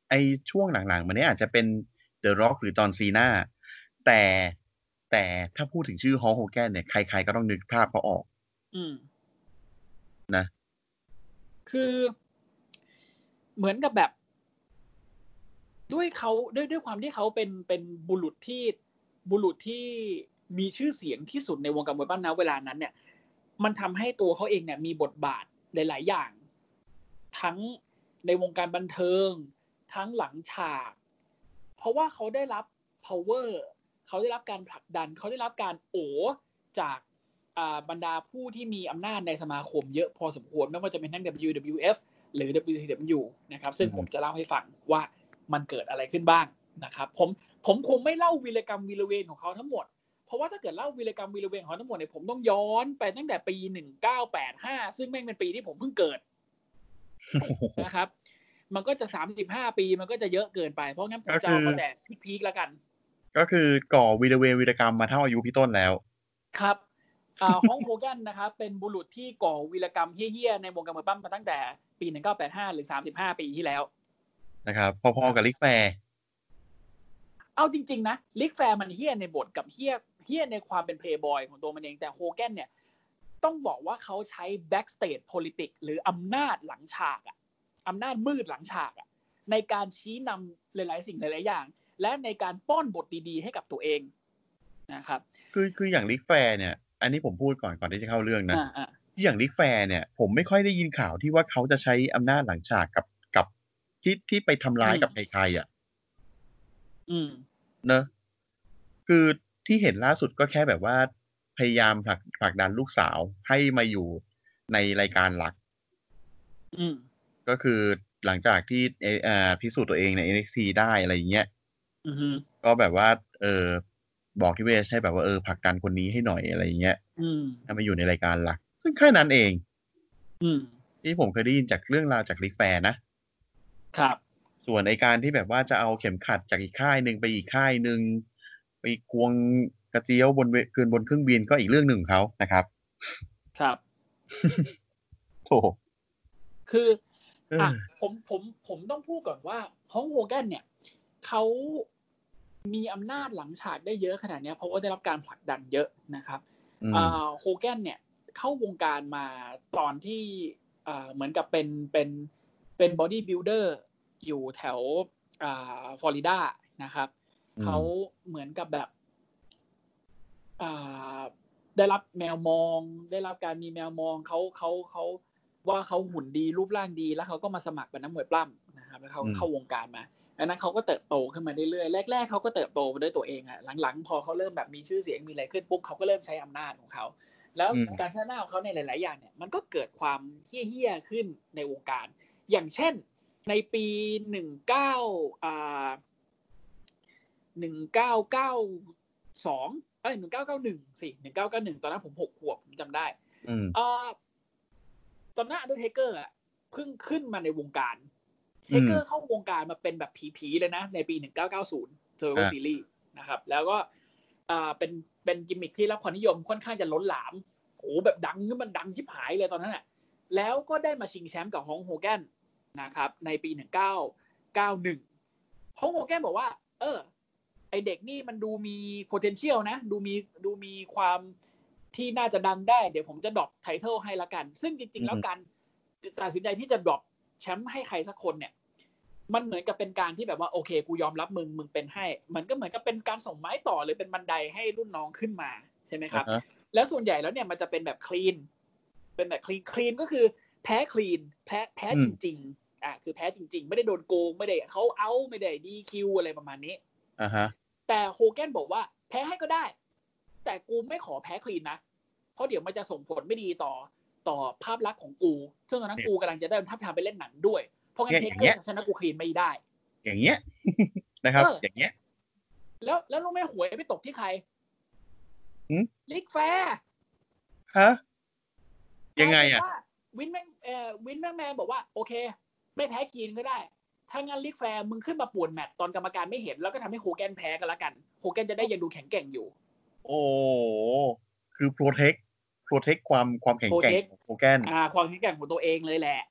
S2: ไอ้ช่วงหลังๆมาเนี้ยอาจจะเป็น The Rock หรือ John Cena แต่แต่ถ้าพูดถึงชื่อ Hulk Hogan เนี่ยใครๆก็ต้องนึกภาพเขาออก
S3: อืม
S2: นะ
S3: คือเหมือนกับแบบด้วยเขาด้วยด้วยความที่เขาเป็นเป็นบุรุษที่บุรุษที่มีชื่อเสียงที่สุดในวงการมวยปั้มณเวลานั้นเนี่ยมันทำให้ตัวเขาเองเนี่ยมีบทบาทหลายๆอย่างทั้งในวงการบันเทิงทั้งหลังฉากเพราะว่าเขาได้รับ power เขาได้รับการผลักดันเขาได้รับการโอจากบรรดาผู้ที่มีอำนาจในสมาคมเยอะพอสมควรไม่ว่าจะเป็นทั้ง ดับเบิลยู ดับเบิลยู เอฟ หรือ ดับเบิลยู ซี ดับเบิลยู นะครับซึ่งผมจะเล่าให้ฟังว่ามันเกิดอะไรขึ้นบ้างนะครับผมผมคงไม่เล่าวีรกรรมวีรเวรของเขาทั้งหมดเพราะว่าถ้าเกิดเล่าวีรกรรมวีรเวรของเขาทั้งหมดเนี่ยผมต้องย้อนไปตั้งแต่ปีหนึ่งเก้าแปดห้าซึ่งแม่งเป็นปีที่ผมเพิ่งเกิดนะครับมันก็จะสามสิบห้าปีมันก็จะเยอะเกินไปเพราะงั้นผมจะเอามาแต่พีคๆแล้วกัน
S2: ก็คือก่อวีรเวรวีรกรรมมาเท่าอายุพี่ต้นแล้ว
S3: ครับอ่าฮองโฮแกนนะครับเป็นบุรุษที่ก่อวีรกรรมเหี้ยๆในวงการมวยปั้มมาตั้งแต่ปีหนึ่งเก้าแปดห้าหรือสามสิบห้าปีที่แล้ว
S2: นะครับพอๆกับลิกแฟร์
S3: เอาจริงๆนะลิกแฟร์มันเหี้ยในบทกับเหี้ยเหี้ยในความเป็นเพลย์บอยของตัวมันเองแต่โฮแกนเนี่ยต้องบอกว่าเขาใช้ backstage politics หรืออำนาจหลังฉากอะอำนาจมืดหลังฉากอะในการชี้นำหลายๆสิ่งหลายๆอย่างและในการป้อนบทดีๆให้กับตัวเองนะครับ
S2: คือคืออย่างลิกแฟร์เนี่ยอันนี้ผมพูดก่อนก่อนที่จะเข้าเรื่องนะอย่างลิกแฟร์เนี่ยผมไม่ค่อยได้ยินข่าวที่ว่าเขาจะใช้อำนาจหลังฉากกับกับที่ที่ไปทำร้ายกับใครๆอ่ะ
S3: อืม
S2: เนอะคือที่เห็นล่าสุดก็แค่แบบว่าพยายามผลักผลักดันลูกสาวให้มาอยู่ในรายการหลัก
S3: อืม
S2: ก็คือหลังจากที่เอ่อพิสูจน์ตัวเองใน เอ็น เอ็กซ์ ที ได้อะไรอย่างเงี้ย
S3: อือฮึ
S2: ก็แบบว่าเออบอกที่เวสให้แบบว่าเออผลักดันคนนี้ให้หน่อยอะไรอย่างเงี้ย
S3: อืม
S2: ให้มาอยู่ในรายการหลักซึ่งแค่นั้นเอง
S3: อืม
S2: ที่ผมเคยได้ยินจากเรื่องราวจากริกแฟร์นะครับส่วนไอ้การที่แบบว่าจะเอาเข็มขัดจากอีกค่ายหนึ่งไปอีกค่ายหนึ่งไปควงกระเจี๊ยวบนเวคืนบนเครื่องบินก็อีกเรื่องหนึ่งของเขานะครับ
S3: ครับ
S2: โถ
S3: คืออ่ะผมผมผมต้องพูดก่อนว่าฮองโฮแกนเนี่ยเขามีอำนาจหลังฉากได้เยอะขนาดนี้เพราะว่าได้รับการผลักดันเยอะนะครับอ่าโฮแกนเนี่ยเข้าวงการมาตอนที่อ่าเหมือนกับเป็นเป็นเป็นบอดี้บิลดเออร์อยู่แถวอ่าฟลอริดานะครับเขาเหมือนกับแบบอ่าได้รับแมวมองได้รับการมีแมวมองเขาเขาเขาว่าเขาหุ่นดีรูปร่างดีแล้วเขาก็มาสมัครเป็นนักมวยปล้ำนะครับแล้วเขาเข้าวงการมาดังนั้นเขาก็เติบโตขึ้นมาเรื่อยๆแรกๆเขาก็เติบโตด้วยตัวเองอ่ะหลังๆพอเขาเริ่มแบบมีชื่อเสียงมีอะไรขึ้นปุ๊บเขาก็เริ่มใช้อำนาจของเขาแล้วการใช้อำนาจของเขาในหลายๆอย่างเนี่ยมันก็เกิดความเหี้ยๆขึ้นในวงการอย่างเช่นในปีหนึ่งเก้าอ่าหนึ่งเก้าเก้าสองเอ้ยหนึ่งเก้าเก้าหนึ่งสิหนึ่งเก้าเก้าหนึ่งตอนนั้นผมหกขวบผมจำได้อ่าตอนนั้นอันเดอร์เทเกอร์อ่ะเพิ่งขึ้นมาในวงการเทเกอร์เข้าวงการมาเป็นแบบผีๆเลยนะในปีหนึ่งเก้าเก้าศูนย์เทอร์โบซีรีส์นะครับแล้วก็อ่าเป็นเป็นกิมมิคที่รับความนิยมค่อนข้างจะล้นหลามโอ้แบบดังนี่มันดังชิบหายเลยตอนนั้นอ่ะแล้วก็ได้มาชิงแชมป์กับฮองโฮแกนนะครับในปีหนึ่งเก้าเก้าหนึ่งฮองโฮแกนบอกว่าเออไอเด็กนี่มันดูมี potential นะดูมีดูมีความที่น่าจะดังได้เดี๋ยวผมจะดรอปไทเทิลให้ละกันซึ่งจริงๆแล้วการตัดสินใจที่จะดรอปแชมป์ให้ใครสักคนเนี่ยมันเหมือนกับเป็นการที่แบบว่าโอเคกูยอมรับมึงมึงเป็นให้มันก็เหมือนกับเป็นการส่งไม้ต่อหรือเป็นบันไดให้รุ่นน้องขึ้นมาใช่ไหมครับ uh-huh. แล้วส่วนใหญ่แล้วเนี่ยมันจะเป็นแบบคลีนเป็นแบบคลีนคลีนก็คือแพ้คลีนแพ้แพ้จริงๆอ่ะคือแพ้จริงๆไม่ได้โดนโกงไม่ได้เขาเอาไม่ได้ดีคิวอะไรประมาณนี้
S2: อ่าฮะ
S3: แต่โฮแกนบอกว่าแพ้ให้ก็ได้แต่กูไม่ขอแพ้คลีนนะเพราะเดี๋ยวมันจะส่งผลไม่ดีต่อต่อภาพลักษณ์ของกูซึ่งตอนนั้นกูกำลังจะได้ทับทามไปเล่นหนังด้วยเพราะงั้นเทคเกอร์ชนะกูคลีนไม่ได้
S2: อย่างเงี้ยนะครับอย่างเงี้ย
S3: แล้วแล้วรู้ไหมหวยไปตกที่ใครลิกแฟร์
S2: ฮะยังไงอ่ะ
S3: วินแมงเอ่อวินแมงแมนบอกว่าโอเคไม่แพ้คลีนก็ได้ถ้างั้นลิกแฟร์มึงขึ้นมาป่วนแมตช์ตอนกรรมการไม่เห็นแล้วก็ทำให้โฮแกนแพ้กันละกันโฮแกนจะได้ยังดูแข็งแกร่งอยู่
S2: โอ้คือโปรเทคโปรเทคความความแข็งแกร่งของโฮแกน
S3: อ่าความแข็งแกร่งของตัวเองเลยแหละ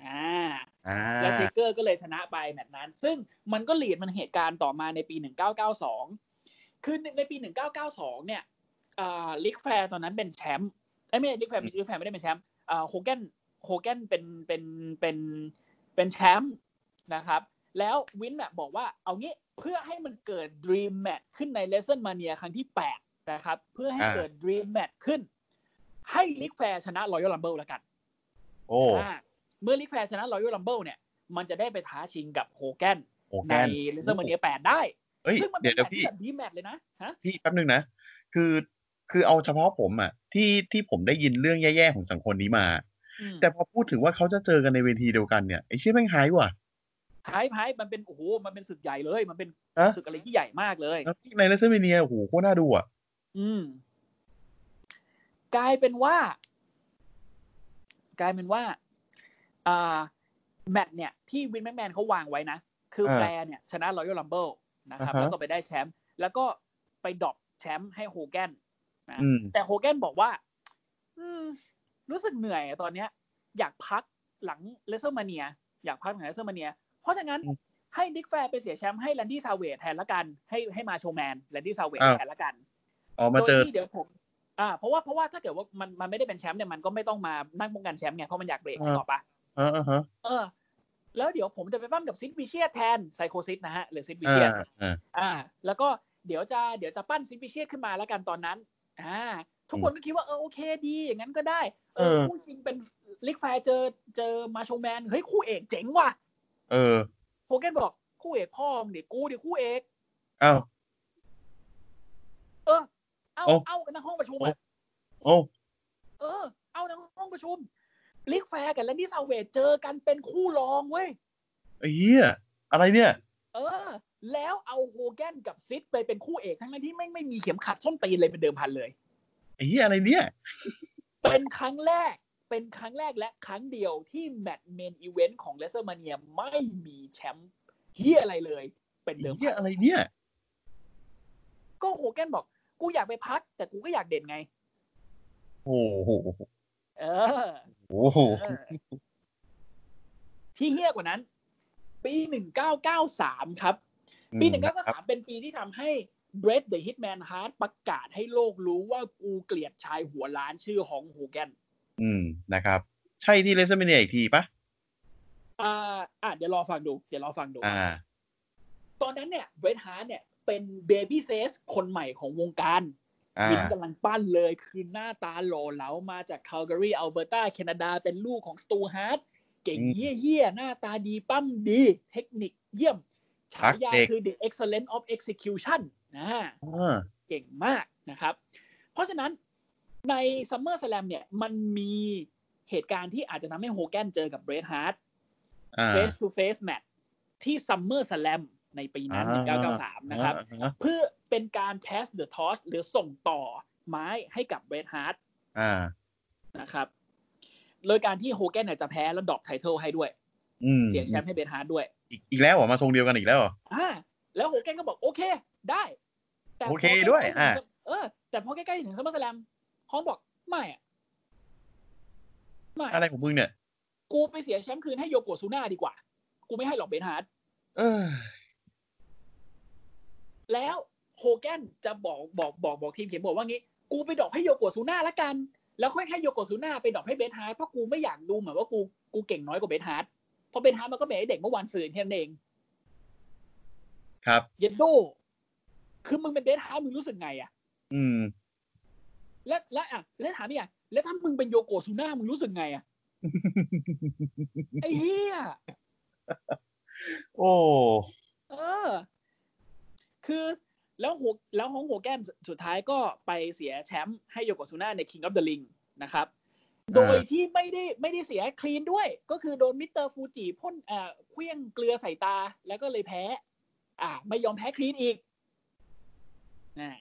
S3: อ่าแล้วเทเกอร์ก็เลยชนะไปแมตช์นั้นซึ่งมันก็ลีดมันเหตุการณ์ต่อมาในปีหนึ่งพันเก้าร้อยเก้าสิบสองคือในปีหนึ่งพันเก้าร้อยเก้าสิบสองเนี่ยอ่าลิกแฟร์ตอนนั้นเป็นแชมป์เอ้ยไม่ลิกแฟร์ลิกแฟร์ไม่ได้เป็นแชมป์อ่าโฮแกนโฮแกนเป็นเป็นเป็นเป็นแชมป์นะครับแล้ววินน่ะบอกว่าเอางี้เพื่อให้มันเกิด Dream Match ขึ้นใน WrestleMania ครั้งที่แปดนะครับเพื่อให้เกิด Dream Match ขึ้นให้ลิกแฟร์ชนะ Royal Rumble แล้วกันโอ้เมื่อลิกแฟร์ชนะ Royal Rumble เนี่ยมันจะได้ไปท้าชิงกับโฮแกนใน WrestleMania แปดได้ซึ่งมันเป็นแมตช์ที่แบบดีแมตช์เลยนะฮะ
S2: พี่แป๊บนึงนะคือคือเอาเฉพาะผมอ่ะที่ที่ผมได้ยินเรื่องแย่ๆของสังคมนี้มาแต่พอพูดถึงว่าเขาจะเจอกันในเวทีเดียวกันเนี่ยไอ้เชี่ยแม่งหายว่ะ
S3: หายหายมันเป็นโอ้โหมันเป็นศึกใหญ่เลยมันเป็นศึกอะไรที่ใหญ่มากเลย
S2: ในเลเซอร์เมเนียโอ้โหโคตรน่าดูอ่ะ
S3: อืมกลายเป็นว่ากลายเป็นว่าอ่าแมตช์เนี่ยที่วินแมคแมนเขาวางไว้นะคือแฟร์เนี่ยชนะ Royal Rumble นะครับแล้วก็ไปได้แชมป์แล้วก็ไปดรอปแชมป์ให้โฮแกนนะแต่โฮแกนบอกว่าอืมรู้สึกเหนื่อยตอนเนี้ยอยากพักหลังเลเซอร์มาเนียอยากพักหลังเลเซอร์มาเนียเพราะฉะนั้นให้ดิกแฟร์ไปเสียแชมป์ให้แลนดี้ซาเวทแทนละกันให้ให้มาโชว์แมนแลนดี้ซาเวทแทนละกัน
S2: อ๋อมาเจอ
S3: เดี๋ยวผมอ่าเพราะว่าเพราะว่าถ้าเกิดว่ามันมันไม่ได้เป็นแชมป์เนี่ยมันก็ไม่ต้องมานั่งป้องกันแชมป์ไงเพราะมันอยากเบรกต่อปะ
S2: เออเออ
S3: เออแล้วเดี๋ยวผมจะไปปั้มกับซิดวิเชียแทนไซโคซิสนะฮะหรือซิดวิเชียอ่าแล้วก็เดี๋ยวจะเดี๋ยวจะปั้นซิดวิเชียขึ้นมาแล้วกันตอนนั้นอ่าทุกคนก็คิดว่าเออโอเคดีอย่างนั้นก็ได้เออคู่ชิงเป็นลิกแฟร์เจอเจอมาโชแมนเฮ้ยคู่เอกเจ๋งว่ะ
S2: เออ
S3: โฮแกนบอกคู่เอกพ่อมึงเดี๋ยวกูเดี๋ยวคู่เอก
S2: เอ้า
S3: เออเอาเอากันในห้องประชุมอ่ะ
S2: โอ้
S3: เออเอาในห้องประชุมลิกแฟร์กับแลนดี้ซาเวจเจอกันเป็นคู่รองเว้ย
S2: ไอ้เหี้ยอะไรเนี่ย
S3: เออแล้วเอาโฮแกนกับซิดไปเป็นคู่เอกทั้งนั้นที่ไม่ไม่มีเข็มขัดส้นตีนเลยเป็นเดิมพันเลย
S2: ไอ้เหี้ยอะไรเนี่ย
S3: เป็นครั้งแรกเป็นครั้งแรกและครั้งเดียวที่แมตช์เมนอีเวนต์ของ WrestleMania ไม่มีแชมป์เหี้ยอะไรเลยเป็นเดิมพัน
S2: เหี้ยอะไรเนี่ย
S3: ก็โฮแกนบอกกูอยากไปพักแต่กูก็อยากเด่นไง
S2: โอ้โห
S3: เออ
S2: โอ้โห
S3: ที่เหี้ยกว่านั้นปีหนึ่งพันเก้าร้อยเก้าสิบสามครับปีหนึ่งพันเก้าร้อยเก้าสิบสามเป็นปีที่ทำให้Bret the Hitman Hart ประกาศให้โลกรู้ว่ากูเกลียดชายหัวล้านชื่อฮองโฮแกน
S2: อืมนะครับใช่ที่เลเซอร์เมเนียอีกทีปะ
S3: อ่าอ่ะเดี๋ยวรอฟังดูเดี๋ยวรอฟังดู
S2: อ่า
S3: ตอนนั้นเนี่ย Bret Hart เนี่ยเป็นเบบี้เฟสคนใหม่ของวงการวินกำลังปั้นเลยคือหน้าตาหล่อเหลามาจาก Calgary Alberta แคนาดาเป็นลูกของ Stu Hart เก่งเหี้ยๆหน้าตาดีปั้มดีเทคนิคเยี่ยมฉายาคือ The Excellence of Execution นะเก่งมากนะครับเพราะฉะนั้นใน SummerSlam เนี่ยมันมีเหตุการณ์ที่อาจจะทำให้โฮแกนเจอกับ Bret Hart face to face match ที่ SummerSlam ในปีนั้นหนึ่งพันเก้าร้อยเก้าสิบสามนะครับเพื่อเป็นการ pass the torch หรือส่งต่อไม้ให้กับ Bret Hart นะครับโดยการที่โฮแกนเนี่ยจะแพ้แล้วดรอปไทเทิลให้ด้วยเสียแชมป์ให้ Bret Hart ด้วย
S2: อีกแล้วเหรอมาทรงเดียวกันอีกแล้วเหรอ
S3: อ่าแล้วโฮแกนก็บอกโอเคได้
S2: แต่โอเคด้วยอ่า
S3: เออแต่พอใกล้ๆถึง SummerSlam ฮองบอกไม่อ่ะ
S2: ไม่อะไรของมึงเนี่ย
S3: กูไปเสียแชมป์คืนให้โยโกซูน่าดีกว่ากูไม่ให้หรอกเบนฮาร์ด
S2: เออ
S3: แล้วโฮแกนจะบอกบอกบอกบอกทีมเขียนบอกว่างี้กูไปดรอปให้โยโกซูน่าละกันแล้วค่อยให้โยโกซูน่าไปดรอปให้เบนฮาร์ดเพราะกูไม่อยากดูเหมือนว่ากูกูเก่งน้อยกว่าเบนฮาร์ดเพราะเบนฮาร์ดมันก็เป็นไอ้เด็กเมื่อวันซืนแค่นั้นเอง
S2: ครับ
S3: เยนโดคือมึงเป็นเบนฮาร์ดมึงรู้สึกไงอ่ะ
S2: อืม
S3: แล้วแล้วอ่ะแล้วถามอีกอ่ะแล้วถ้ามึงเป็นโยโกซูน่ามึงรู้สึกไงอ่ะไอ้เหี้ย
S2: โอ้
S3: เออคือแล้วโฮแล้วฮองโฮแกนสุดท้ายก็ไปเสียแชมป์ให้โยโกซูน่าใน King of the Ring นะครับโดยที่ไม่ได้ไม่ได้เสียคลีนด้วยก็คือโดนมิสเตอร์ฟูจิพ่นเอ่อเคลื่องเกลือใส่ตาแล้วก็เลยแพ้อ่าไม่ยอมแพ้คลีนอีกนะ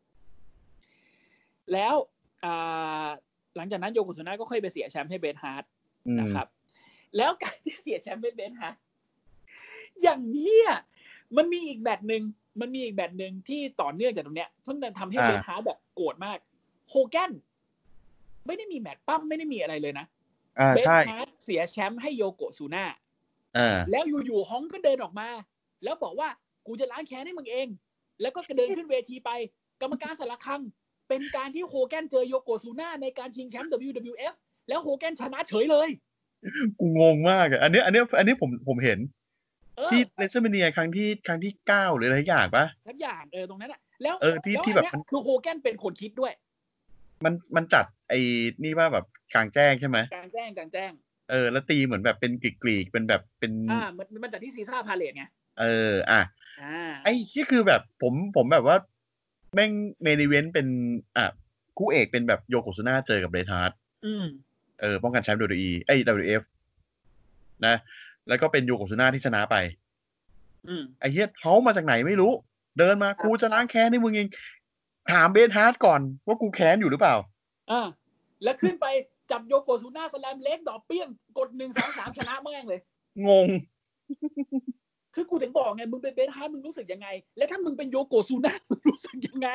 S3: แล้วอ่าหลังจากนั้นโยโกซูน่าก็ค่อยไปเสียแชมป์ให้เบรทฮาร์ดนะครับแล้วการที่เสียแชมป์ให้เบรทฮาร์ดอย่างนี้มันมีอีกแมตช์นึงมันมีอีกแมตช์นึงที่ต่อเนื่องจากตรงเนี้ยเพิ่งทำให้เบรทฮาร์ดแบบโกรธมากโฮแกนไม่ได้มีแมตช์ปั้มไม่ได้มีอะไรเลยนะ
S2: อ่า
S3: เบร
S2: ใช่
S3: ทฮาร์ทเสียแชมป์ให้โยโกซูน่า
S2: อ่า
S3: แล้วอยู่ๆฮองก็เดินออกมาแล้วบอกว่ากูจะล้างแค้นให้มึงเองแล้วก็เดินขึ้นเวทีไปกรรมการสารคังเป็นการที่โฮแกนเจอโยโกซูน่าในการชิงแชมป์ ดับเบิลยู ดับเบิลยู เอฟ แล้วโฮแกนชนะเฉยเลย
S2: กูงงมากอ่ะอันนี้อันนี้อันนี้ผมผมเห็นที่เรสเซอร์เมเนียครั้งที่ครั้งที่เก้าหรืออะไรอย่างปะ
S3: ทุกอย่างเออตรงนั้นอ่ะแล้ว
S2: เออที่ที่แบบ
S3: คือโฮแกนเป็นคนคิดด้วย
S2: มันมันจัดไอ้นี่ว่าแบบกลางแจ้งใช่ไหม
S3: กลางแจ้งกลางแจ้ง
S2: เออแล้วตีเหมือนแบบเป็นกรีกๆเป็นแบบเป็น
S3: อ่ามันมันจัดที่ซีซ่าพาเลทไง
S2: เอออ่ะ
S3: อ่า
S2: ไอ้ที่คือแบบผมผมแบบว่าแม่งเมนอีเวนต์เป็นอ่ะคู่เอกเป็นแบบโยโกซูน่าเจอกับเบรทฮาร์ท
S3: อืม
S2: เออป้องกันแชมป์ ดับเบิลยู ดับเบิลยู อี ไอ้ ดับเบิลยู เอฟ นะแล้วก็เป็นโยโกซูน่าที่ชนะไป
S3: อืม
S2: ไอ้เหี้ยเขามาจากไหนไม่รู้เดินมากูจะล้างแค้นให้มึงเองถามเบรทฮาร์ทก่อนว่ากูแค้นอยู่หรือเปล่า
S3: อ่าแล้วขึ้นไปจับโยโกซูน่าสแลมเล็กดอกเปี้ยงกดหนึ่งสองสามชนะแม่งเลย
S2: งง
S3: คือกูถึงบอกไงมึงเป็นเบรทฮาร์ทมึงรู้สึกยังไงและถ้ามึงเป็นโยโกซูน่ามึงรู้สึกยังไง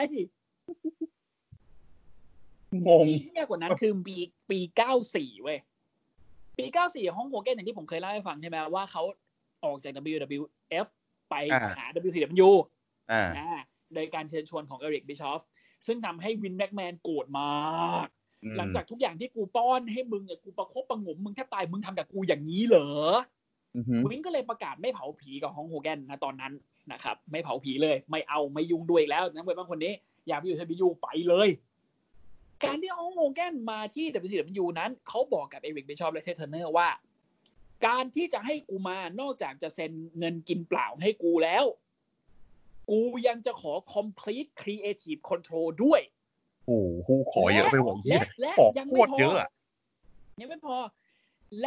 S2: งง
S3: ที่ยากกว่านั้นคือปีปีเก้าสี่เว้ยปีเก้าสี่ฮองโฮแกนอย่างที่ผมเคยเล่าให้ฟังใช่ไหมว่าเขาออกจาก ดับเบิลยู ดับเบิลยู เอฟ ไปหา ดับเบิลยู ซี ดับเบิลยู
S2: อ่า
S3: โดยการเชิญชวนของเอริกบิชอฟซึ่งทำให้วินแม็กแมนโกรธมากหลังจากทุกอย่างที่กูป้อนให้มึงเนี่ยกูประคบประงมมึงแทบตายมึงทำกับกูอย่างนี้เหรอวินก็เลยประกาศไม่เผาผีกับฮองโฮแกนนะตอนนั้นนะครับไม่เผาผีเลยไม่เอาไม่ยุ่งด้วยแล้วนักมวยบางคนนี้อยากไปอยู่ ดับเบิลยู ไปเลยการที่ฮองโฮแกนมาที่ ดับเบิลยู ซี ดับเบิลยู นั้นเขาบอกกับเอริกบิชอฟและเทเทอร์เนอร์ว่าการที่จะให้กูมานอกจากจะเซ็นเงินกินเปล่าให้กูแล้วกูยังจะขอ complete creative control ด้วย
S2: โอ้โหขอเยอะไปหมด
S3: และและยังไม่พอยังไม่พอและ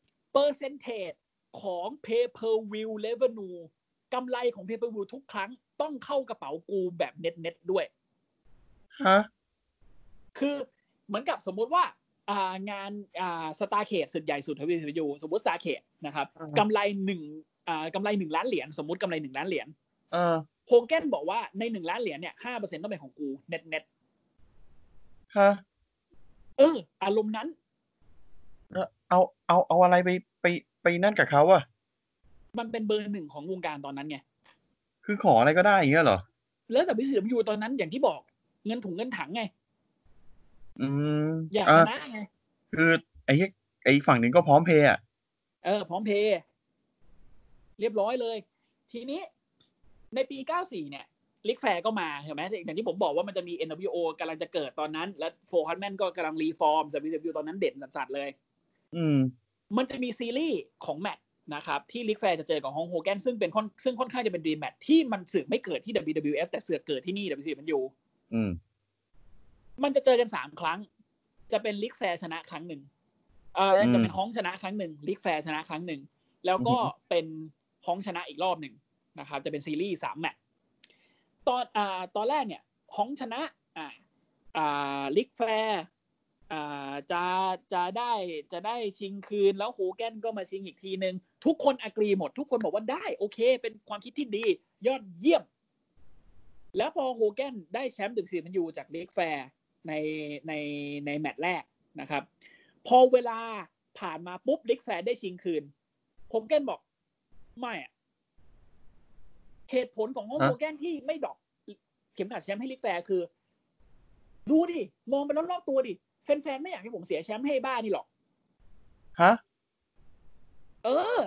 S3: percentage ของ pay per view revenue กำไรของ pay per view ทุกครั้งต้องเข้ากระเป๋ากูแบบเน็ตๆด้วย
S2: ฮะ
S3: คือเหมือนกับสมมติว่าอ่างานอ่าสตาร์เคทสุดใหญ่สุด ดับเบิลยู ซี ดับเบิลยู สมมติสตาร์เคทนะครับกำไรหนึ่งอ่ากำไรหนึ่งล้านเหรียญสมมติกำไรหนึ่งล้านเหรียญ
S2: เออ
S3: โฮแกนบอกว่าในหนึ่งล้านเหรียญเนี่ย ห้าเปอร์เซ็นต์ ต้องเป็นของกูเน็ต
S2: ๆฮะ
S3: เอออารมณ์นั้น
S2: เอาเอาเอาอะไรไปไปไปนั่นกับเขาอ่ะ
S3: มันเป็นเบอร์หนึ่งของวงการตอนนั้นไง
S2: คือขออะไรก็ได้อย่างเงี้ยเหรอ
S3: แล้วแต่ ดับเบิลยู ซี ดับเบิลยู ตอนนั้นอย่างที่บอกเงินถุงเงินถังไง
S2: อืม
S3: อยากชนะไง
S2: คือไอ้ไอ้ฝั่งนึงก็พร้อมเพย์อ่ะ
S3: เออพร้อมเพย์เรียบร้อยเลยทีนี้ในปีเก้าสี่เนี่ยลิกแฟร์ก็มาเห็นไหมอย่างที่ผมบอกว่ามันจะมี เอ็น ดับเบิลยู โอ กำลังจะเกิดตอนนั้นและโฟร์ฮัตแมนก็กำลังรีฟอร์ม ดับเบิลยู ดับเบิลยู ตอนนั้นเด่นสัสๆเลย
S2: อืม
S3: มันจะมีซีรีส์ของแมตช์นะครับที่ลิกแฟร์จะเจอกับฮองโฮแกนซึ่งเป็นซึ่งค่อนข้างจะเป็นดรีมแมตช์ที่มันเสือกไม่เกิดที่ ดับเบิลยู ดับเบิลยู เอฟ แต่เสือกเกิดที่นี่ ดับเบิลยู ซี ดับเบิลยู
S2: อืม
S3: มันจะเจอกันสามครั้งจะเป็นลิกแฟร์ชนะครั้งหนึ่งเอ่อจะเป็นฮองชนะครั้งหนึ่งลิกแฟร์ชนะครั้งหนึ่งแล้วก็เป็นฮองชนะอีกรอบหนึ่งนะครับจะเป็นซีรีส์สามแมตช์ตอนอ่าตอนแรกเนี่ยฮองชนะอ่าอ่าลิกแฟร์อ่าจะจะได้จะได้ชิงคืนแล้วโฮแกนก็มาชิงอีกทีนึงทุกคนอกรีหมดทุกคนบอกว่าได้โอเคเป็นความคิดที่ดียอดเยี่ยมแล้วพอโฮแกนได้แชมป์ ดับเบิลยู ซี ดับเบิลยู จากลิกแฟร์ในในในแมตช์แรกนะครับพอเวลาผ่านมาปุ๊บลิกแฟร์ได้ชิงคืนโฮแกนบอกไม่อะเหตุผลของโฮแกนที่ไม่ดรอปเข็มขัดแชมป์ให้ลิกแฟร์คือดูดิมองไปรอบๆตัวดิแฟนๆไม่อยากให้ผมเสียแชมป์ให้บ้านี่หรอก
S2: ฮะ
S3: เออ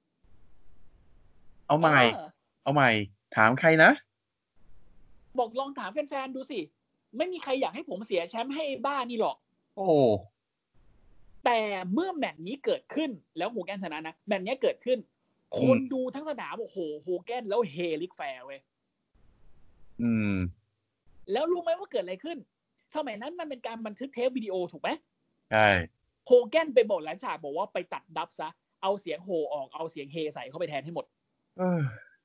S2: เอาใหม่เอาใหม่ถามใครนะ
S3: บอกลองถามแฟนๆดูสิไม่มีใครอยากให้ผมเสียแชมป์ให้บ้านี่หรอก
S2: โอ้
S3: แต่เมื่อแมตช์นี้เกิดขึ้นแล้วโฮแกนชนะนะแมตช์นี้เกิดขึ้นคนดูทั้งสนามโอ้โหโฮแกนแล้วเฮลิกแฟร์เว้ย
S2: อืม
S3: แล้วรู้ไหมว่าเกิดอะไรขึ้นสมัยนั้นมันเป็นการบันทึกเทปวิดีโอถูกไหม
S2: ใช่
S3: โฮแกนไปบอกหลังฉากบอกว่าไปตัดดับซะเอาเสียงโฮออกเอาเสียงเฮใส่เข้าไปแทนให้หมด
S2: เออ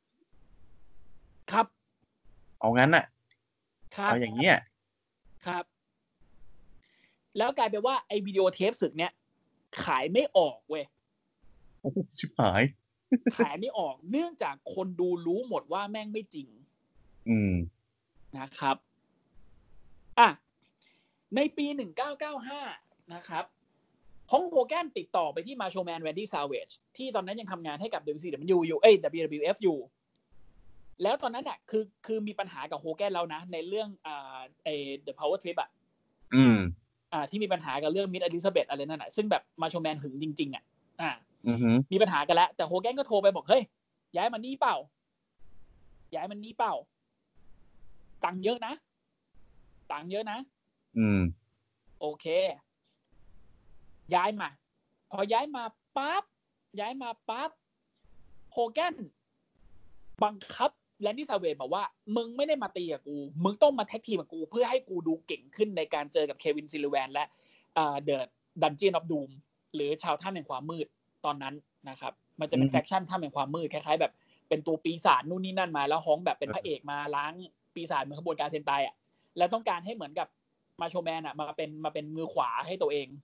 S3: ครับ
S2: เอางั้นน่ะเอาอย่างเงี้ย
S3: ครับแล้วกลายเป็นว่าไอ้วิดีโอเทปศึกเนี้ยขายไม่ออกเว้ย
S2: โอ้ชิบหาย
S3: ขายไม่ออกเนื่องจากคนดูรู้หมดว่าแม่งไม่จริง
S2: อืม
S3: นะครับอ่ะในปีหนึ่งพันเก้าร้อยเก้าสิบห้านะครับฮองโฮแกนติดต่อไปที่มาโชแมนแวนดี้ซาเวจที่ตอนนั้นยังทำงานให้กับ ดับเบิลยู ซี ดับเบิลยู อยู่เอ้ย ดับเบิลยู ดับเบิลยู เอฟ อยู่แล้วตอนนั้นน่ะคือคือมีปัญหากับโฮแกนแล้วนะในเรื่องอ่าไอ้ The Power Trip อ่ะ
S2: อืม
S3: อ่าที่มีปัญหากับเรื่องมิสอลิซาเบธอะไรนั่นน่ะซึ่งแบบมาโชแมนหึงจริงๆอ่ะอ่า
S2: อือฮึ
S3: มีปัญหากันแล้วแต่โฮแกนก็โทรไปบอกเฮ้ยย้ายมานี่เปล่าย้ายมานี่เปล่าตังค์เยอะนะตังค์เยอะนะ
S2: อืม
S3: โอเคย้ายมาพอย้ายมาปั๊บย้ายมาปั๊บโฮแกนบังคับแลนดี้ซาเวจบอกว่ามึงไม่ได้มาตีกับกูมึงต้องมาแท็กทีมกับกูเพื่อให้กูดูเก่งขึ้นในการเจอกับเควินซิลเวนและอ่าเดอะดันเจียนออฟดูมหรือชาวถ้ำแห่งความมืดตอนนั้นนะครับมันจะเป็นแฟคชั่นถ้ำแห่งความมืดคล้ายๆแบบเป็นตัวปีศาจนู่นนี่นั่นมาแล้วฮ้องแบบเป็นพระเอกมาล้างปีศาจเหมือนขบวนการเซนไตอ่ะแล้วต้องการให้เหมือนกับมาโชแมนอ่ะมาเป็นมาเป็นมือขวาให้ตัวเอง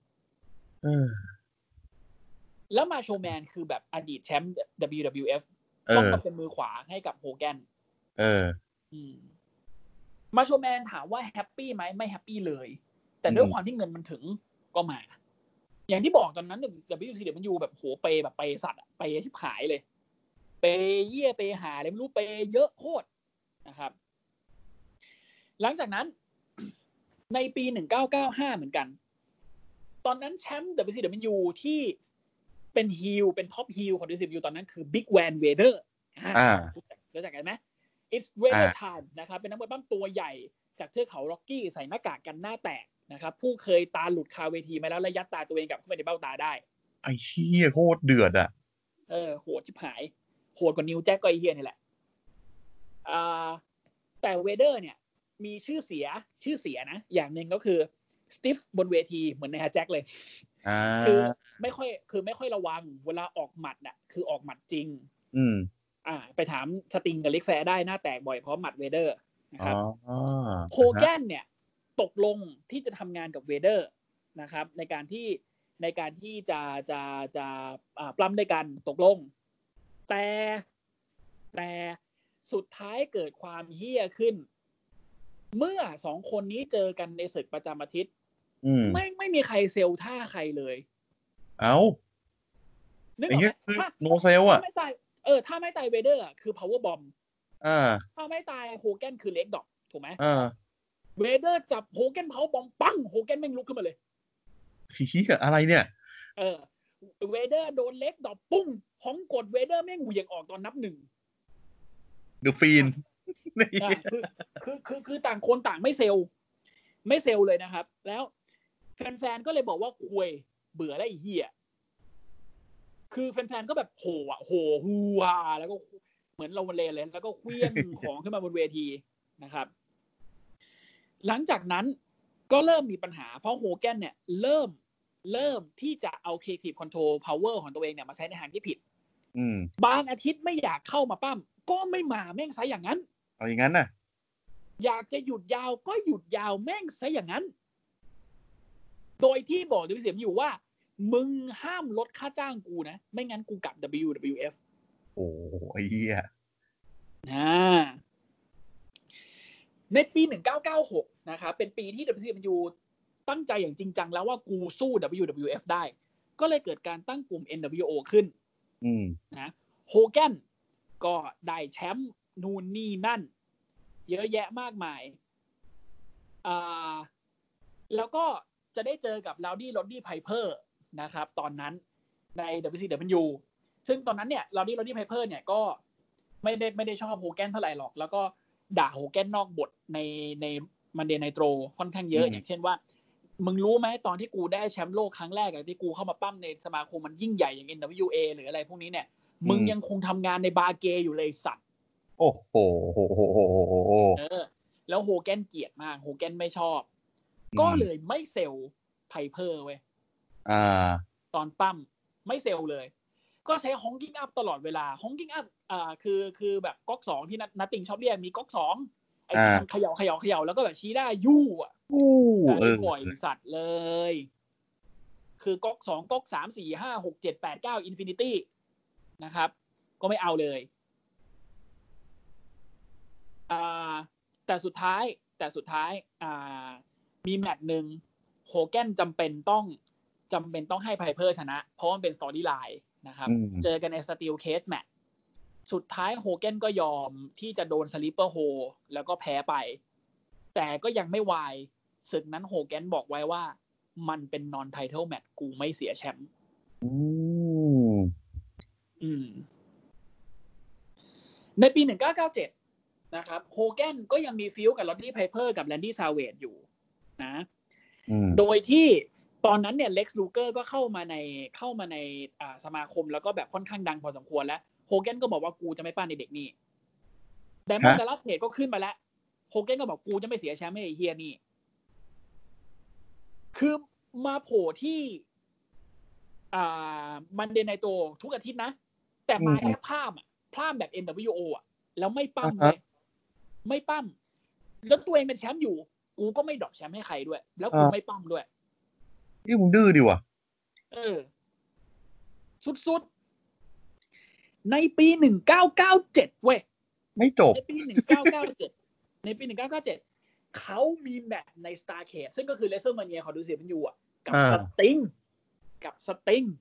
S3: แล้วมาโชแมนคือแบบอดีตแชมป์ ดับเบิลยู ดับเบิลยู เอฟ ต้องมาเป็นมือขวาให้กับโฮแกน
S2: เออ
S3: มาโชแมนถามว่าแฮปปี้ไหมไม่แฮปปี้เลยแต่ด้วยความที่เงินมันถึงก็มาอย่างที่บอกตอนนั้น ดับเบิลยู ซี ดับเบิลยู แบบโหเปแบบเปสัตว์อะเปชิบหายเลยเปเยี่ยเปหาอะไรไม่รู้เปเยอะโคตรนะครับหลังจากนั้นในปีหนึ่งพันเก้าร้อยเก้าสิบห้าเหมือนกันตอนนั้นแชมป์ ดับเบิลยู ซี ดับเบิลยู ที่เป็นฮีลเป็นท็อปฮีลของ ดับเบิลยู ซี ดับเบิลยู ตอนนั้นคือ Big Van Vader อ่ารู้จักกันไหม It's Vader Time นะครับเป็นนักมวยปั้มตัวใหญ่จากเทือกเขาร็อกกี้ใส่หน้ากากกันหน้าแตกนะครับผู้เคยตาหลุดคาเวทีมาแล้วและยัดตาตัวเองกลับเข้าไปในเบ้าตาได้
S2: ไอ้เหี้ยโคตรเดือดอ่ะ
S3: เออโหดชิบหายโหดกว่านิวแจ็คก็ไอ้เหี้ยนี่แหละอ่าแต่เวเดอร์เนี่ยมีชื่อเสียชื่อเสียนะอย่างหนึ่งก็คือสติฟบนเวทีเหมือนในฮาแจ็คเลยคือไม่ค่อยคือไม่ค่อยระวังเวลาออกหมัดน่ะคือออกหมัดจริง
S2: อืม
S3: อ่าไปถามสติงกับเล็กแฟร์ได้หน้าแตกบ่อยเพราะหมัดเวเดอร์นะครับโฮแกนเนี่ยตกลงที่จะทำงานกับเวเดอร์นะครับในการที่ในการที่จะจะจะอ่าปล้ำด้วยกันตกลงแต่แต่สุดท้ายเกิดความเหี้ยขึ้นเมื่อสองคนนี้เจอกันในศึกประจำอาทิตย์ไม่ไม่มีใครเซลท่าใครเลย
S2: เอ้า
S3: นึกออกไหม
S2: ถ้าโนเซลอ่ะ
S3: ไม่ตายเออถ้าไม่ตายเวเดอร์คือ power bomb
S2: อ่า
S3: ถ้าไม่ตายโฮแกนคือเล็กดอกถูกไหม
S2: อ่า
S3: เวเดอร์จับโฮแกน power bomb ปังโฮแกนแม่งลุกขึ้นมาเลย
S2: เหี้ยอะไรเนี่ย
S3: เออเวเดอร์โดนเล็กดอกปุ้งฮ้องกดเวเดอร์แม่งเหวี่ยงออกตอนนับหนึ่ง
S2: เดอะฟีน
S3: คือคือคือคือต่างคนต่างไม่เซลไม่เซลเลยนะครับแล้วแฟนๆก็เลยบอกว่าคุยเบื่อแล้วไอ้เหี้ยคือแฟนๆก็แบบโหอ่ะโหฮูฮาแล้วก็เหมือนเราเลนเลยแล้วก็เคลื่อนของขึ้นมาบนเวทีนะครับหลังจากนั้นก็เริ่มมีปัญหาเพราะโฮแกนเนี่ยเริ่มเริ่มที่จะเอา creative control power ของตัวเองเนี่ยมาใช้ในทางที่ผิดบางอาทิตย์ไม่อยากเข้ามาปั้มก็ไม่มาแม่งซะอย่างนั้น
S2: เอาอย่างนั้นน่ะ
S3: อยากจะหยุดยาวก็หยุดยาวแม่งซะอย่างนั้นโดยที่บอกดิวิเซียมอยู่ว่ามึงห้ามลดค่าจ้างกูนะไม่งั้นกูกลับ ดับเบิลยู ดับเบิลยู เอฟ
S2: โอ้ไอ้เหี้ย
S3: นะในปีหนึ่งพันเก้าร้อยเก้าสิบหกนะครับเป็นปีที่ ดับเบิลยู ซี ดับเบิลยู ตั้งใจอย่างจริงจังแล้วว่ากูสู้ ดับเบิลยู ดับเบิลยู เอฟ ได้ก็เลยเกิดการตั้งกลุ่ม เอ็น ดับเบิลยู โอ ขึ้นนะโฮแกนก็ได้แชมป์นู่นนี่นั่นเยอะแยะมากมายอ่าแล้วก็จะได้เจอกับลาวดี้ลอดดี้ไพเพอร์นะครับตอนนั้นใน ดับเบิลยู ซี ดับเบิลยู ซึ่งตอนนั้นเนี่ยลาวดี้ลอดดี้ไพเพอร์เนี่ยก็ไม่ได้ไม่ได้ชอบโฮแกนเท่าไหร่หรอกแล้วก็ด่าโฮแกนนอกบทในในมันเดย์ไนโตรค่อนข้างเยอะอย่างเช่นว่ามึงรู้ไหมตอนที่กูได้แชมป์โลกครั้งแรกอะที่กูเข้ามาปั้มในสมาคมมันยิ่งใหญ่อย่าง เอ็น ดับเบิลยู เอ หรืออะไรพวกนี้เนี่ยมึงยังคงทำงานในบาร์เกย์อยู่เลยสัตว์
S2: โอ้โห
S3: เออแล้วโฮแกนเกลียดมากโฮแกนไม่ชอบก็เลยไม่เซลไพเพอร์เว้ย
S2: อ่า
S3: ตอนปั้มไม่เซลเลยก็ใช้ฮองกิ้งอัพตลอดเวลาฮองกิ้งอัพอ่าคือคือแบบก๊อกสองที่นัตติงชอบเรียกมีก๊อกสองไอ้ที่มันเขย่าเขย่าเขย่าแล้วก็แบบชี้ได้ยู่อ่ะ
S2: อู้
S3: เออบ่อยสัตว์เลยคือก๊อกสองก๊อกสามสี่ห้าหกเจ็ดแปดเก้าอินฟินิตี้นะครับก็ไม่เอาเลยอ่าแต่สุดท้ายแต่สุดท้ายอ่ามีแมตช์นึงโฮแกนจำเป็นต้องจำเป็นต้องให้ไพเพอร์ชนะเพราะมันเป็นสตอรี่ไลน์นะครับเจอกันในสตีลเคจแมตช์สุดท้ายโฮเกนก็ยอมที่จะโดนสลิปเปอร์โฮแล้วก็แพ้ไปแต่ก็ยังไม่วายศึกนั้นโฮเกนบอกไว้ว่ามันเป็นนอนไทเทิลแมตช์กูไม่เสียแชมป์อืมอืมในปีหนึ่งพันเก้าร้อยเก้าสิบเจ็ดนะครับโฮแกนก็ยังมีฟิวกับลอดดี้ไพเพอร์กับแรนดี้ซาเวจอยู่นะโดยที่ตอนนั้นเนี่ยเล็กซ์ลูเกอร์ก็เข้ามาในเข้ามาในอ่าสมาคมแล้วก็แบบค่อนข้างดังพอสมควรแล้วโฮแกนก็บอกว่ากูจะไม่ปั้นในเด็กนี่ไดมอนด์ดัลลัสเพจก็ขึ้นมาแล้วโฮแกนก็บอกกูจะไม่เสียแชมป์ให้ไอ้เฮียนี่คือมาโผล่ที่อ่ามันเดย์ไนโตทุกอาทิตย์นะแต่มาแค่ภาพอ่ะภาพแบบ เอ็น ดับเบิลยู โอ อ่ะแล้วไม่ปั้มเลยไม่ปั้มแล้วตัวเองเป็นแชมป์อยู่กูก็ไม่ดรอปแชมป์ให้ใครด้วยแล้วกูไม่ปั้มด้วย
S2: นี่มึงดื้อดิวะ
S3: เออสุดๆในปีหนึ่งพันเก้าร้อยเก้าสิบเจ็ดเว้ย
S2: ไม่จบ
S3: ในปีหนึ่งพันเก้าร้อยเก้าสิบเจ็ดในปีหนึ่งพันเก้าร้อยเก้าสิบเจ็ดเขามีแมตช์ใน Starrcade ซึ่งก็คือ WrestleMania ของดูเซียพันยูอ่ะกับสติงกับสติง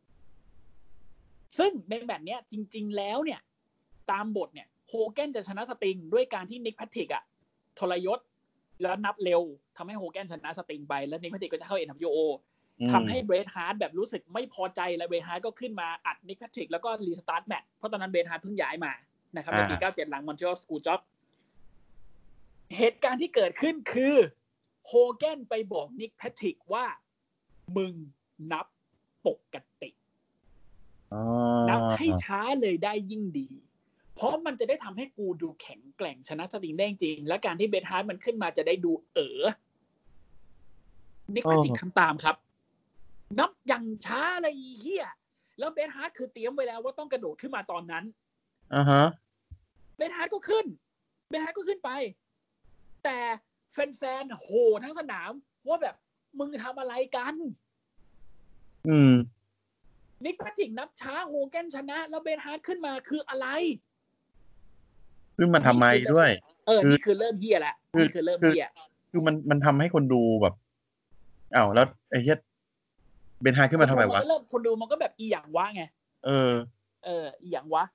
S3: ซึ่งในแมตช์เนี้ยจริงๆแล้วเนี่ยตามบทเนี่ยโฮแกนจะชนะสติงด้วยการที่นิกแพทริกอ่ะทรยศแล้วนับเร็วทำให้โฮแกนชนะสติงไปแล้วนิกแพทริกก็จะเข้า เอ็น ดับเบิลยู โอ ทำให้เบรทฮาร์ดแบบรู้สึกไม่พอใจและเบรทฮาร์ดก็ขึ้นมาอัดนิกแพทริกแล้วก็รีสตาร์ทแมตช์เพราะตอนนั้นเบรทฮาร์ดเพิ่งย้ายมานะครับในปีเก้าสิบเจ็ดหลังมอนทรีออลสกูลจ็อบเหตุการณ์ที่เกิดขึ้นคือโฮแกนไปบอกนิกแพทริกว่ามึงนับปกตินับให้ช้าเลยได้ยิ่งดีเพราะมันจะได้ทำให้กูดูแข็งแกร่งชนะสติงได้จริงและการที่เบธฮาร์ดมันขึ้นมาจะได้ดูเอ๋อนิกแพทริกทำตามครับนับอย่างช้าเลยอีเหี้ยแล้วเบธฮาร์ดคือเตรียมไว้แล้วว่าต้องกระโดดขึ้นมาตอนนั้น
S2: อ่าฮะ
S3: เบธฮาร์ดก็ขึ้นเบธฮาร์ดก็ขึ้นไปแต่แฟนๆโหทั้งสนามว่าแบบมึงทำอะไรกัน
S2: อืม
S3: นิกแพทริกนับช้าโฮแกนชนะแล้วเบธฮาร์ดขึ้นมาคืออะไร
S2: ขึ้นมาทำไมด้วย
S3: เออนี่คือเริ่มเหี้ยแล้วนี่คือเริ่มเหี้ย
S2: คือมันมันทำให้คนดูแบบอ้าวแล้วไอ้เหี้ยเบธฮาร์ดขึ้นมาทำไมวะ
S3: เริ่มคนดูมันก็แบบอีหยังวะไง
S2: เออ
S3: เอออีหยังวะ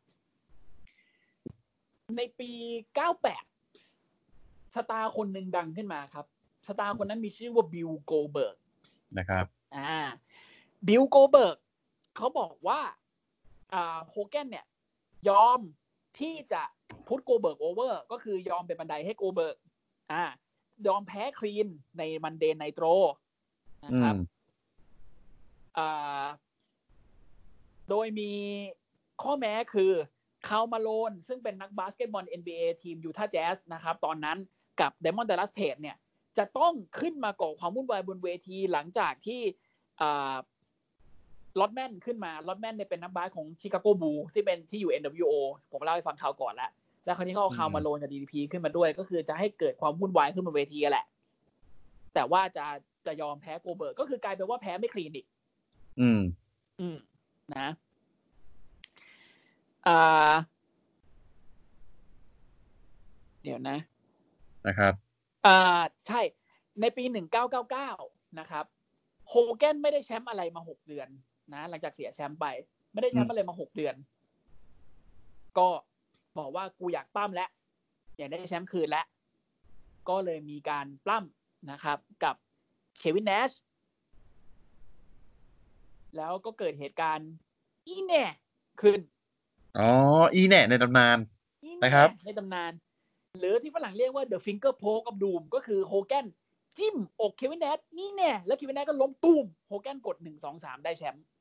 S3: ในปีเก้าสิบแปดสตาร์คนหนึ่งดังขึ้นมาครับสตาร์คนนั้นมีชื่อว่าบิลโกเบิร์ก
S2: นะครับ
S3: อ่าบิลโกเบิร์กเขาบอกว่าอ่าโฮแกนเนี่ยยอมที่จะพุทโกเบิร์กโอเวอร์ก็คือยอมเป็นบันไดให้โกเบิร์กอ่ายอมแพ้คลีนในมันเดย์ไนโตรนะครับอ่าโดยมีข้อแม้คือคาร์ลมาโลนซึ่งเป็นนักบาสเกตบอล เอ็น บี เอ ทีมยูทาห์แจ๊สนะครับตอนนั้นกับไดมอนด์ดัลลัสเพจเนี่ยจะต้องขึ้นมาก่อความวุ่นวายบนเวทีหลังจากที่อ่าลอตแมนขึ้นมาลอตแมนเนี่ยเป็นนักบาสของชิคาโกบูลส์ที่เป็นที่อยู่ เอ็น ดับเบิลยู โอ ผมเล่าให้ฟังข่าวก่อนแล้วแล้วคราวนี้เขาเอาคาร์ลมาโลนกับ ดี ดี พี ขึ้นมาด้วยก็คือจะให้เกิดความวุ่นวายขึ้นบนเวทีแหละแต่ว่าจะจะยอมแพ้โกเบิร์กก็คือกลายเป็นว่าแพ้ไม่คลีนอีก
S2: อืม
S3: อืมนะอ่าเดี๋ยวนะ
S2: นะครับ
S3: อ่าใช่ในปีหนึ่งพันเก้าร้อยเก้าสิบเก้านะครับโฮแกนไม่ได้แชมป์อะไรมาหกเดือนนะหลังจากเสียแชมป์ไปไม่ได้แชมป์อะไรมาหกเดือนก็บอกว่ากูอยากปั้มแล้วอยากได้แชมป์คืนแล้วก็เลยมีการปล้ำนะครับกับเควินเนชแล้วก็เกิดเหตุการณ์อีแน่ขึ้น
S2: อ๋ออีแน่ในตำนานนะครับ
S3: ในตำนานหรือที่ฝรั่งเรียกว่า the finger poke of doom ก็คือโฮแกนจิ้มอกเควินเนชนี่แน่แล้วเควินเนชก็ล้มตูมโฮแกนกดหนึ่ง สอง สามได้แชมป์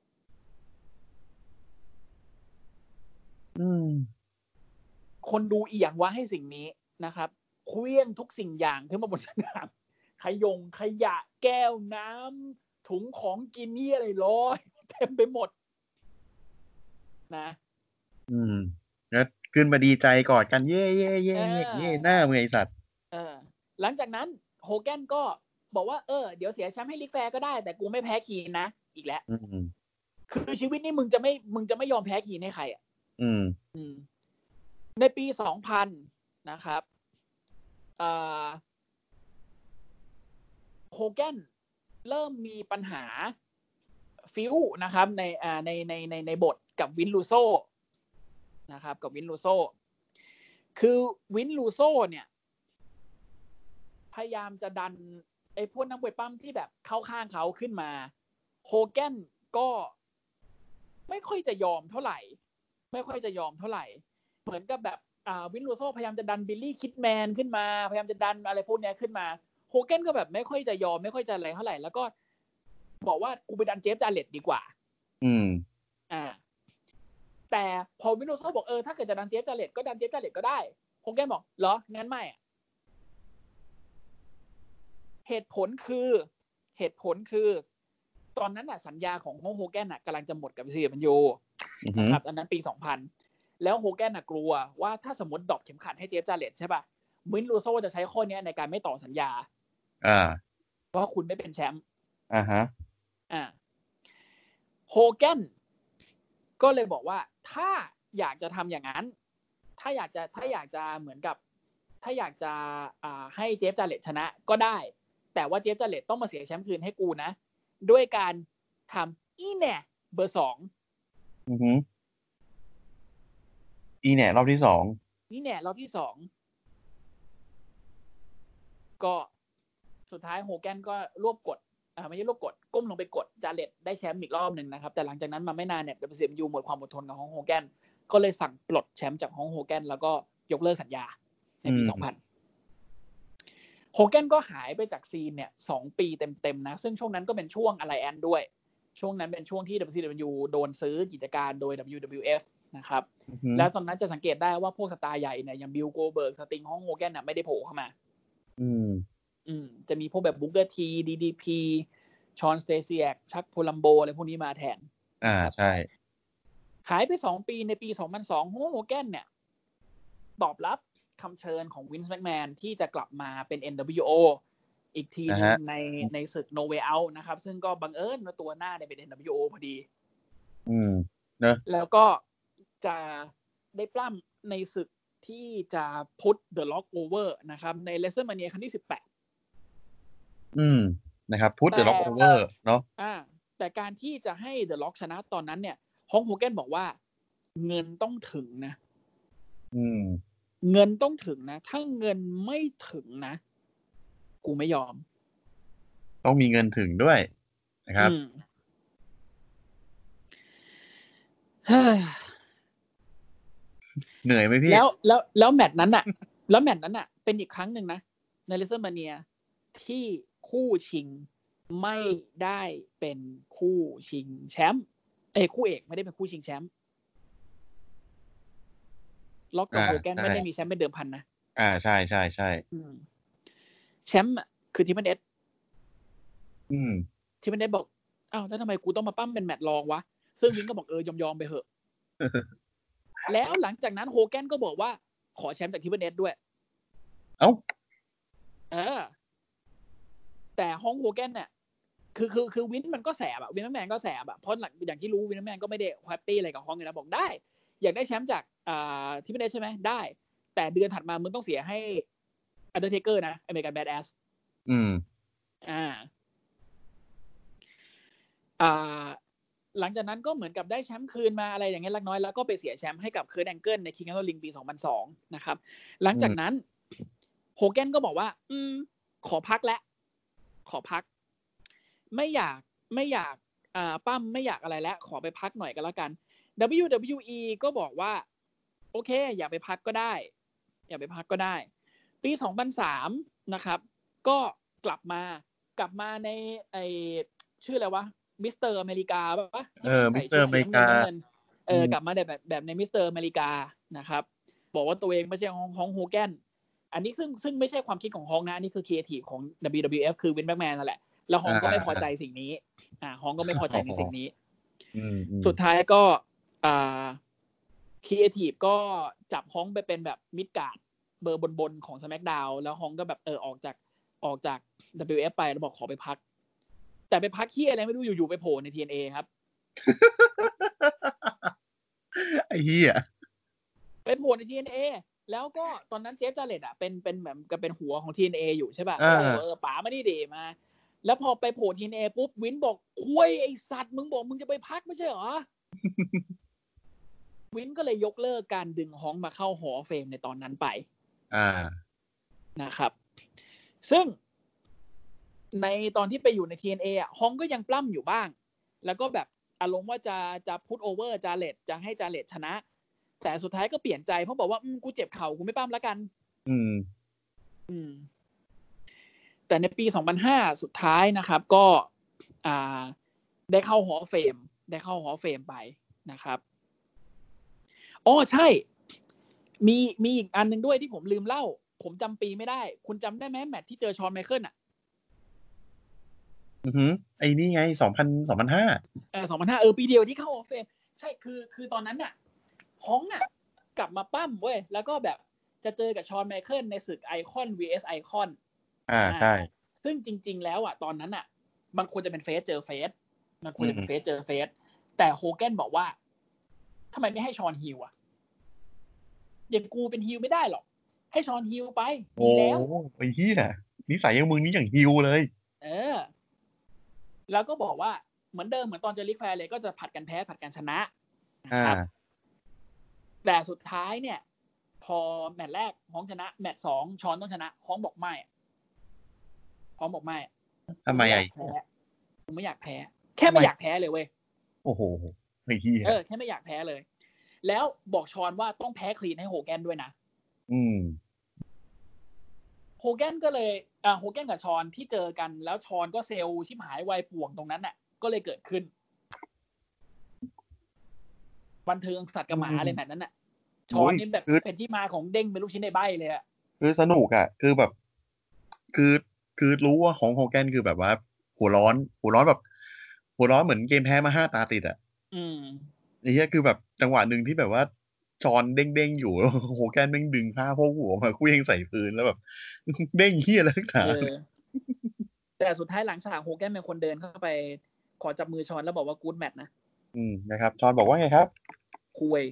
S2: อืม
S3: คนดูอีหยังวะให้สิ่งนี้นะครับเคลื่อนทุกสิ่งอย่างขึ้นมาบนสนามขยงขยะแก้วน้ำถุงของกินนี่อะไรลอยเต็มไปหมดนะ
S2: อืมแล้วขึ้นมาดีใจกอดกันเย่เย่เย่เย่หน้ามึงไอ้สัตว์
S3: เออหลังจากนั้นโฮแกนก็บอกว่าเออเดี๋ยวเสียแชมป์ให้ลิกแฟร์ก็ได้แต่กูไม่แพ้คีนนะอีกแล้วคือชีวิตนี้มึงจะไม่มึงจะไม่ยอมแพ้คีนให้ใครอ่ะ
S2: อืม
S3: อืมในปีสองพันนะครับอ่าโฮแกนเริ่มมีปัญหาฟิลนะครับในอ่าในในในในบทกับวินลูโซนะครับกับวินลูโซคือวินลูโซเนี่ยพยายามจะดันไอ้พวกนักมวยปั้มที่แบบเข้าข้างเขาขึ้นมาโฮแกนก็ไม่ค่อยจะยอมเท่าไหร่ไม่ค่อยจะยอมเท่าไหร่เหมือนกับแบบอ่าวินลูโซพยายามจะดันบิลลี่คิดแมนขึ้นมาพยายามจะดันอะไรพวกนี้ขึ้นมาโฮแกนก็แบบไม่ค่อยจะยอมไม่ค่อยจะอะไรเท่าไหร่แล้วก็บอกว่ากูไปดันเจฟจาเลตดีกว่า
S2: อืม
S3: อ่าแต่พอวินลูโซบอกเออถ้าเกิดจะดันเจฟจาเลตก็ดันเจฟจาเลตก็ได้โฮแกนบอกเหรองั้นไม่เหตุผลคือเหตุผลคือตอนนั้นน่ะสัญญาของโฮแกนน่ะกำลังจะหมดกับ ซี ดับเบิลยู นะครับอันนั้นปีสองพันแล้วโฮแกนน่ะกลัวว่าถ้าสมมติดรอปเข็มขัดให้เจฟจาเลตใช่ป่ะวินลูโซจะใช้ข้อนี้ในการไม่ต่อสัญญา
S2: อ่า
S3: เพราะคุณไม่เป็นแชมป์
S2: อ่าฮะ
S3: อ่าโฮแกนก็เลยบอกว่าถ้าอยากจะทำอย่างนั้นถ้าอยากจะถ้าอยากจะเหมือนกับถ้าอยากจะอ่าให้เจฟจาเลตชนะก็ได้แต่ว่าเจฟจาเลตต้องมาเสียแชมป์คืนให้กูนะด้วยการทำอีแหน่เบอร์สอง
S2: อือฮึอีแหน่รอบที่สอง
S3: อีแหน่รอบที่สองก็สุดท้ายโฮแกนก็รวบกดอ่าไม่ใช่รวบกดก้มลงไปกดจาเลตได้แชมป์อีกรอบหนึ่งนะครับแต่หลังจากนั้นมาไม่นานเนี่ย ดับเบิลยู ซี ดับเบิลยู หมดความอดทนกับฮองโฮแกนก็เลยสั่งปลดแชมป์จากฮองโฮแกนแล้วก็ยกเลิกสัญญาในปีสองพันโฮแกนก็หายไปจากซีนเนี่ยสองปีเต็มๆนะซึ่งช่วงนั้นก็เป็นช่วงอะไรแอนด้วยช่วงนั้นเป็นช่วงที่ ดับเบิลยู ซี ดับเบิลยู โดนซื้อกิจการโดย ดับเบิลยู ดับเบิลยู เอฟ นะครับแล้วตอนนั้นจะสังเกตได้ว่าพวกสตาร์ใหญ่เนี่ยอย่างบิลโกลเบิร์กสติงฮองโฮแกนน่ะไม่ได้โผล่เข้ามา
S2: อืม
S3: อืมจะมีพวกแบบบุ๊กเกอร์ที ดี ดี พี ชอนสเตเซียกชักโพลัมโบอะไรพวกนี้มาแทน
S2: อ่าใช่
S3: หายไปสองปีในปีสองพันสองโฮแกนเนี่ยตอบรับคำเชิญของวินส์แม็กแมนที่จะกลับมาเป็น เอ็น ดับเบิลยู โอ อีกทีนึงในในศึก No Way Out นะครับซึ่งก็บังเอิญว่าตัวหน้าเนี่ยเป็น เอ็น ดับเบิลยู โอ พอดี
S2: อืมเนอะ
S3: แล้วก็จะได้ปล้ำในศึกที่จะพุท The Rock Over นะครับใน WrestleMania ครั้งที่สิบแปด
S2: อืมนะครับพุท The Rock Over เนาะ
S3: อ่าแต่การที่จะให้ The Rock ชนะตอนนั้นเนี่ยฮองโฮแกนบอกว่าเงินต้องถึงนะ
S2: อืม
S3: เงินต้องถึงนะถ้าเงินไม่ถึงนะกูไม่ยอม
S2: ต้องมีเงินถึงด้วยนะครับเหนื่อยไหมพี่
S3: แล้วแล้วแล้วแมตช์นั้นน่ะแล้วแมตช์นั้นน่ะเป็นอีกครั้งหนึ่งนะใน WrestleMania ที่คู่ชิงไม่ได้เป็นคู่ชิงแชมป์เอ้ยคู่เอกไม่ได้เป็นคู่ชิงแชมป์ล็อกกับโฮแกนไม่ได้มีแชมป์เป็นเดิมพันนะ
S2: อ่าใช่ใช่ใช่
S3: แชมป์คือทีมเอส
S2: อืม
S3: ทีมเอสบอกอ้าวแล้วทำไมกูต้องมาปั้มเป็นแมตช์รองวะซึ่งวินก็บอกเออยอมๆไปเหอะแล้วหลังจากนั้นโฮแกนก็บอกว่าขอแชมป์จากทีมเอสด้วย
S2: เอ้า
S3: เออแต่ฮองโฮแกนเนี่ยคือคือคือวินมันก็แสบอะวินแมนก็แสบอะเพราะหลังอย่างที่รู้วินแมนก็ไม่ได้แฮปปี้อะไรกับฮองเลยนะบอกได้อยากได้แชมป์จากอ่าทีมเอสใช่ไหมได้แต่เดือนถัดมามึงต้องเสียให้อันเดอร์เทเกอร์นะอเมริกันแบดแอส
S2: อืม
S3: อ่าอ่าหลังจากนั้นก็เหมือนกับได้แชมป์คืนมาอะไรอย่างเงี้ยเล็กน้อยแล้วก็ไปเสียแชมป์ให้กับเคิร์ทแองเกิลในคิงออฟลิงปีสองพันสองนะครับหลังจากนั้นโฮแกนก็บอกว่าอืมขอพักแล้วขอพักไม่อยากไม่อยากอ่าปั้มไม่อยากอะไรแล้วขอไปพักหน่อยก็แล้วกัน ดับเบิลยู ดับเบิลยู อี ก็บอกว่าโอเคอยากไปพักก็ได้อยากไปพักก็ได้ปีสองพันสามนะครับก็กลับมากลับมาในไอชื่ออะไรวะมิสเตอร์อเมริกาป่ะ
S2: เออมิสเตอร์อเมริกา
S3: เออกลับมาแบบแบบในมิสเตอร์อเมริกานะครับบอกว่าตัวเองไม่ใช่ของของโฮแกนอันนี้ซึ่งซึ่งไม่ใช่ความคิดของฮองนะนี่คือครีเอทีฟของ ดับเบิลยู ดับเบิลยู เอฟ คือวินแม็กแมนนั่นแหละแล้วฮองก็ไม่พอใจสิ่งนี้อ่าฮองก็ไม่พอใจในสิ่งนี้สุดท้ายก็อ่าครีเอทีฟก็จับฮองไปเป็นแบบมิดการ์ดเบอร์บนๆของ SmackDown แล้วฮองก็แบบเออออกจากออกจาก ดับเบิลยู เอฟ ไปแล้วบอกขอไปพักแต่ไปพักที่อะไรไม่รู้อยู่ๆไปโผล่ใน ที เอ็น เอ ครับ
S2: ไอ้เหี้ย
S3: ไปโผล่ใน ที เอ็น เอ แล้วก็ตอนนั้นเจฟจาเลตอ่ะเป็นเป็นแบบก็เป็นหัวของ ที เอ็น เอ อยู่ใช่ป่ะเออป๋ามานี่ดิมาแล้วพอไปโผล่ทีเอปุ๊บวินบอกคุยไอ้สัตว์มึงบอกมึงจะไปพักไม่ใช่เหรอ วินก็เลยยกเลิกการดึงฮองมาเข้าหอเฟมในตอนนั้นไป
S2: อ่า
S3: นะครับซึ่งในตอนที่ไปอยู่ใน ที เอ็น เอ อ่ะฮองก็ยังปล้ำอยู่บ้างแล้วก็แบบอารมณ์ว่าจะจะพุทโอเวอร์จาเลตจะให้จาเลตชนะแต่สุดท้ายก็เปลี่ยนใจเพราะบอกว่าอืมกูเจ็บเข่ากูไม่ปล้ำแล้วกัน
S2: อืม
S3: อืมแต่ในปีสองพันห้าสุดท้ายนะครับก็อ่าได้เข้าหอเฟมได้เข้าหอเฟมไปนะครับอ๋อใช่มีมีอีกอันนึงด้วยที่ผมลืมเล่าผมจำปีไม่ได้คุณจำได้ไหมแมตช์ที่เจอชอนไมเคิลอ่ะ
S2: อือหือไอ้นี่ไงสองพันสองพันห้า
S3: เออสองพันห้าเออปีเดียวที่เข้าหอเฟมใช่คือคือตอนนั้นน่ะฮองอ่ะกลับมาปั้มเว้ยแล้วก็แบบจะเจอกับชอนไมเคิลในศึกไอคอน วี เอส ไอคอน
S2: อ่าใช่
S3: ซึ่งจริงๆแล้วอ่ะตอนนั้นอ่ะมันควรจะเป็นเฟสเจอเฟสมันควรจะเป็นเฟสเจอเฟสแต่โฮแกนบอกว่าทำไมไม่ให้ชอนฮิลอ่ะอย่างกูเป็นฮิลไม่ได้หรอกให้ชอนฮิลไปดีแล้ว
S2: โอ้ไอ้เหี้ยนิสัยอย่างมึงนี่อย่างฮิลเลย
S3: เออแล้วก็บอกว่าเหมือนเดิมเหมือนตอนเจอริกแฟร์เลยก็จะผัดกันแพ้ผัดกันชนะนะครับแต่สุดท้ายเนี่ยพอแมตช์แรกฮ้องชนะแมตช์สองชอนต้องชนะฮ้องบอกไม่ฮ้องบอกไม่
S2: ทำไมไอ้
S3: ผมไม่อยากแพ้แค่ไม่อยากแพ้เลยเว้ย
S2: โอ้โหไอ้เหี้ย
S3: เออแค่ไม่อยากแพ้เลยแล้วบอกชอนว่าต้องแพ้คลีนให้โฮแกนด้วยนะ
S2: อืม
S3: โฮแกนก็เลยอ่าโฮแกนกับชอนที่เจอกันแล้วชอนก็เซลล์ชิบหายวายป่วงตรงนั้นน่ะก็เลยเกิดขึ้นบันเทิงสัตว์กับหมาเลยแบบนั้นน่ะชอนนี่แบบเป็นที่มาของเด้งเป็นลูกชิ้นในใบเลยอ่ะ
S2: คือสนุกอ่ะคือแบบคือคือรู้ว่าของโฮแกนคือแบบว่าหัวร้อนหัวร้อนแบบหัวร้อนเหมือนเกมแพ้มาห้าตาติดอ่ะ
S3: อืม
S2: ไอ้เหี้ยคือแบบจังหวะหนึ่งที่แบบว่าจอนเด้งๆอยู่แล้วโฮแกนแม่งดึงผ้าพวกหัวมาคุยงใส่พื้นแล้วแบบเด้งเหี้ยแล้วหนา
S3: แต่สุดท้ายหลังฉากโฮแกนเป็นคนเดินเข้าไปขอจับมือชอนแล้วบอกว่ากู๊ดแมทนะ
S2: อืมนะครับชอนบอกว่าไงครับ
S3: คุย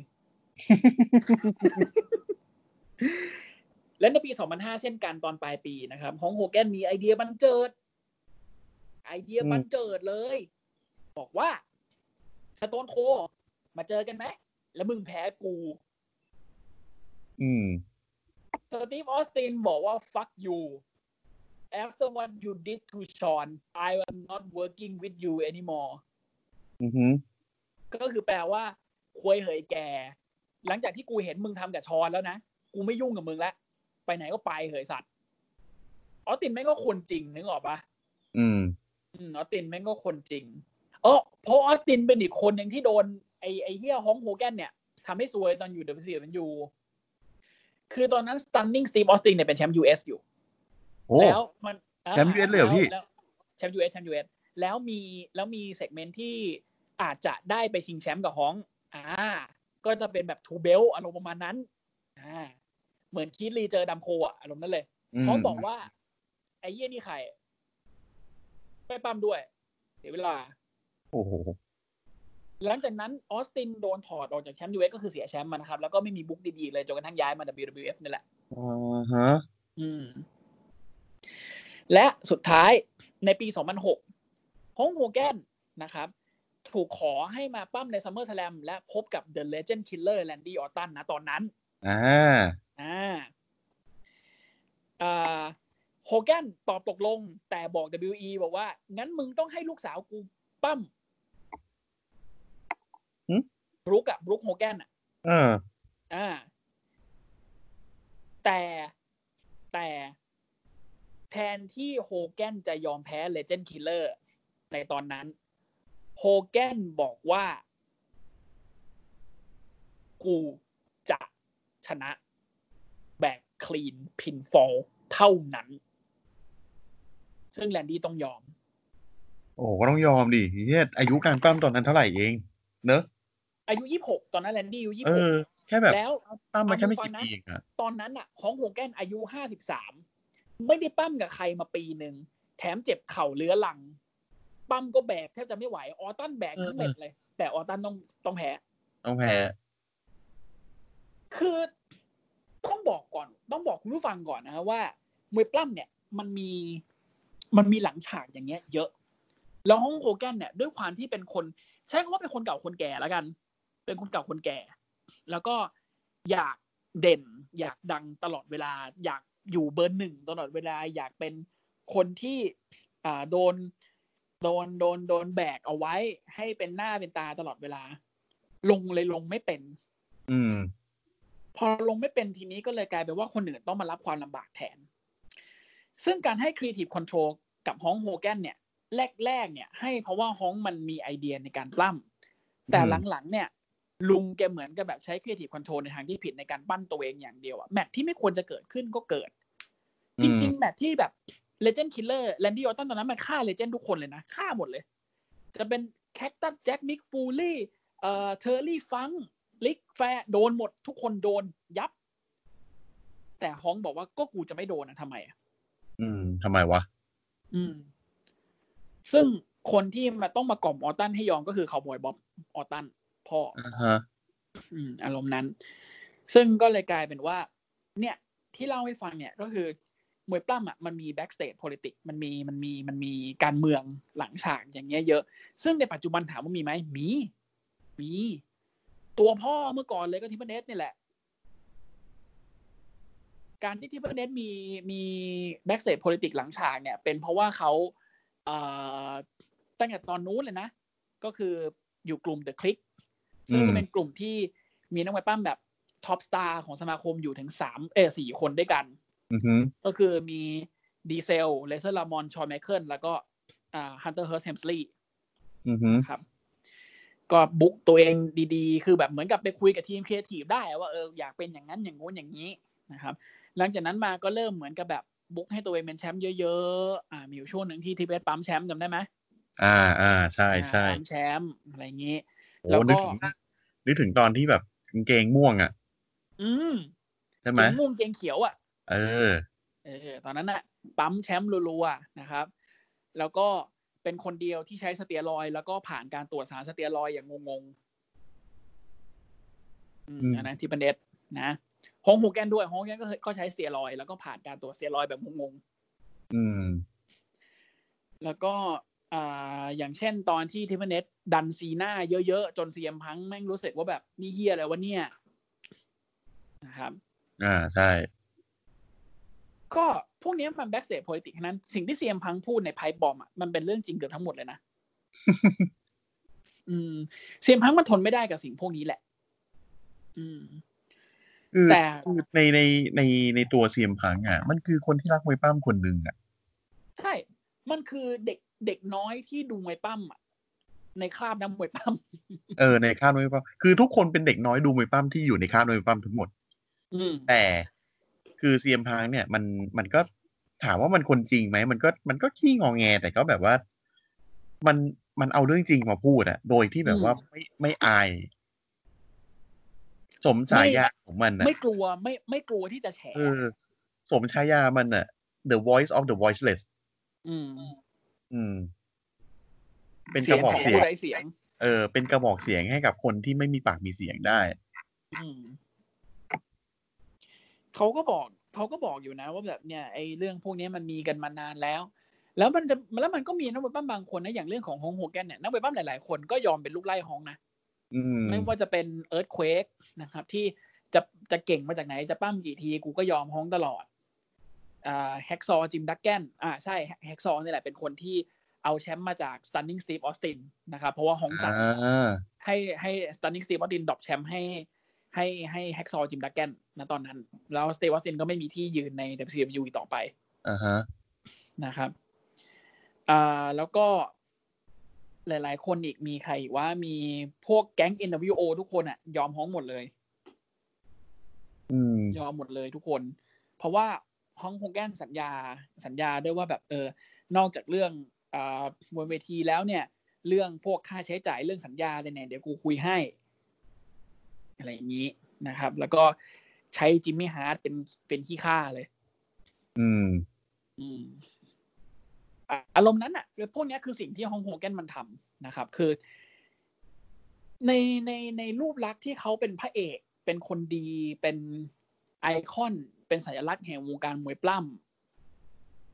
S3: และในปีสองพันห้าเช่นกันตอนปลายปีนะครับฮองโฮแกนมีไอเดียบันเจิดไอเดียบันเจิดเลยบอกว่าสโตนโคมาเจอกันไหมแล้วมึงแพ้กู
S2: อืม
S3: สตีฟออสตินบอกว่า fuck you after what you did to Sean I am not working with you anymore
S2: อือฮึ
S3: ก็คือแปลว่าควยเหยแกหลังจากที่กูเห็นมึงทำกับชอนแล้วนะกูไม่ยุ่งกับมึงแล้วไปไหนก็ไปเหยสัตว์ออสตินแม่งก็คนจริงนึกออกปะ
S2: อืม
S3: อืมออสตินแม่งก็คนจริงเออเพราะออสตินเป็นอีกคนหนึ่งที่โดนไอ้ไอ้เหี้ยฮองโฮแกนเนี่ยทำให้ซวยตอนอยู่ ดับเบิลยู ซี ดับเบิลยู คือตอนนั้น Stunning Steve Austin เนี่ยเป็นแชมป์ ยู เอส อยู่แล้วมัน
S2: แชมป์ ยู เอส เลยเหรอพี่
S3: แชมป์ ยู เอส แชมป์ ยู เอส แล้วมีแล้วมีเซกเมนต์ที่อาจจะได้ไปชิงแชมป์กับฮองอ่าก็จะเป็นแบบทูเบลอารมณ์ประมาณนั้นอ่าเหมือนคีธลีเจอดัมโคอ่ะอารมณ์นั้นเลยเขาบอกว่าไอ้เหี้ยนี่ใครไปปั้มด้วยเสียเวลา
S2: โอ้โห
S3: หลังจากนั้นออสตินโดนถอดออกจากแชมป์ ยู เอส ก็คือเสียแชมป์มานะครับแล้วก็ไม่มีบุ๊กดีๆเลยจนกระทั่งย้ายมา ดับเบิลยู ดับเบิลยู เอฟ นี่แหละ
S2: อ่าฮะ
S3: อืมและสุดท้ายในปีสองพันหกฮองโฮแกนนะครับถูกขอให้มาปั้มใน SummerSlam และพบกับ The Legend Killer Randy Orton นะตอนนั้น
S2: อ่า
S3: อ่าอ่าโฮแกนตอบตกลงแต่บอก ดับเบิลยู อี บอกว่างั้นมึงต้องให้ลูกสาวกูปั้มบรู๊คอะบรู๊คโฮแกนอะ
S2: อ่า
S3: อ่าแต่แต่แทนที่โฮแกนจะยอมแพ้ Legend Killer ในตอนนั้นโฮแกนบอกว่ากูจะชนะแบบคลีนพินฟอลเท่านั้นซึ่งแลนดี้ต้องยอม
S2: โอ้ก็ต้องยอมดิเฮียอายุการปั้มตอนนั้นเท่าไหร่เองเนอะ
S3: อายุยี่สิบหกตอนนั้นแลนดี้อายุยี่
S2: สิบหกเออแค่แบบ
S3: แล้ว
S2: ปั้มมาแค่ไม่กี่ปีอ่ะ
S3: ตอนนั้นอ่ะฮองโฮแกนอายุห้าสิบสามไม่ได้ปั้มกับใครมาปีนึงแถมเจ็บเข่าเรื้อรังปั้มก็แบกแทบจะไม่ไหวออตันแบกทั้งเม็ดเลยแต่ออตันต้องต้องแพ้
S2: ต้องแพ้
S3: คือต้องบอกก่อนต้องบอกคุณผู้ฟังก่อนนะฮะว่ามวยปล้ำเนี่ยมันมีมันมีหลังฉากอย่างเงี้ยเยอะแล้วฮองโฮแกนเนี่ยด้วยความที่เป็นคนใช้คำว่าเป็นคนเก่าคนแก่แล้วกันเป็นคนเก่าคนแก่แล้วก็อยากเด่นอยากดังตลอดเวลาอยากอยู่เบอร์หนึ่งตลอดเวลาอยากเป็นคนที่อ่าโดนโดนโดนโดนแบกเอาไว้ให้เป็นหน้าเป็นตาตลอดเวลาลงเลยลงไม่เป็น
S2: อืม
S3: พอลงไม่เป็นทีนี้ก็เลยกลายเป็นว่าคนอื่นต้องมารับความลำบากแทนซึ่งการให้ Creative Control กับฮองโฮแกนเนี่ยแรกๆเนี่ยให้เพราะว่าฮองมันมีไอเดียในการปล้ำแต่หลังๆเนี่ยลุงแกเหมือนกับแบบใช้ Creative Control ในทางที่ผิดในการปั้นตัวเองอย่างเดียวอะแมตช์ที่ไม่ควรจะเกิดขึ้นก็เกิดจริงๆแมตช์ที่แบบ Legend Killer แลนดี้ออตตันตอนนั้นมันฆ่า Legend ทุกคนเลยนะฆ่าหมดเลยจะเป็นแคคตัสแจ็คมิกฟูลี่เอ่อเทอร์รี่ฟังลิกแฟร์โดนหมดทุกคนโดนยับแต่ฮองบอกว่าก็กูจะไม่โดนนะทำไมอ่ะ
S2: อืมทำไมวะ
S3: อืมซึ่งคนที่มาต้องมากล่อมออตันให้ยอมก็คือคาวบอยบ๊อบออตันพ่ออ่าฮะอืมอารมณ์นั้นซึ่งก็เลยกลายเป็นว่าเนี่ยที่เล่าให้ฟังเนี่ยก็คือมวยปล้ำอ่ะมันมี backstage politics มันมีมันมีมันมีการเมืองหลังฉากอย่างเงี้ยเยอะซึ่งในปัจจุบันถามว่ามีไหมมีมีตัวพ่อเมื่อก่อนเลยก็ทิปเปอร์เนสนี่แหละการที่ทิปเปอร์เนสมีมี backstage politics หลังฉากเนี่ยเป็นเพราะว่าเขาเอ่อตั้งแต่ตอนนู้นเลยนะก็คืออยู่กลุ่ม The Click ซึ่งเป็นกลุ่มที่มีนักมวยปล้ำแบบท็อปสตาร์ของสมาคมอยู่ถึงสามเอ่อสี่คนด้วยกันก็คือมีดีเซลเลเซอร์ลามอนชอนไมเคิลแล้วก็อ่าฮันเตอร์เฮิร์สแฮมสลีย์ครับก็บุ๊กตัวเองดีๆคือแบบเหมือนกับไปคุยกับทีมครีเอทีฟได้ว่าเอออยากเป็นอย่างนั้นอย่างงู้นอย่างนี้นะครับหลังจากนั้นมาก็เริ่มเหมือนกับแบบบุ๊กให้ตัวเองเป็นแชมป์เยอะๆอ่ามีอยู่ช่วงหนึ่งที่ทีเบสปั๊มแชมป์จำได้ไหม
S2: อ่าอ่าใช่ใช่
S3: ปั๊มแชมป์อะไรอย่างนี้แล้วก็
S2: นึกถึงตอนที่แบบกางเกงม่วงอ่ะ
S3: อืม
S2: ใช่ไหม
S3: เกงม่วงเกงเขียวอ่ะ
S2: เออ
S3: เออตอนนั้นน่ะปั๊มแชมป์รัวๆนะครับแล้วก็เป็นคนเดียวที่ใช้สเตียรอยด์แล้วก็ผ่านการตรวจสารสเตียรอยด์อย่างงงๆอืมอันนั้นที่เป็นเด็ดนะฮองโฮแกนด้วยฮองโฮแกนก็ก็ใช้สเตียรอยด์แล้วก็ผ่านการตรวจสเตียรอยด์แบบงงๆอืมแล้วก็อ่าอย่างเช่นตอนที่ทิปเปอร์เน็ตดันซีน่าเยอะๆจน ซี เอ็ม Punk แม่งรู้สึกว่าแบบนี่เหี้ยอะไรวะเนี่ยนะครับ
S2: อ่าใช่
S3: ก็พวกนี้มัน backstage politics นั้นสิ่งที่ ซี เอ็ม Punk พูดใน Pipe Bomb อ่ะมันเป็นเรื่องจริงเกือบทั้งหมดเลยนะ อืม ซี เอ็ม Punk มันทนไม่ได้กับสิ่งพวกนี้แหละอืม
S2: แต่ในในในในตัว ซี เอ็ม Punk อ่ะมันคือคนที่รักมวยปั้มคนนึงอ่ะ
S3: ใช่มันคือเด็กเด็กน้อยที่ดูมวยปั้มอ่ะในคราบน้ำมวยปั้ม
S2: เออในคราบมวยปั้มคือทุกคนเป็นเด็กน้อยดูมวยปั้มที่อยู่ในคราบมวยปั้มทั้งหมดแต่คือ ซี เอ็ม Punk เนี่ยมันมันก็ถามว่ามันคนจริงไหมมันก็มันก็ขี้งอแงแต่ก็แบบว่ามันมันเอาเรื่องจริงมาพูดอะโดยที่แบบว่าไม่ไม่อายสมฉายาของมัน
S3: นะไม่กลัวไม่ไม่กลัวที่จะแฉ
S2: เออสมฉายามันอะ The Voice of the Voiceless
S3: อืม
S2: อืมเป็นกระบอกเสี
S3: ยง
S2: เออเป็นกระบอกเสียงให้กับคนที่ไม่มีปากมีเสียงได้
S3: อืมเขาก็บอกเขาก็บอกอยู่นะว่าแบบเนี่ยไอ้เรื่องพวกนี้มันมีกันมานานแล้วแล้วมันจะแล้วมันก็มีนักมวยปั้มบางคนนะอย่างเรื่องของฮองโฮแกนเนี่ยนักมวยปั้มหลายๆคนก็ยอมเป็นลูกไล่ฮองนะไม่ว่าจะเป็นเอิร์ธเควกนะครับที่จะจะเก่งมาจากไหนจะปั้มกี่ทีกูก็ยอมฮองตลอดอ่าแฮกซอจิมดักแกนอ่าใช่แฮกซอนี่แหละเป็นคนที่เอาแชมป์มาจาก Stunning Steve Austin นะครับเพราะว่าฮองสั่งให้ให้ Stunning Steve Austin ดรอปแชมป์ให้ให้ให้แฮกซอจิมดักแกนนะตอนนั้นแล้ว Steve Austin ก็ไม่มีที่ยืนใน ดับเบิลยู ซี ดับเบิลยู อี ต่อไปอ่าฮะนะครับอ่าแล้วก็หลายๆคนอีกมีใครว่ามีพวกแก๊ง เอ็น ดับเบิลยู โอ ทุกคนอ่ะยอมฮ้องหมดเลยอืมยอมหมดเลยทุกคนเพราะว่าฮองโฮแกนสัญญาสัญญาด้วยว่าแบบเออนอกจากเรื่องอ่าบนเวทีแล้วเนี่ยเรื่องพวกค่าใช้จ่ายเรื่องสัญญาอะไรเนี่ยเดี๋ยวกูคุยให้อะไรอย่างนี้นะครับแล้วก็ใช้จิมมี่ฮาร์ทเป็นเป็นขี้ข้าเลยอืมอืมอารมณ์นั้นอ่ะพวกนี้คือสิ่งที่ฮองโฮแกนมันทำนะครับคือในในในรูปลักษณ์ที่เขาเป็นพระเอกเป็นคนดีเป็นไอคอนเป็นสัญลักษณ์แห่งวงการมวยปล้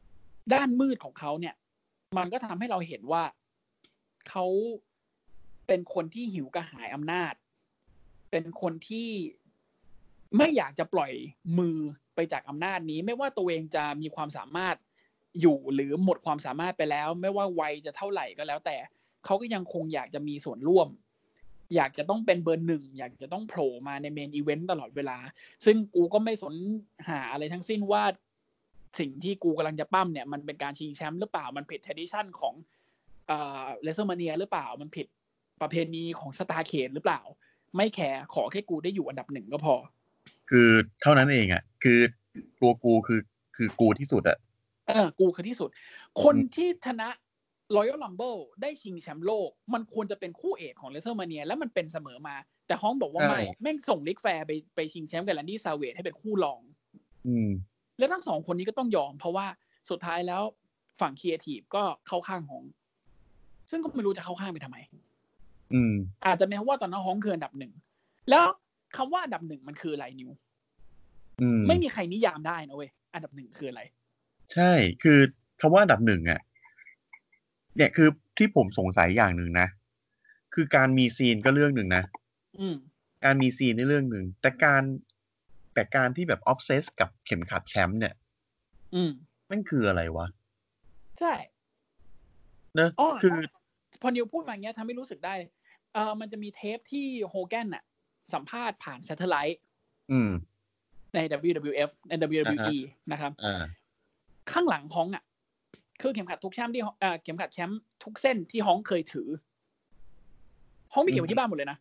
S3: ด้านมืดของเขาเนี่ยมันก็ทำให้เราเห็นว่าเขาเป็นคนที่หิวกระหายอำนาจเป็นคนที่ไม่อยากจะปล่อยมือไปจากอำนาจนี้ไม่ว่าตัวเองจะมีความสามารถอยู่หรือหมดความสามารถไปแล้วไม่ว่าวัยจะเท่าไหร่ก็แล้วแต่เขาก็ยังคงอยากจะมีส่วนร่วมอยากจะต้องเป็นเบอร์หนึ่งอยากจะต้องโผล่มาในเมนอีเวนต์ตลอดเวลาซึ่งกูก็ไม่สนหาอะไรทั้งสิ้นว่าสิ่งที่กูกำลังจะปั้มเนี่ยมันเป็นการชิงแชมป์หรือเปล่ามันผิด tradition ของเอ่อ WrestleMania หรือเปล่ามันผิดประเพณีของ Starrcade หรือเปล่าไม่แคร์ขอแค่กูได้อยู่อันดับหนึ่งก็พอ
S2: คือเท่านั้นเองอ่ะคือตัวกูคือคือกูที่สุดอ่ะ
S3: เออกูคือที่สุดคนที่ชนะ Royal Rumble ได้ชิงแชมป์โลกมันควรจะเป็นคู่เอกของ WrestleMania แล้วมันเป็นเสมอมาแต่ฮ้องบอกว่าไม่แม่งส่งริกแฟร์ไปไปชิงแชมป์กับแลนดี้ซาเวจให้เป็นคู่รอง
S2: อืม
S3: แล้วทั้งสองคนนี้ก็ต้องยอมเพราะว่าสุดท้ายแล้วฝั่งครีเอทีฟก็เข้าข้างฮ้องซึ่งก็ไม่รู้จะเข้าข้างไปทำไม
S2: อืม
S3: อาจจะเป็นเพราะว่าตอนนั้นฮ้องคืออันดับหนึ่งแล้วคำว่าอันดับหนึ่งมันคืออะไรนิวไม่มีใครนิยามได้นะเว้ยอันดับหนึ่งคืออะไร
S2: ใช่คือคำว่าอันดับหนึ่งอ่ะเนี่ยคือที่ผมสงสัยอย่างหนึ่งนะคือการมีซีนก็เรื่องหนึ่งนะการมีซีนในเรื่องหนึ่งแต่การแต่การที่แบบออฟเซสกับเข็มขัดแชมป์เนี่ยมันคืออะไรวะ
S3: ใช่
S2: เนอะคือ
S3: พอนิวพูดมาอย่างเงี้ยทำให้รู้สึกได้เออมันจะมีเทปที่โฮแกนน่ะสัมภาษณ์ผ่านแซทเทอร์ไลท์ใน ดับเบิลยู ดับเบิลยู เอฟ ใน ดับเบิลยู ดับเบิลยู อี นะครับข้างหลังฮ้องอ่ะคือเข็มขัดทุกแชมป์ที่เอ่อเข็มขัดแชมป์ทุกเส้นที่ฮ้องเคยถือฮ้องมีเก็บไว้ที่บ้านหมดเลยนะ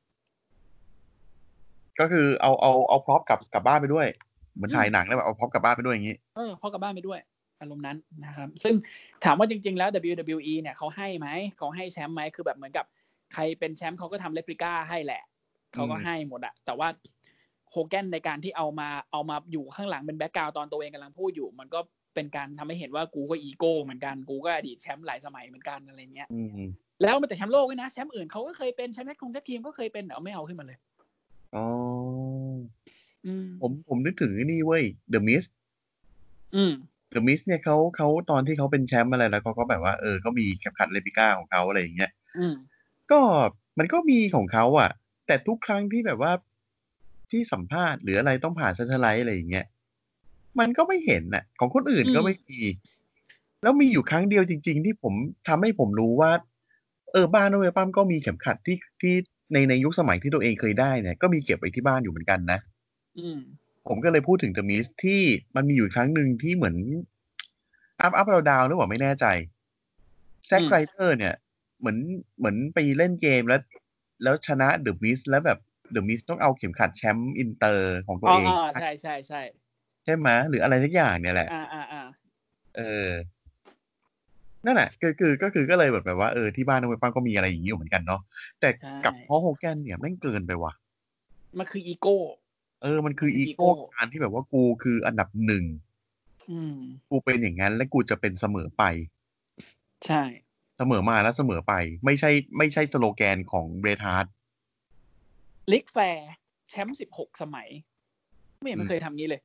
S2: ก็คือเอาเอาเอาพร็อพกลับกลับบ้านไปด้วยเหมือนถ่ายหนังแล้วแบบเอาพร็อพกลับบ้านไปด้วยอย่างงี้
S3: เออพร็อพกลับบ้านไปด้วยอารมณ์นั้นนะครับซึ่งถามว่าจริงๆแล้ว ดับเบิลยู ดับเบิลยู อี เนี่ยเขาให้ไหมเขาให้แชมป์ไหมคือแบบเหมือนกับใครเป็นแชมป์เขาก็ทำเรปลิก้าให้แหละเขาก็ให้หมดอะแต่ว่าโฮแกนในการที่เอามาเอามาอยู่ข้างหลังเป็นแบ็คกราวด์ตอนตัวเองกำลังพูดอยู่มันก็เป็นการทำให้เห็นว่ากูก็อีโก้เหมือนกันกูก็อดีตแชมป์หลายสมัยเหมือนกันอะไรเงี้ยแล้วมันแต่แชมป์โลกด้วยนะแชมป์อื่นเขาก็เคยเป็นแชมป์แท็กคงแท็กทีมก็เคยเป็นแต่ไม่เอาขึ้นมาเลย
S2: อ๋อผมผมนึกถึงนี่เว้ย The Miz
S3: อืม
S2: The Miz เนี่ยเขาเขาตอนที่เขาเป็นแชมป์อะไรแล้วเขาก็แบบว่าเออก็มีเข็มขัดเรปลิก้าของเขาอะไรอย่างเงี้ยก็มันก็มีของเขาอ่ะแต่ทุกครั้งที่แบบว่าที่สัมภาษณ์หรืออะไรต้องผ่านแซทเทอร์ไลท์อะไรอย่างเงี้ยมันก็ไม่เห็นน่ะของคนอื่นก็ไม่มีแล้วมีอยู่ครั้งเดียวจริงๆที่ผมทำให้ผมรู้ว่าเออบ้านน้องเวปั้มก็มีเข็มขัดที่ที่ในในยุคสมัยที่ตัวเองเคยได้เนี่ยก็มีเก็บไว้ที่บ้านอยู่เหมือนกันนะผมก็เลยพูดถึง The Miz ที่มันมีอยู่ครั้งหนึ่งที่เหมือนอัพอัพดาวดาวหรือเปล่าไม่แน่ใจแซ็คไรเดอร์เนี่ยเหมือนเหมือนไปเล่นเกมแล้วแล้วชนะ The Miz แล้วแบบ The Miz ต้องเอาเข็มขัดแชมป์อินเตอร์ของตัวเอง
S3: อ๋อใช่ใช่ใช่
S2: ใช่ไหมหรืออะไรสักอย่างเนี่ยแหละ
S3: อ่าอ่าอ่า
S2: เออนั่นแหละคือคือก็คือก็เลยแบบแบบว่าเออที่บ้านน้องปั้มก็มีอะไรอย่างนี้อยู่เหมือนกันเนาะแต่กับฮอโฮแกนเนี่ยแม่งเกินไปว่ะ
S3: มันคืออีโก้
S2: เออมันคืออีโก้การที่แบบว่ากูคืออันดับหนึ่งกูเป็นอย่างนั้นและกูจะเป็นเสมอไป
S3: ใช่
S2: เสมอมาแล้วเสมอไปไม่ใช่ไม่ใช่สโลแกนของเบรทฮาร์ด
S3: ลิกแฟร์แชมป์สิบหกสมัยไม่เห็นมันเคยทำงี้เลย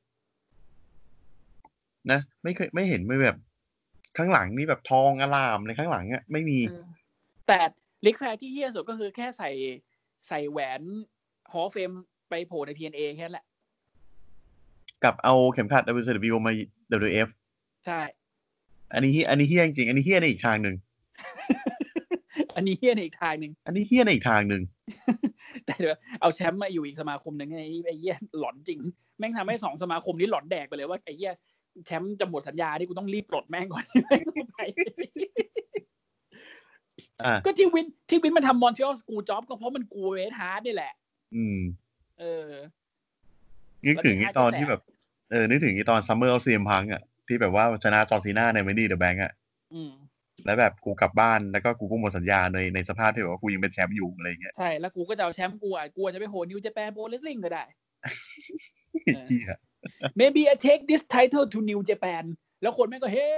S2: นะไม่เคยไม่เห็นไม่แบบข้างหลังนี่แบบทองอลามเลยข้างหลังอ่ะไม่มี
S3: แต่ลิกแฟร์ที่เฮี้ยสุดก็คือแค่ใส่ใส่แหวนฮอลเฟมไปโผล่ใน ที เอ็น เอ แค่นั้นแหละ
S2: กับเอาเข็มขัด ดับเบิลยู ซี ดับเบิลยู มา ดับเบิลยู เอฟ
S3: ใช่
S2: อันนี้อันนี้เฮี้ยจริงอันนี้เฮี้ยในอีกทางหนึ่ง
S3: อันนี้เฮี้ยในอีกทางหนึ่ง
S2: อันนี้เฮี้ยในอีกทางหนึ่ง
S3: แต่เดี๋ยวเอาแชมป์มาอยู่อีกสมาคมหนึ่งไอ้ไอ้เฮี้ยหลอนจริงแม่งทำให้สองสมาคมนี้หลอนแดกไปเลยว่าไอ้เฮี้ยแชมป์จะหมดสัญญาที่กูต้องรีบปลดแม่งก่อนไปก็ที่วินที่วินมันทำมอนทรีออลสกูลจ็อบก็เพราะมันกูเรทฮาร์ดนี่แหละ
S2: อืม
S3: เออ
S2: นึกถึงไอ้ตอนที่แบบเออนึกถึงไอ้ตอนซัมเมอร์ออฟซีเอ็มพังอ่ะที่แบบว่าชนะจอร์ซีน่าในเมดี้เดอะแบงก์อ่ะแล้วแบบกูกลับบ้านแล้วก็กูก็หมดสัญญาในในสภาพที่แบบว่ากูยังเป็นแชมป์อยู่อะไรเงี้ย
S3: ใช่แล้วกูก็จะเอาแชมป์กูอ่ะกูจะไปโหนิวเจแปนโปรเลสลิงก็ได้ maybe I take this title to New Japan แล้วคนแม่งก็เฮ้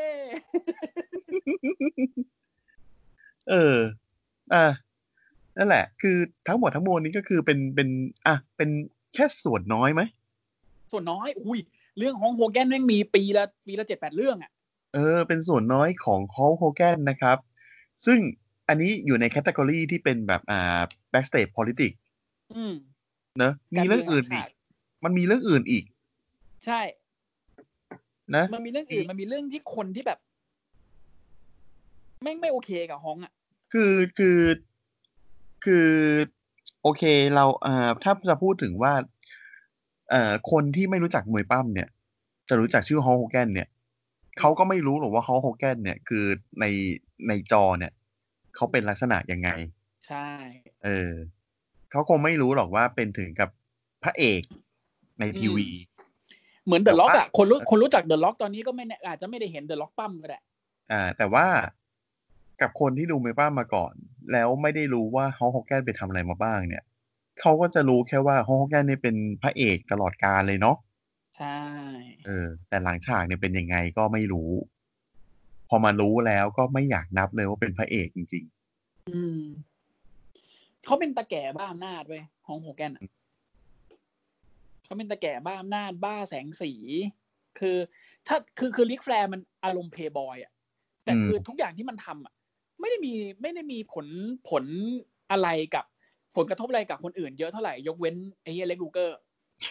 S2: เอออ่ะนั่นแหละคือทั้งหมดทั้งมวลนี้ก็คือเป็นเป็นอ่ะเป็นแค่ส่วนน้อยไหม
S3: ส่วนน้อยอุ้ยเรื่องของโฮแกนแม่งมีปีละปีละ เจ็ดแปด เรื่องอ่ะ
S2: เออเป็นส่วนน้อยของฮอลค์โฮแกนนะครับซึ่งอันนี้อยู่ในแคตตากรีที่เป็นแบบอ่า backstage politics
S3: อืม
S2: เนอะมีเรื่องอื่นอีกมันมีเรื่องอื่นอีก
S3: ใช่
S2: นะ
S3: มันมีเรื่องอื่นมันมีเรื่องที่คนที่แบบแม่งไม่โอเคกับฮองอ่ะ
S2: คือคือคือโอเคเราเอ่อถ้าจะพูดถึงว่าเอ่อคนที่ไม่รู้จักมวยปั้มเนี่ยจะรู้จักชื่อฮอลค์โฮแกนเนี่ยเขาก็ไม่รู้หรอกว่าฮอลค์โฮแกนเนี่ยคือในในจอเนี่ยเขาเป็นลักษณะยังไง
S3: ใช่
S2: เออเขาคงไม่รู้หรอกว่าเป็นถึงกับพระเอกในทีวี
S3: เหมือนเดอะล็อกอ่ะคนรู้คนรู้จักเดอะล็อกตอนนี้ก็ไม่อาจจะไม่ได้เห็นเดอะล็อกปั้มก็ได้
S2: อ่าแต่ว่ากับคนที่ดูมวยปั้มมาก่อนแล้วไม่ได้รู้ว่าฮอลค์โฮแกนไปทำอะไรมาบ้างเนี่ยเขาก็จะรู้แค่ว่าฮอลค์โฮแกนเนี่ยเป็นพระเอกตลอดกาลเลยเนาะ
S3: ใช่
S2: เออแต่หลังฉากเนี่ยเป็นยังไงก็ไม่รู้พอมารู้แล้วก็ไม่อยากนับเลยว่าเป็นพระเอกจริง
S3: ๆอืมเขาเป็นตาแก่บ้าอำนาจเว้ยฮองโฮแกนอ่ะเขาเป็นตาแก่บ้าอำนาจบ้าแสงสีคือถ้าคือคือลิกแฟร์มันอารมณ์เพย์บอยอ่ะแต่คือทุกอย่างที่มันทำอ่ะไม่ได้มีไม่ได้มีผลผลอะไรกับผลกระทบอะไรกับคนอื่นเยอะเท่าไหร่ยกเว้นไอ้เหี้ยเล็กลูเกอร์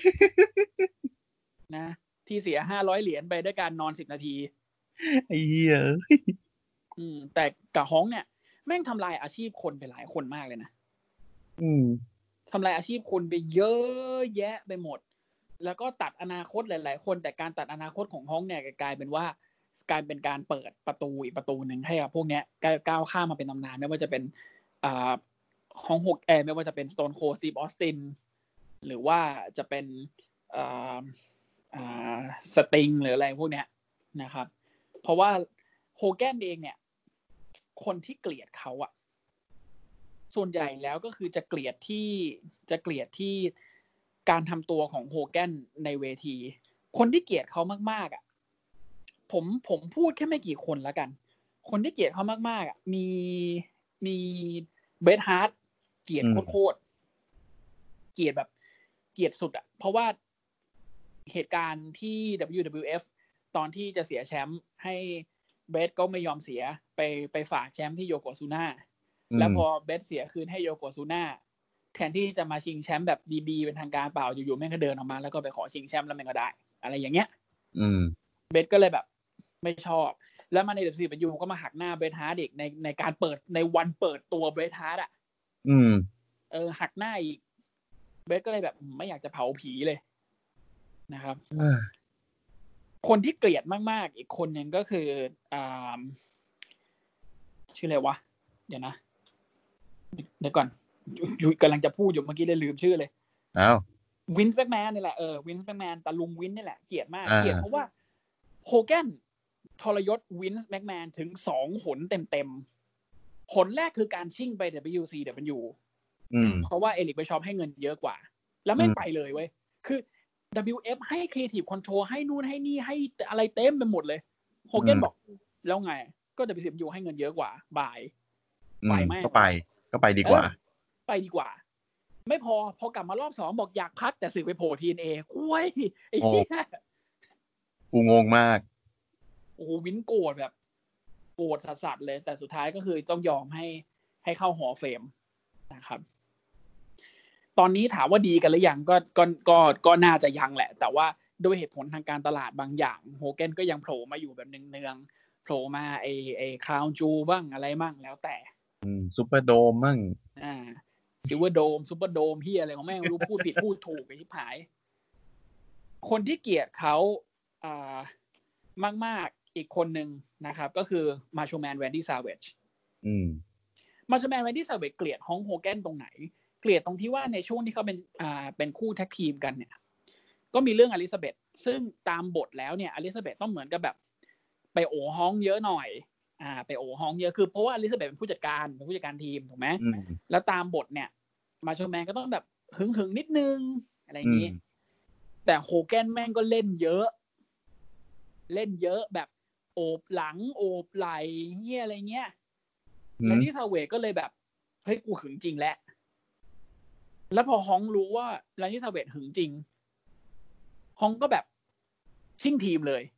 S3: นะที่เสียห้าร้อยเหรียญไปด้วยการนอนสิบนาที
S2: ไอ้เหี้ย
S3: อืมแต่กับฮ้องเนี่ยแม่งทำลายอาชีพคนไปหลายคนมากเลยนะ
S2: อืม
S3: ทำลายอาชีพคนไปเยอะแยะไปหมดแล้วก็ตัดอนาคตหลายๆคนแต่การตัดอนาคตของฮ้องเนี่ยกลายเป็นว่ากลายเป็นการเปิดประตูอีกประตูหนึ่งให้กับพวกเนี้ยก้าวข้ามมาเป็นตำนานไม่ว่าจะเป็นอ่าฮ้องหกเอไม่ว่าจะเป็น Stone Cold Steve Austin หรือว่าจะเป็นอ่าอ่าสติงหรืออะไรพวกเนี้ยนะครับเพราะว่าโฮแกนเองเนี่ยคนที่เกลียดเขาอะส่วนใหญ่แล้วก็คือจะเกลียดที่จะเกลียดที่การทำตัวของโฮแกนในเวทีคนที่เกลียดเขามากๆอะผมผมพูดแค่ไม่กี่คนแล้วกันคนที่เกลียดเขามากๆอะมีมีเบรทฮาร์ดเกลียดโคตรเกลียดแบบเกลียดสุดอะเพราะว่าเหตุการณ์ที่ ดับเบิลยู ดับเบิลยู เอฟ ตอนที่จะเสียแชมป์ให้เบรทก็ไม่ยอมเสียไปไปฝากแชมป์ที่โยโกซูน่าแล้วพอเบสเสียคืนให้โยโกซูน่าแทนที่จะมาชิงแชมป์แบบดีๆเป็นทางการเปล่าอยู่ๆแม่งก็เดินออกมาแล้วก็ไปขอชิงแชมป์แล้วแม่งก็ได้อะไรอย่างเงี้ยเบสก็เลยแบบไม่ชอบแล้วมาใน ดับเบิลยู ดับเบิลยู ก็มาหักหน้าเบรทฮาร์ดอีกในในการเปิดในวันเปิดตัวเบรทฮาร์ดอ่ะเออหักหน้าอีกเบสก็เลยแบบไม่อยากจะเผาผีเลยนะครับคนที่เกลียดมากๆอีกคนนึงก็คืออ่าชื่ออะไรวะเดี๋ยวนะเดี๋ยวก่อนกำลังจะพูดอยู่เมื่อกี้เลยลืมชื่อเลย
S2: อ้าว
S3: วินส์แบ็กแมนนี่แหละเออวินส์แบ็กแมนตาลุงวินนี่แหละเกลียดมากเกลียดเพราะว่าโฮแกนทรยศวินส์แบ็กแมนถึงสองหนเต็มๆผลแรกคือการชิ่งไป ดับเบิลยู ซี ดับเบิลยู เพราะว่าเอริกไปชอบให้เงินเยอะกว่าแล้วไม่ไปเลยเว้ยคือ ดับเบิลยู เอฟ ให้ Creative Control ให้นู่นให้นี่ให้อะไรเต็มไปหมดเลยโฮแกนบอกแล้วไงก็ ดับเบิลยู ซี ดับเบิลยู ให้เงินเยอะกว่าบายไปแม่ง
S2: ก็ไปก็ไปดีกว่า
S3: ไปดีกว่าไม่พอพอกลับมารอบสองบอกอยากพักแต่สึกไปโผล่ ที เอ็น เอ คุยไอ้เหี้ย
S2: กูงงมาก
S3: โอ้โหวินโกรธแบบโกรธสัสๆเลยแต่สุดท้ายก็คือต้องยอมให้ให้เข้าหอเฟมนะครับตอนนี้ถามว่าดีกันหรือยังก็ก็ก็ก็น่าจะยังแหละแต่ว่าด้วยเหตุผลทางการตลาดบางอย่างโฮแกนก็ยังโผล่มาอยู่แบบเนืองๆโผล่มาไอไอคราวจูบ้างอะไรบ้างแล้วแต่
S2: อืมซุปเปอร์โดมมั่ง
S3: อ่าซิลเวอร์โดมซุปเปอร์โดมเฮียอะไรของแม่งรู้พูดผิดพูดถูกไอ้ชิบหายคนที่เกลียดเขาอ่ามากๆอีกคนนึงนะครับก็คือมาโชแมนแวนดี้ซาเวจ
S2: อืม
S3: มาโชแมนแวนดี้ซาเวจเกลียดฮองโฮแกนตรงไหนเกลียดตรงที่ว่าในช่วงที่เขาเป็นอ่าเป็นคู่แท็กทีมกันเนี่ยก็มีเรื่องอลิซาเบธซึ่งตามบทแล้วเนี่ยอลิซาเบธต้องเหมือนกับแบบไปโอฮ้องเยอะหน่อยอ่าไปโอฮ้องเยอะคือเพราะว่าอลิซาเบธเป็นผู้จัดการเป็นผู้จัดการทีมถูกไหมแล้วตามบทเนี่ยมาโชแมนก็ต้องแบบหึงหึงนิดนึงอะไรอย่างนี้แต่โฮแกนแม่งก็เล่นเยอะเล่นเยอะแบบโอบหลังโอบไหล่เงี้ยอะไรเงี้ยแล้วนี่ซาเวจก็เลยแบบเฮ้ยกูหึงจริงแหละแล้วพอฮองรู้ว่าลานิซาเวตหึงจริงฮองก็แบบชิ่งทีมเลย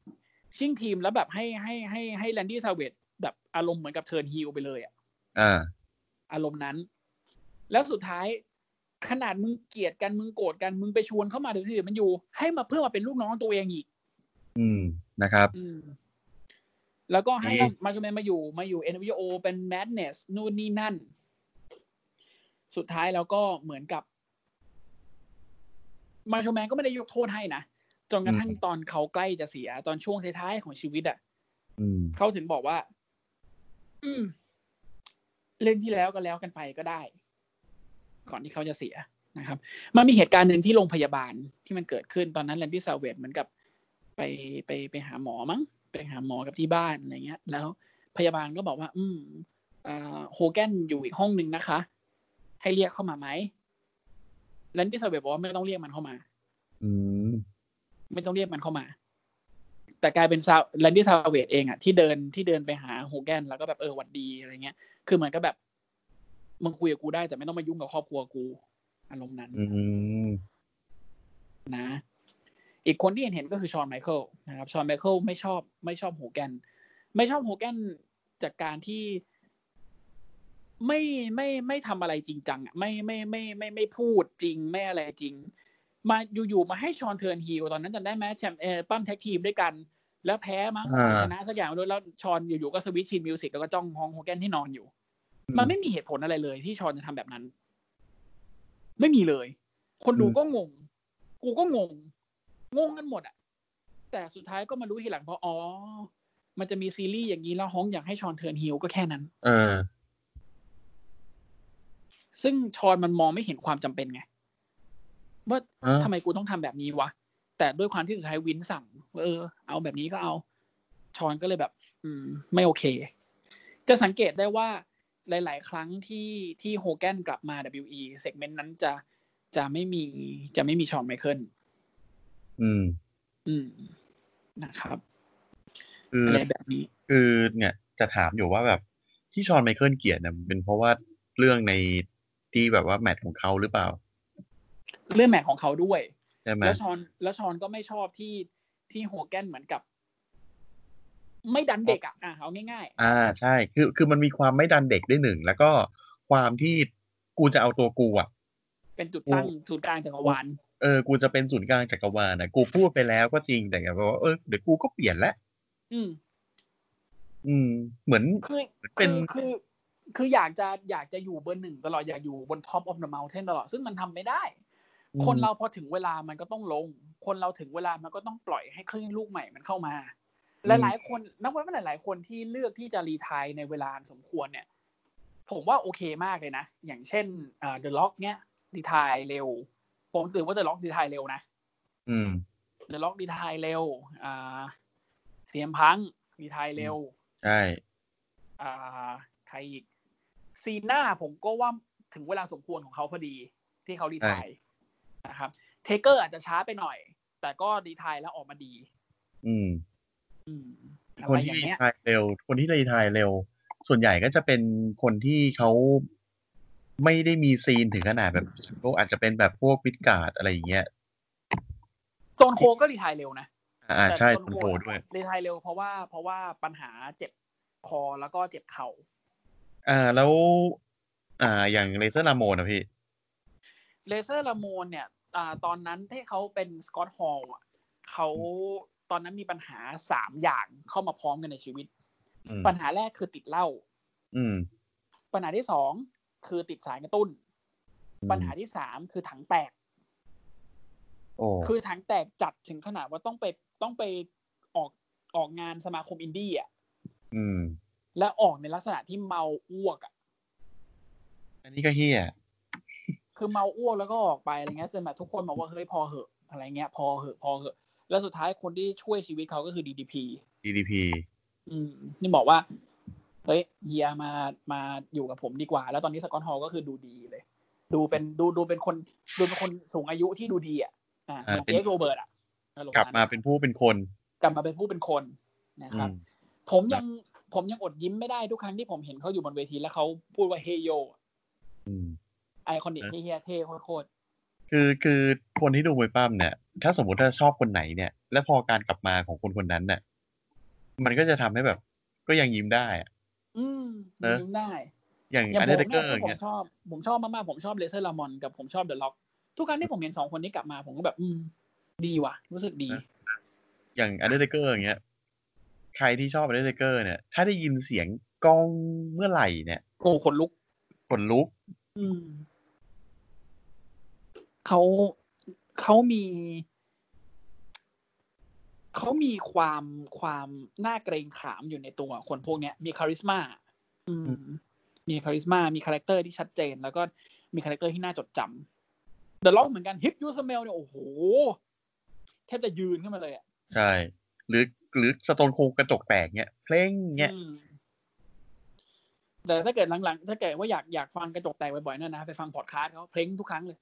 S3: ชิ่งทีมแล้วแบบให้ให้ให้ให้แลนดี้ซาเวจแบบอารมณ์เหมือนกับเทิร์นฮีลไปเลยอ่ะ
S2: อ่า
S3: อารมณ์นั้นแล้วสุดท้ายขนาดมึงเกลียดกันมึงโกรธกันมึงไปชวนเข้ามาดูสิมันอยู่ให้มาเพื่อมาเป็นลูกน้องตัวเองอีก
S2: อืมนะครับ
S3: อืมแล้วก็ให้มาจนมาอยู่มาอยู่ เอ็น ดับเบิลยู โอ เป็น Madness นู่นนี่นั่นสุดท้ายแล้วก็เหมือนกับมาโชแมนก็ไม่ได้ยกโทษให้นะจนกระทั่งตอนเขาใกล้จะเสียตอนช่วงท้ายๆของชีวิตอ่ะเขาถึงบอกว่าอืมเล่นที่แล้วก็แล้วกันไปก็ได้ก่อนที่เขาจะเสียนะครับมันมีเหตุการณ์หนึ่งที่โรงพยาบาลที่มันเกิดขึ้นตอนนั้นแลนดี้ซาเวจเหมือนกับไปไปไปหาหมอมั้งไปหาหมอกับที่บ้านอะไรเงี้ยแล้วพยาบาลก็บอกว่าอืมอ่าโฮแกนอยู่อีกห้องนึงนะคะให้เรียกเข้ามาไหมแลนดี้ซาเวจบอกว่าไม่ต้องเรียกมันเข้ามา
S2: อืม
S3: ไม่ต้องเรียกมันเข้ามาแต่กลายเป็นซาแลนดี้ซาเวจเองอ่ะที่เดินที่เดินไปหาโฮแกนแล้วก็แบบเออหวัดดีอะไรเงี้ยคือเหมือนกับแบบมึงคุยกับกูได้แต่ไม่ต้องมายุ่งกับครอบครัวกูอารมณ์นั้นนะอีกคนที่เห็นเห็นก็คือชอนไมเคิลนะครับชอนไมเคิลไม่ชอบไม่ชอบโฮแกนไม่ชอบโฮแกนจากการที่ไม่ไม่ไม่ทำอะไรจริงจังอ่ะไม่ไม่ไม่ไม่ไม่พูดจริงไม่อะไรจริงมาอยู่ๆมาให้ชอนเทิร์นฮีลตอนนั้นจำได้ไหมแชมป์เออปั้มแท็กทีมด้วยกันแล้วแพ้มั้งชนะสักอย่างด้วยแล้วชอนอยู่ๆก็สวิตช์ชินมิวสิกแล้วก็จ้องฮองโฮแกนที่นอนอยู่มันไม่มีเหตุผลอะไรเลยที่ชอนจะทำแบบนั้นไม่มีเลยคนดูก็งงกูก็งงงงกันหมดอ่ะแต่สุดท้ายก็มารู้ทีหลังเพราะอ๋อมันจะมีซีรีส์อย่างนี้แล้วฮองอยากให้ชอนเทิร์นฮีลก็แค่นั้น
S2: เออ
S3: ซึ่งชอนมันมองไม่เห็นความจำเป็นไงว่าทำไมกูต้องทำแบบนี้วะแต่ด้วยความที่สุดท้ายวินสั่งว่าเออเอาแบบนี้ก็เอาชอนก็เลยแบบอืมไม่โอเคจะสังเกตได้ว่าหลายๆครั้งที่ที่โฮแกนกลับมา ดับเบิลยู อี เซกเมนต์นั้นจะจะไม่มีจะไม่มีชอนไมเคิล
S2: อืม
S3: อืมนะครับ
S2: คือ
S3: อะไรแบบนี้
S2: คือเนี่ยจะถามอยู่ว่าแบบที่ชอนไมเคิลเกลียดเนี่ยเป็นเพราะว่าเรื่องในที่แบบว่าแมตช์ของเขาหรือเปล่า
S3: เรื่องแมตช์ของเขาด้วย
S2: ใช่ไหม
S3: แล้วชอนแล้วชอนก็ไม่ชอบที่ที่โฮแกนเหมือนกับไม่ดันเด็กอ่ะอ่ะเอาง่าย
S2: ๆอ่าใช่คือคือมันมีความไม่ดันเด็กด้วยหนึ่งแล้วก็ความที่กูจะเอาตัวกูอ่ะ
S3: เป็นจุดตั้งศูนย์กลางจักรวาล
S2: เออกูจะเป็นศูนย์กลางจักรวาลนะกูพูดไปแล้วก็จริงแต่แบบว่าเออเดี๋ยวกูก็เปลี่ยนแล้ว
S3: อืม
S2: อืมเหมือน
S3: คือคือคือคืออยากจะอยากจะอยู่เบอร์หนึ่งตลอดอยากอยู่บนท็อปออฟเดอะเมลเทนตลอดซึ่งมันทำไม่ได้คนเราพอถึงเวลามันก็ต้องลงคนเราถึงเวลามันก็ต้องปล่อยให้คลื่นลูกใหม่มันเข้ามาหลายๆคนนับว่าหลายๆคนที่เลือกที่จะรีไทร์ในเวลาสมควรเนี่ยผมว่าโอเคมากเลยนะอย่างเช่นอ่า The Rock เนี่ยรีไทร์เร็วผมถือว่า The Rock รีไทร์เร็วนะ
S2: อืม
S3: The Rock รีไทร์เร็วอ่าซี เอ็ม Punk รีไทร์เร็ว
S2: ใช่
S3: อ่าใครอีกซีน่าผมก็ว่าถึงเวลาสมควรของเขาพอดีที่เขารีไทร์นะครับเทเกอร์อาจจะช้าไปหน่อยแต่ก็รีไทร์แล้วออกมาดี
S2: อืม
S3: อืม
S2: คนที่รีไทร์เร็วคนที่รีไทร์เร็วส่วนใหญ่ก็จะเป็นคนที่เขาไม่ได้มีซีนถึงขนาดแบบพวกอาจจะเป็นแบบพวกวิดการ์ดอะไรอย่างเงี้ย
S3: โจนโคก็รีไทร์เร็วนะ
S2: อ่าใช่โจนโคด้วย
S3: รีไทร์เร็วเพราะว่าเพราะว่าปัญหาเจ็บคอแล้วก็เจ็บเข่า
S2: อ่าแล้วอ่าอย่างเลเซอร์ลาโมนนะพี่
S3: เลเซอร์ลาโมนเนี่ยอ่าตอนนั้นที่เขาเป็นสกอตต์ฮอลล์อ่ะเขาตอนนั้นมีปัญหาสามอย่างเข้ามาพร้อมกันในชีวิตปัญหาแรกคือติดเหล้าปัญหาที่สองคือติดสารกระตุ้นปัญหาที่สามคือถังแตกคือถังแตกจัดถึงขนาดว่าต้องไปต้องไปออกออกงานสมาคมอินดี้อ่ะและออกในลักษณะที่เมาอ้วกอ่ะ
S2: อันนี้ก็เฮี้ย
S3: คือเมาอ้วกแล้วก็ออกไปอะไรเงี้ยจนแบบทุกคนบอกว่าเฮ้ยพอเหอะอะไรเงี้ยพอเหอะพอเหอะแล้วสุดท้ายคนที่ช่วยชีวิตเขาก็คือ ดี ดี พี
S2: ดี ดี พี
S3: อืมนี่บอกว่าเฮ้ยเฮียมามาอยู่กับผมดีกว่าแล้วตอนนี้สกอตต์ฮอลล์ก็คือดูดีเลยดูเป็นดูดูเป็นคนดูเป็นคนสูงอายุที่ดูดีอ่ะอ่าเจคโรเบิร์ตอ่ะ
S2: กลับมาเป็นผู้เป็นคน
S3: กลับมาเป็นผู้เป็นคนนะครับผมยังผมยังอดยิ้มไม่ได้ทุกครั้งที่ผมเห็นเขาอยู่บนเวทีแล้วเขาพูดว่าเฮโยไอคอนิกเฮียเท่โคตร
S2: คือคือคนที่ดูมวยปั้มเนี่ยถ้าสมมติถ้าชอบคนไหนเนี่ยแล้วพอการกลับมาของคนคนนั้นเนี่ยมันก็จะทำให้แบบก็ยังยิ้มได้อะ
S3: อืม
S2: เนอะ
S3: ยิ้มได้
S2: อย่าง
S3: อย่างผมเนี่ย
S2: Undertaker
S3: ที่
S2: อย่างเงี้ย
S3: ผมชอบผมชอบมากๆผมชอบเลเซอร์ลามอนกับผมชอบเดอะล็อกทุกครั้งที่ผมเห็นสองคนนี้กลับมาผมก็แบบอืมดีว่ะรู้สึกดี
S2: นะอย่าง Undertaker อย่างเงี้ยใครที่ชอบ Undertaker เนี่ยถ้าได้ยินเสียงกองเมื่อไหร่เนี่ย
S3: โอ้ขนลุก
S2: ขนลุก
S3: อืมเขาเขามีเขามีความความน่าเกรงขามอยู่ในตัวคนพวกเนี้ยมีคาริสมาอืมมีคาริสมามีคาแรคเตอร์ที่ชัดเจนแล้วก็มีคาแรคเตอร์ที่น่าจดจำเดอะล็อกเหมือนกันฮิปยูสเมลเนี่ยโอ้โหแทบจะยืนขึ้นมาเลยอ่ะ
S2: ใช่หรือหรือสโตนโคกระจกแตกเนี่ยเพลงเนี่ย
S3: แต่ถ้าเกิดหลังๆถ้าเกิดว่าอยากอยากฟังกระจกแตกบ่อยๆนั่นนะไปฟังพอดคาสต์เขาเพลงทุกครั้งเลย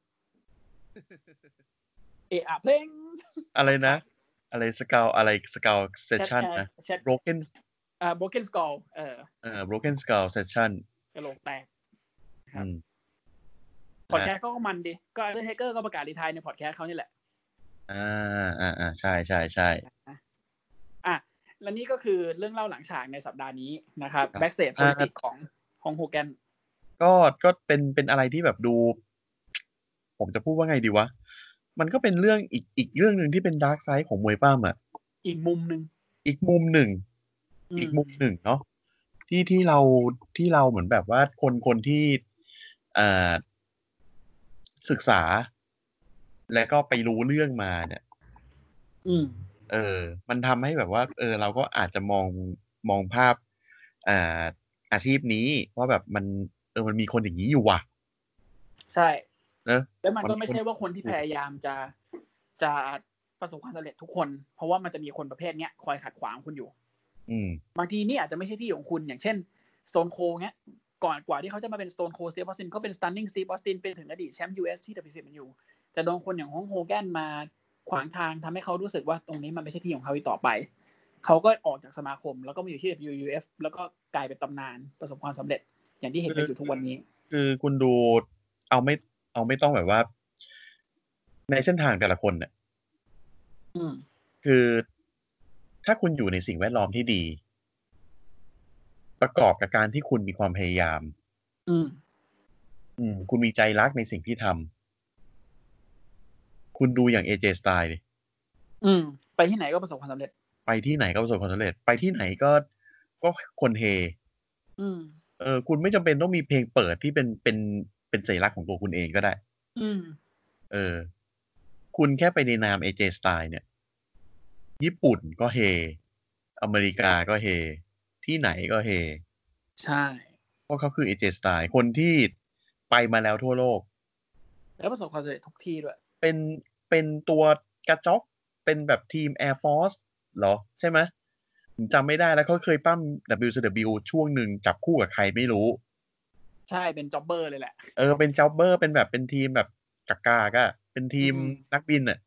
S3: เอะอะเพลง
S2: อะไรนะอะไรสกาวอะไรสกาวเซสชั่นนะ broken
S3: อ่า broken skull เออ
S2: เอ่อ broken skull session
S3: กระโหลกแตกครับ
S2: อืม
S3: พอดแคสต์เขาก็มันดีก็เดอร์เทเกอร์ก็ประกาศรีไทร์ในพอดแคสต์เขานี่แหละ
S2: อ่าอ่าอ่าใช่ใช่ใช่
S3: อ่ะและนี่ก็คือเรื่องเล่าหลังฉากในสัปดาห์นี้นะครับ backstage politics ของของโฮแกน
S2: ก็ก็เป็นเป็นอะไรที่แบบดู ผมจะพูดว่าไงดีวะมันก็เป็นเรื่องอีกอีกเรื่องหนึ่งที่เป็นดาร์กไซด์ของมวยปั้มอ่ะ
S3: อีกมุมหนึ่ง
S2: อีกมุมหนึ่งอีกมุมหนึ่งเนาะที่ที่เราที่เราเหมือนแบบว่าคนคนที่อ่าศึกษา แล้วก็ไปรู้เรื่องมาเนี่ย
S3: อืม
S2: เออมันทำให้แบบว่า เออ เราก็อาจจะมองมองภาพ อ่า อาชีพนี้ว่าแบบมัน เออ มันมีคนอย่างนี้อยู่ว่ะ
S3: ใช่
S2: เนอะ
S3: แล้วมันก็ไม่ใช่ว่าคนที่พยายามจะจะประสบความสำเร็จทุกคน เพราะว่ามันจะมีคนประเภทเนี้ยคอยขัดขวางคุณอยู่
S2: อืม
S3: บางทีนี่อาจจะไม่ใช่ที่ของคุณอย่างเช่น Stone Cold เงี้ยก่อนกว่าที่เขาจะมาเป็น Stone Cold Steve Austin เขาเป็น Stunning Steve Austin เป็นถึงอดีตแชมป์ ยู เอส ที่ ดับเบิลยู ซี ดับเบิลยู มันอยู่แต่โดนคนอย่างโฮแกนมาขวางทางทำให้เขารู้สึกว่าตรงนี้มันไม่ใช่ที่ของเขาอีกต่อไปเขาก็ออกจากสมาคมแล้วก็มาอยู่ที่ ดับเบิลยู ยู เอฟ แล้วก็กลายเป็นตำนานประสบความสำเร็จอย่างที่เห็นกันอยู่ทุกวันนี้
S2: คือคุณดูเอาไม่เอาไม่ต้องแบบว่า ในเส้นทางแต่ละคนเนี่ยคือถ้าคุณอยู่ในสิ่งแวดล้อมที่ดี ประกอบกับการที่คุณมีความพยายาม
S3: อืม
S2: อืม คุณมีใจรักในสิ่งที่ทำคุณดูอย่าง เอ เจ Styles ดิ
S3: อืมไปที่ไหนก็ประสบความสำเร็จ
S2: ไปที่ไหนก็ประสบความสำเร็จไปที่ไหนก็ก็คนเฮ
S3: อืม
S2: เออคุณไม่จำเป็นต้องมีเพลงเปิดที่เป็นเป็นเป็นสัญลักษณ์ของตัวคุณเองก็ได้
S3: อืม
S2: เออ คุณแค่ไปในนาม เอ เจ Style เนี่ย ญี่ปุ่นก็เฮ อเมริกาก็เฮ ที่ไหนก็เฮ
S3: ใช่
S2: เพราะเขาคือ เอ เจ Style คนที่ไปมาแล้วทั่วโลก
S3: แล้วประสบความสำเร็จทุกที่ด้วย
S2: เป็นเป็นตัวกระจอกเป็นแบบทีม Air Force เหรอ ใช่ไหมผมจำไม่ได้แล้วเขาเคยปั้ม ดับเบิลยู ซี ดับเบิลยู ช่วงหนึ่งจับคู่กับใครไม่รู้
S3: ใช่เป็นจ็อบเบอร์เลยแหละ
S2: เออเป็นจ็อบเบอร์เป็นแบบเป็นทีมแบบกากาก็เป็นทีมนักบินอ่ะ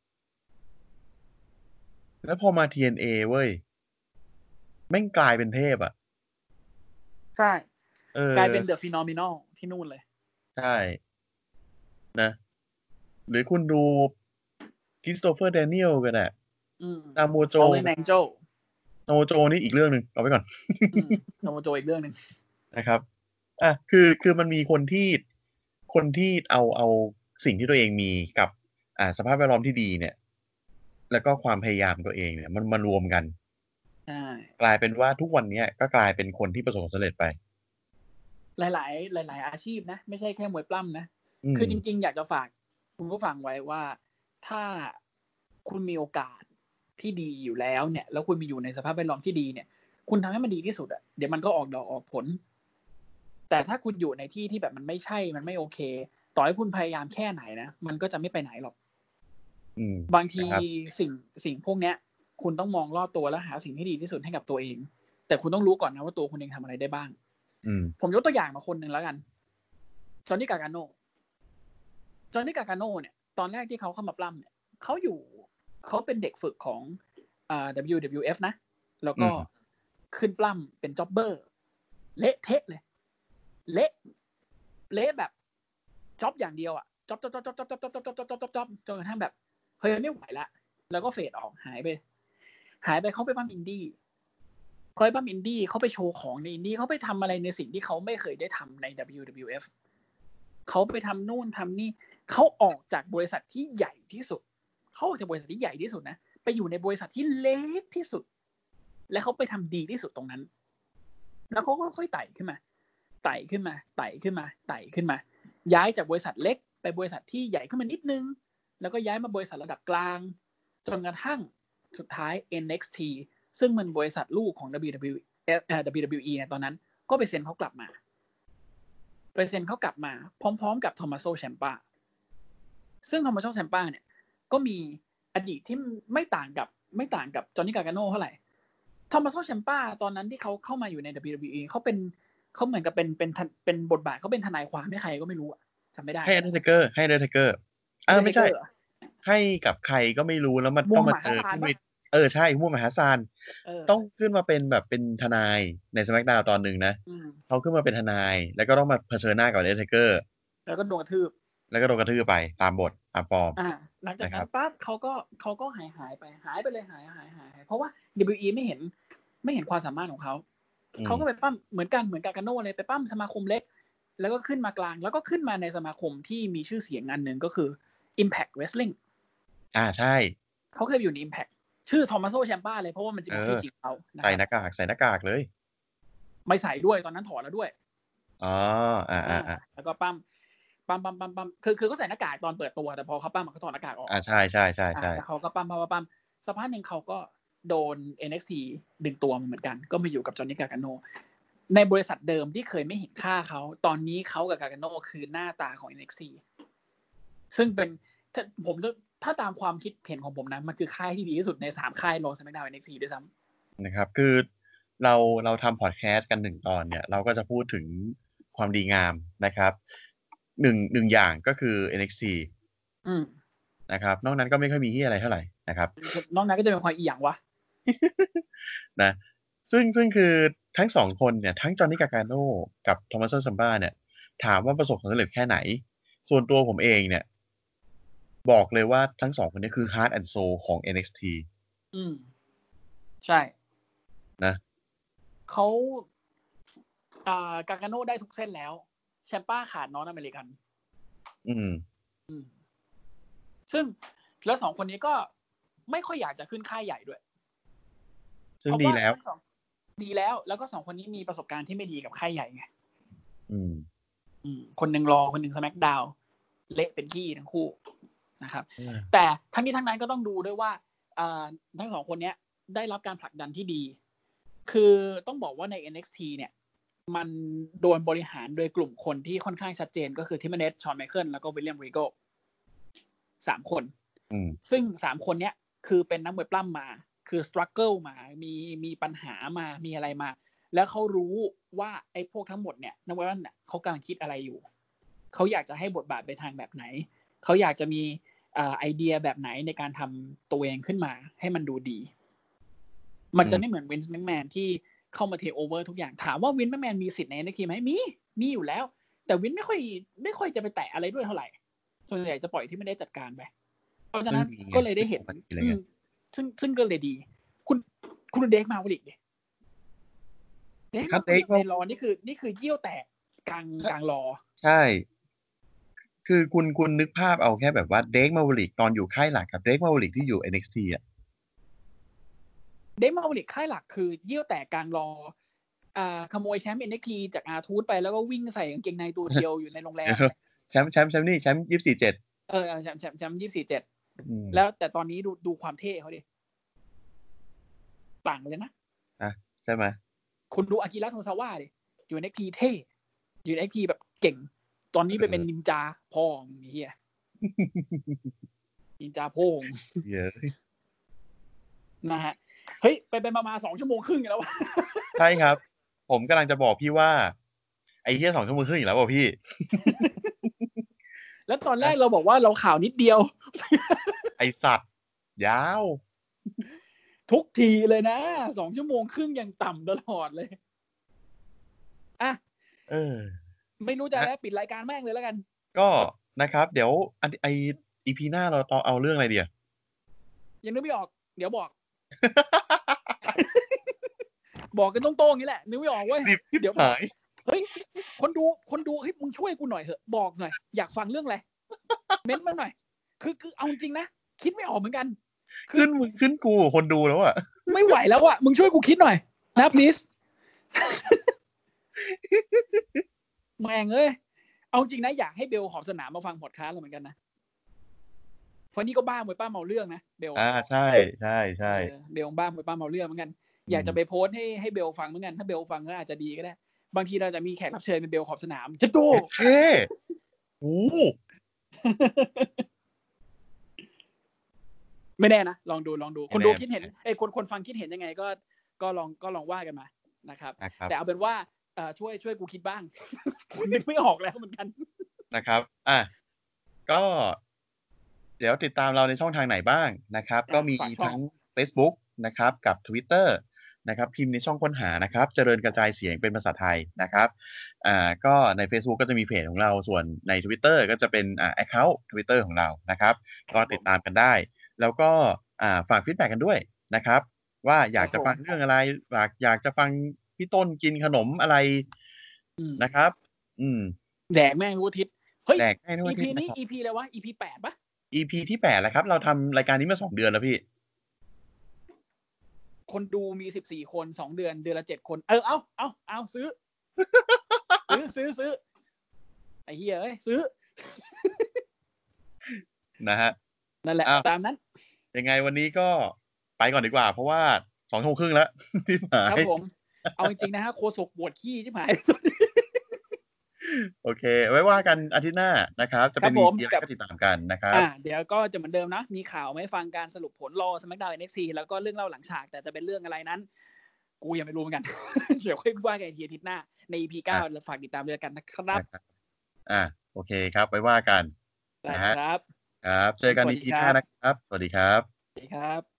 S2: แล้วพอมา ที เอ็น เอ เว้ยแม่งกลายเป็นเทพอ่ะ
S3: ใช่
S2: เออก
S3: ลายเป็นเดอะฟีนอมินอลที่นู่นเลย
S2: ใช่นะหรือคุณดูคริสโตเฟอร์แดเนียลกันอ่ะซามูโจ
S3: ฟอลเลนแองเจิล
S2: ซามูโจนี่อีกเรื่องหนึ่งเอาไว้ก่อน
S3: ซามูโจอีกเรื่องหนึ่ง
S2: นะครับอ่ะคือคือมันมีคนที่คนที่เอาเอาสิ่งที่ตัวเองมีกับอ่าสภาพแวดล้อมที่ดีเนี่ยแล้วก็ความพยายามตัวเองเนี่ยมันมารวมกัน
S3: ใช่
S2: กลายเป็นว่าทุกวันนี้ก็กลายเป็นคนที่ประสบความสำเร็จไป
S3: หลายๆหลายๆอาชีพนะไม่ใช่แค่มวยปล้ำนะคือจริงๆอยากจะฝากคุณผู้ฟังไว้ว่าถ้าคุณมีโอกาสที่ดีอยู่แล้วเนี่ยแล้วคุณมีอยู่ในสภาพแวดล้อมที่ดีเนี่ยคุณทำให้มันดีที่สุดอ่ะเดี๋ยวมันก็ออกดอกออกผลแต่ถ้าคุณอยู่ในที่ที่แบบมันไม่ใช่มันไม่โอเคต่อให้คุณพยายามแค่ไหนนะมันก็จะไม่ไปไหนหรอกบางทีสิ่งสิ่งพวกเนี้ยคุณต้องมองรอบตัวแล้วหาสิ่งที่ดีที่สุดให้กับตัวเองแต่คุณต้องรู้ก่อนนะว่าตัวคุณเองทำอะไรได้บ้างผมยกตัวอย่างมาคนหนึ่งแล้วกันจอห์นนี่กาการโนจอห์นนี่กาการโนเนี่ยตอนแรกที่เขาเข้ามาปล้ำเนี่ยเขาอยู่เขาเป็นเด็กฝึกของอ่า ดับเบิลยู ดับเบิลยู เอฟ นะแล้วก็ขึ้นปล้ำเป็นจ็อบเบอร์เละเทะเลยเละเละแบบจ็อบอย่างเดียวอ่ะจ็อบจ็อบจ็อบจ็อบจ็อบจ็อบจ็อบจ็อบจ็อบจ็อบจ็อบจนกระทั่งแบบเฮ้ยไม่ไหวละแล้วก็เฟดออกหายไปหายไปเขาไปปล้ำอินดี้คอยปั้มอินดี้เขาไปโชว์ของในอินดี้เขาไปทำอะไรในสิ่งที่เขาไม่เคยได้ทำใน ดับเบิลยู ดับเบิลยู เอฟ เขาไปทำนู่นทำนี่เขาออกจากบริษัทที่ใหญ่ที่สุดเขาออกจากบริษัทที่ใหญ่ที่สุดนะไปอยู่ในบริษัทที่เล็กที่สุดและเขาไปทำดีที่สุดตรงนั้นแล้วเขาก็ค่อยไต่ขึ้นมาไต่ขึ้นมาไต่ขึ้นมาไต่ขึ้นมาย้ายจากบริษัทเล็กไปบริษัทที่ใหญ่ขึ้นมานิดนึงแล้วก็ย้ายมาบริษัทระดับกลางจนกระทั่งสุดท้าย เอ็น เอ็กซ์ ที ซึ่งมันบริษัทลูกของ ดับเบิลยู ดับเบิลยู เอฟ เอ่อ ดับเบิลยู ดับเบิลยู อี เนี่ยตอนนั้นก็ไปเซ็นเขากลับมาไปเซ็นเขากลับมาพร้อมๆกับทอมัสโซแชมปาซึ่งทอมัสโซแชมปาเนี่ยก็มีอดีตที่ไม่ต่างกับไม่ต่างกับจอห์นนี่ การ์กาโน่เท่าไหร่ทอมัสโซแชมปาตอนนั้นที่เขาเข้ามาอยู่ใน ดับเบิลยู ดับเบิลยู อี เขาเป็นเขาเหมือนกับเป็นเป็นเป็นบทบาทเขาเป็นทนายความให้ใครก็ไม่รู้จำไม่ได้
S2: ให้ Undertaker ให้ Undertaker อ่าไม่ใช่ให้กับใครก็ไม่รู้แล้วมันต้องมาเจอขึ้นมาเออใช่มูฮัมหมัด ฮัสซานต้องขึ้นมาเป็นแบบเป็นทนายใน SmackDown ตอนนึงนะเขาขึ้นมาเป็นทนายแล้วก็ต้องมาเผชิญหน้ากับ Undertaker
S3: แล้วก็โดนกระทืบ
S2: แล้วก็โดนกระทืบไปตามบทตามฟอร์ม
S3: อ่าหลังจากนั้นปั๊บเขาก็เขาก็หายหายไปหายไปเลยหายหายหายเพราะว่า ดับเบิลยู อี ไม่เห็นไม่เห็นความสามารถของเขาเขาก็ไปปั้มเหมือนกันเหมือนกาการโน่เลยไปปั้มสมาคมเล็กแล้วก็ขึ้นมากลางแล้วก็ขึ้นมาในสมาคมที่มีชื่อเสียงอันหนึ่งก็คือ Impact Wrestling
S2: อ่าใช่
S3: เขาเคยอยู่ใน Impact ชื่อทอมัสโซแชมปาเลยเพราะว่ามันจะมีชื่อจริงเขา
S2: ใส่หน้ากากใส่หน้ากากเลย
S3: ไม่ใส่ด้วยตอนนั้นถอดแล้วด้วย
S2: อ๋ออ่าอ่า
S3: แล้วก็ปั้มปั้มปั้มปั้มปั้มคือคือเขาใส่หน้ากากตอนเปิดตัวแต่พอเขาปั้มเขาถอดหน้ากากออก
S2: อ่าใช่ใช่ใช่ใช่
S3: แล้วเขาก็ปั้มปั้มปั้มสักพักนึงเขาก็โดน เอ็น เอ็กซ์ ที ดึงตัวมาเหมือนกันก็มาอยู่กับจอห์นนี่ การ์กาโน่ในบริษัทเดิมที่เคยไม่เห็นค่าเขาตอนนี้เขากับการ์กาโน่คือหน้าตาของ เอ็น เอ็กซ์ ที ซึ่งเป็นผมถ้าตามความคิดเห็นของผมนะมันคือค่ายที่ดีที่สุดในสามค่ายโลสแมคดาวน์ เอ็น เอ็กซ์ ที ด้วยซ้
S2: ำนะครับคือเราเราทำพอดแคสต์กันหนึ่งตอนเนี่ยเราก็จะพูดถึงความดีงามนะครับหนึ่งหนึ่งอย่างก็คือ เอ็น เอ็กซ์ ที
S3: อืม
S2: นะครับนอกนั้นก็ไม่ค่อยมีที่อะไรเท่าไหร่นะครับ
S3: นอกนั้นก็จะเป็นความอีหยังวะ
S2: นะซึ่งซึ่งคือทั้งสองคนเนี่ยทั้งจอห์นนี่ การ์กาโน่กับทอมัสโซแชมปาเนี่ยถามว่าประสบความสำเร็จแค่ไหนส่วนตัวผมเองเนี่ยบอกเลยว่าทั้งสองคนนี้คือ Heart and Soul ของ เอ็น เอ็กซ์ ที
S3: อืมใช่
S2: นะ
S3: เขาอ่าการ์กาโน่ได้ทุกเส้นแล้วแชมป้าขาดนอร์ทอเมริกัน
S2: อืม
S3: อืมซึ่งแล้วสองคนนี้ก็ไม่ค่อยอยากจะขึ้นค่ายใหญ่ด้วย
S2: ซึ่งดีแล้ว
S3: ดีแล้วแล้วก็สองคนนี้มีประสบการณ์ที่ไม่ดีกับค่ายใหญ่ไง
S2: อืม
S3: อืมคนนึงรอคนนึงสแมคดาวน์เละเป็นขี้ทั้งคู่นะครับแต่ทั้งนี้ทั้งนั้นก็ต้องดูด้วยว่าอ่าทั้งสองคนนี้ได้รับการผลักดันที่ดีคือต้องบอกว่าใน เอ็น เอ็กซ์ ที เนี่ยมันโดนบริหารโดยกลุ่มคนที่ค่อนข้างชัดเจนก็คือทิมเมเนสชอนไมเคิลแล้วก็วิลเลียมรีโกสามคนซึ่งสามคนเนี้ยคือเป็นนักมวยปล้ำมาคือสตรักเกิลมามีมีปัญหามามีอะไรมาแล้วเขารู้ว่าไอ้พวกทั้งหมดเนี่ยนักมวยปล้ำเนี่ยเขากำลังคิดอะไรอยู่เขาอยากจะให้บทบาทไปทางแบบไหนเขาอยากจะมีไอเดียแบบไหนในการทำตัวเองขึ้นมาให้มันดูดีมันจะไม่เหมือนวินส์แม็กแมนที่เข้ามาเทคโอเวอร์ทุกอย่างถามว่าวินส์แม็กแมนมีสิทธิ์ใน เอ็น เอ็กซ์ ที ไหมมีมีอยู่แล้วแต่วินไม่ค่อยไม่ค่อยจะไปแตะอะไรด้วยเท่าไหร่ส่วนใหญ่จะปล่อยที่ไม่ได้จัดการไปเพราะฉะนั้นก็เลยได้เห็นซึ่งซึ่งก็เลยดีคุณคุณเด็กมาวิลิกดิเด็กในรอนี่คือนี่คือเยี่ยวแตกกลางกลางรอ
S2: ใช่คือคุณคุณนึกภาพเอาแค่แบบว่าเด็กมาวิลิกตอนอยู่ค่ายหลักกับเด็กมาวิลิกที่อยู่ เอ็น เอ็กซ์ ที อ่ะ
S3: เดมมาวิลิกค่ายหลักคือเยี่ยวแตกกลางรออ่าขโมยแชมป์ เอ็น เอ็กซ์ ที จากอาทูธไปแล้วก็วิ่งใส่กางเกงในตัวเดียวอยู่ในโรงแรม
S2: แชมป์แชมป์แชมป์นี่แชมป์ยี่สิบสี่ เจ็ด
S3: เออแชมป์แชมป์แชมป์ยี่สิบสี่ เจ็ดแล้วแต่ตอนนี้ดูดูความเท่เขาดิต่างเลยนะ
S2: อ่ะใช่ไหม
S3: คุณดูอากิระโทซาวะดิอยู่ใน เอ็น เอ็กซ์ ที เท่อยู่ใน เอ็น เอ็กซ์ ที แบบเก่งตอนนี้ไปเป็นนินจาพ่องเหี้ยนินจาพ่ง
S2: เยอะ
S3: นะฮะเฮ้ยไปไปมาๆสองชั่วโมงครึ่งแล้ววะ
S2: ใช่ครับผมกำลังจะบอกพี่ว่าไอ้เหี้ยสองชั่วโมงครึ่งอีกแล้วป่ะพี่
S3: แล้วตอนแรกเราบอกว่าเราข่าวนิดเดียว
S2: ไอสัตว์ยาว
S3: ทุกทีเลยนะสองชั่วโมงครึ่งยังต่ำตลอดเลยอ่ะ
S2: เออ
S3: ไม่รู้จะแล้วปิดรายการแม่งเลยแล้วกัน
S2: ก็นะครับเดี๋ยวอันไอ อี พี หน้าเราต่อเอาเรื่องอะไรเดียว
S3: ยังนึกไม่ออกเดี๋ยวบอก บบอกกันตรงๆอย่างนี้แหละนึกไม่ออกเว้ย
S2: เดี๋ยว
S3: เฮ้ยคนดูคนดูเฮ้ยมึงช่วยกูหน่อยเถอะบอกหน่อยอยากฟังเรื่องอะไรเม้นมาหน่อยคือคือเอาจริงนะคิดไม่ออกเหมือนกัน
S2: ขึ้นมึงขึ้นกูคนดูแล้วอ่ะ
S3: ไม่ไหวแล้วอ่ะมึงช่วยกูคิดหน่อยนะ please แม่งเอ้ยเอาจริงนะอยากให้เบลขอบสนามมาฟังพอดคาสต์เหมือนกันนะเพราะนี่ก็บ้าเหมือนป้าเมาเรื่องนะเบล
S2: อ่าใช่ใช่ใช่
S3: เบลบ้าเหมือนป้าเมาเรื่องเหมือนกันอยากจะไปโพสให้ให้เบลฟังเหมือนกันถ้าเบลฟังก็อาจจะดีก็ได้บางทีเราจะมีแขกรับเชิญเป็นเบลขอบสนามจะดู
S2: เฮ้โอ้
S3: ไม่แน่นะลองดูลองดูคนดูคิดเห็นไอ้คนคนฟังคิดเห็นยังไงก็ก็ลองก็ลองว่ากันมานะครับแต่เอาเป็นว่าเอ่อช่วยช่วยกูคิดบ้างนึกไม่ออกแล้วเหมือนกัน
S2: นะครับอ่ะก็เดี๋ยวติดตามเราในช่องทางไหนบ้างนะครับก็มีทั้ง Facebook นะครับกับ Twitter นะครับพิมพ์ในช่องค้นหานะครับเจริญกระจายเสียงเป็นภาษาไทยนะครับอ่าก็ใน Facebook ก็จะมีเพจของเราส่วนใน Twitter ก็จะเป็นอ่า account Twitter ของเรานะครับก็ติดตามกันได้แล้วก็อ่าฝากฟีดแบ็กกันด้วยนะครับว่าอยากจะฟังเรื่องอะไรอยากอยากจะฟังพี่ต้นกินขนมอะไรนะครับอืม
S3: แดกแม่งทุกอาทิตย์เฮ้ย
S2: แดกแม่งทุกอาทิตย์
S3: อี พี นี้ อี พี อะไรวะ อี พี แปดป่ะ
S2: อี พี ที่แปดแล้วครับเราทำรายการนี้มาสองเดือนแล้วพี่
S3: คนดูมีสิบสี่คนสองเดือนเดือนละเจ็ดคนเออเอาเอาเอาซื้อซื้อซื้อซื้อไอ้เหี้ยเอ้ยซื้อ
S2: นะฮะ
S3: นั่นแหละตามนั้น
S2: ยังไงวันนี้ก็ไปก่อนดีกว่าเพราะว่าสองทุ่มครึ่งแล้วที่หาย
S3: ครับผมเอาจริงๆนะฮะโคศกบวชขี้ที่หาย
S2: โอเคไว้ว่ากันอาทิตย์หน้านะครับจะเป็นมีอะไรก็ติดตามกันนะครับ
S3: อ่าเดี๋ยวก็จะเหมือนเดิมนะมีข่าวไม่ฟังการสรุปผลรอ SmackDown เอ็น เอ็กซ์ ที แล้วก็เรื่องเล่าหลังฉากแต่จะเป็นเรื่องอะไรนั้นกูยังไม่รู้เหมือนกันเดี๋ยวค่อยว่ากันอีกทีอาทิตย์หน้าใน อี พี เก้าแล้วฝากติดตามด้วยกันนะครับ
S2: อ่าโอเคครับไว้ว่ากัน
S3: นะครับ
S2: ครับเจอกัน อี พี หน้านะครับสวัสดีครับ
S3: สวัสดีครับ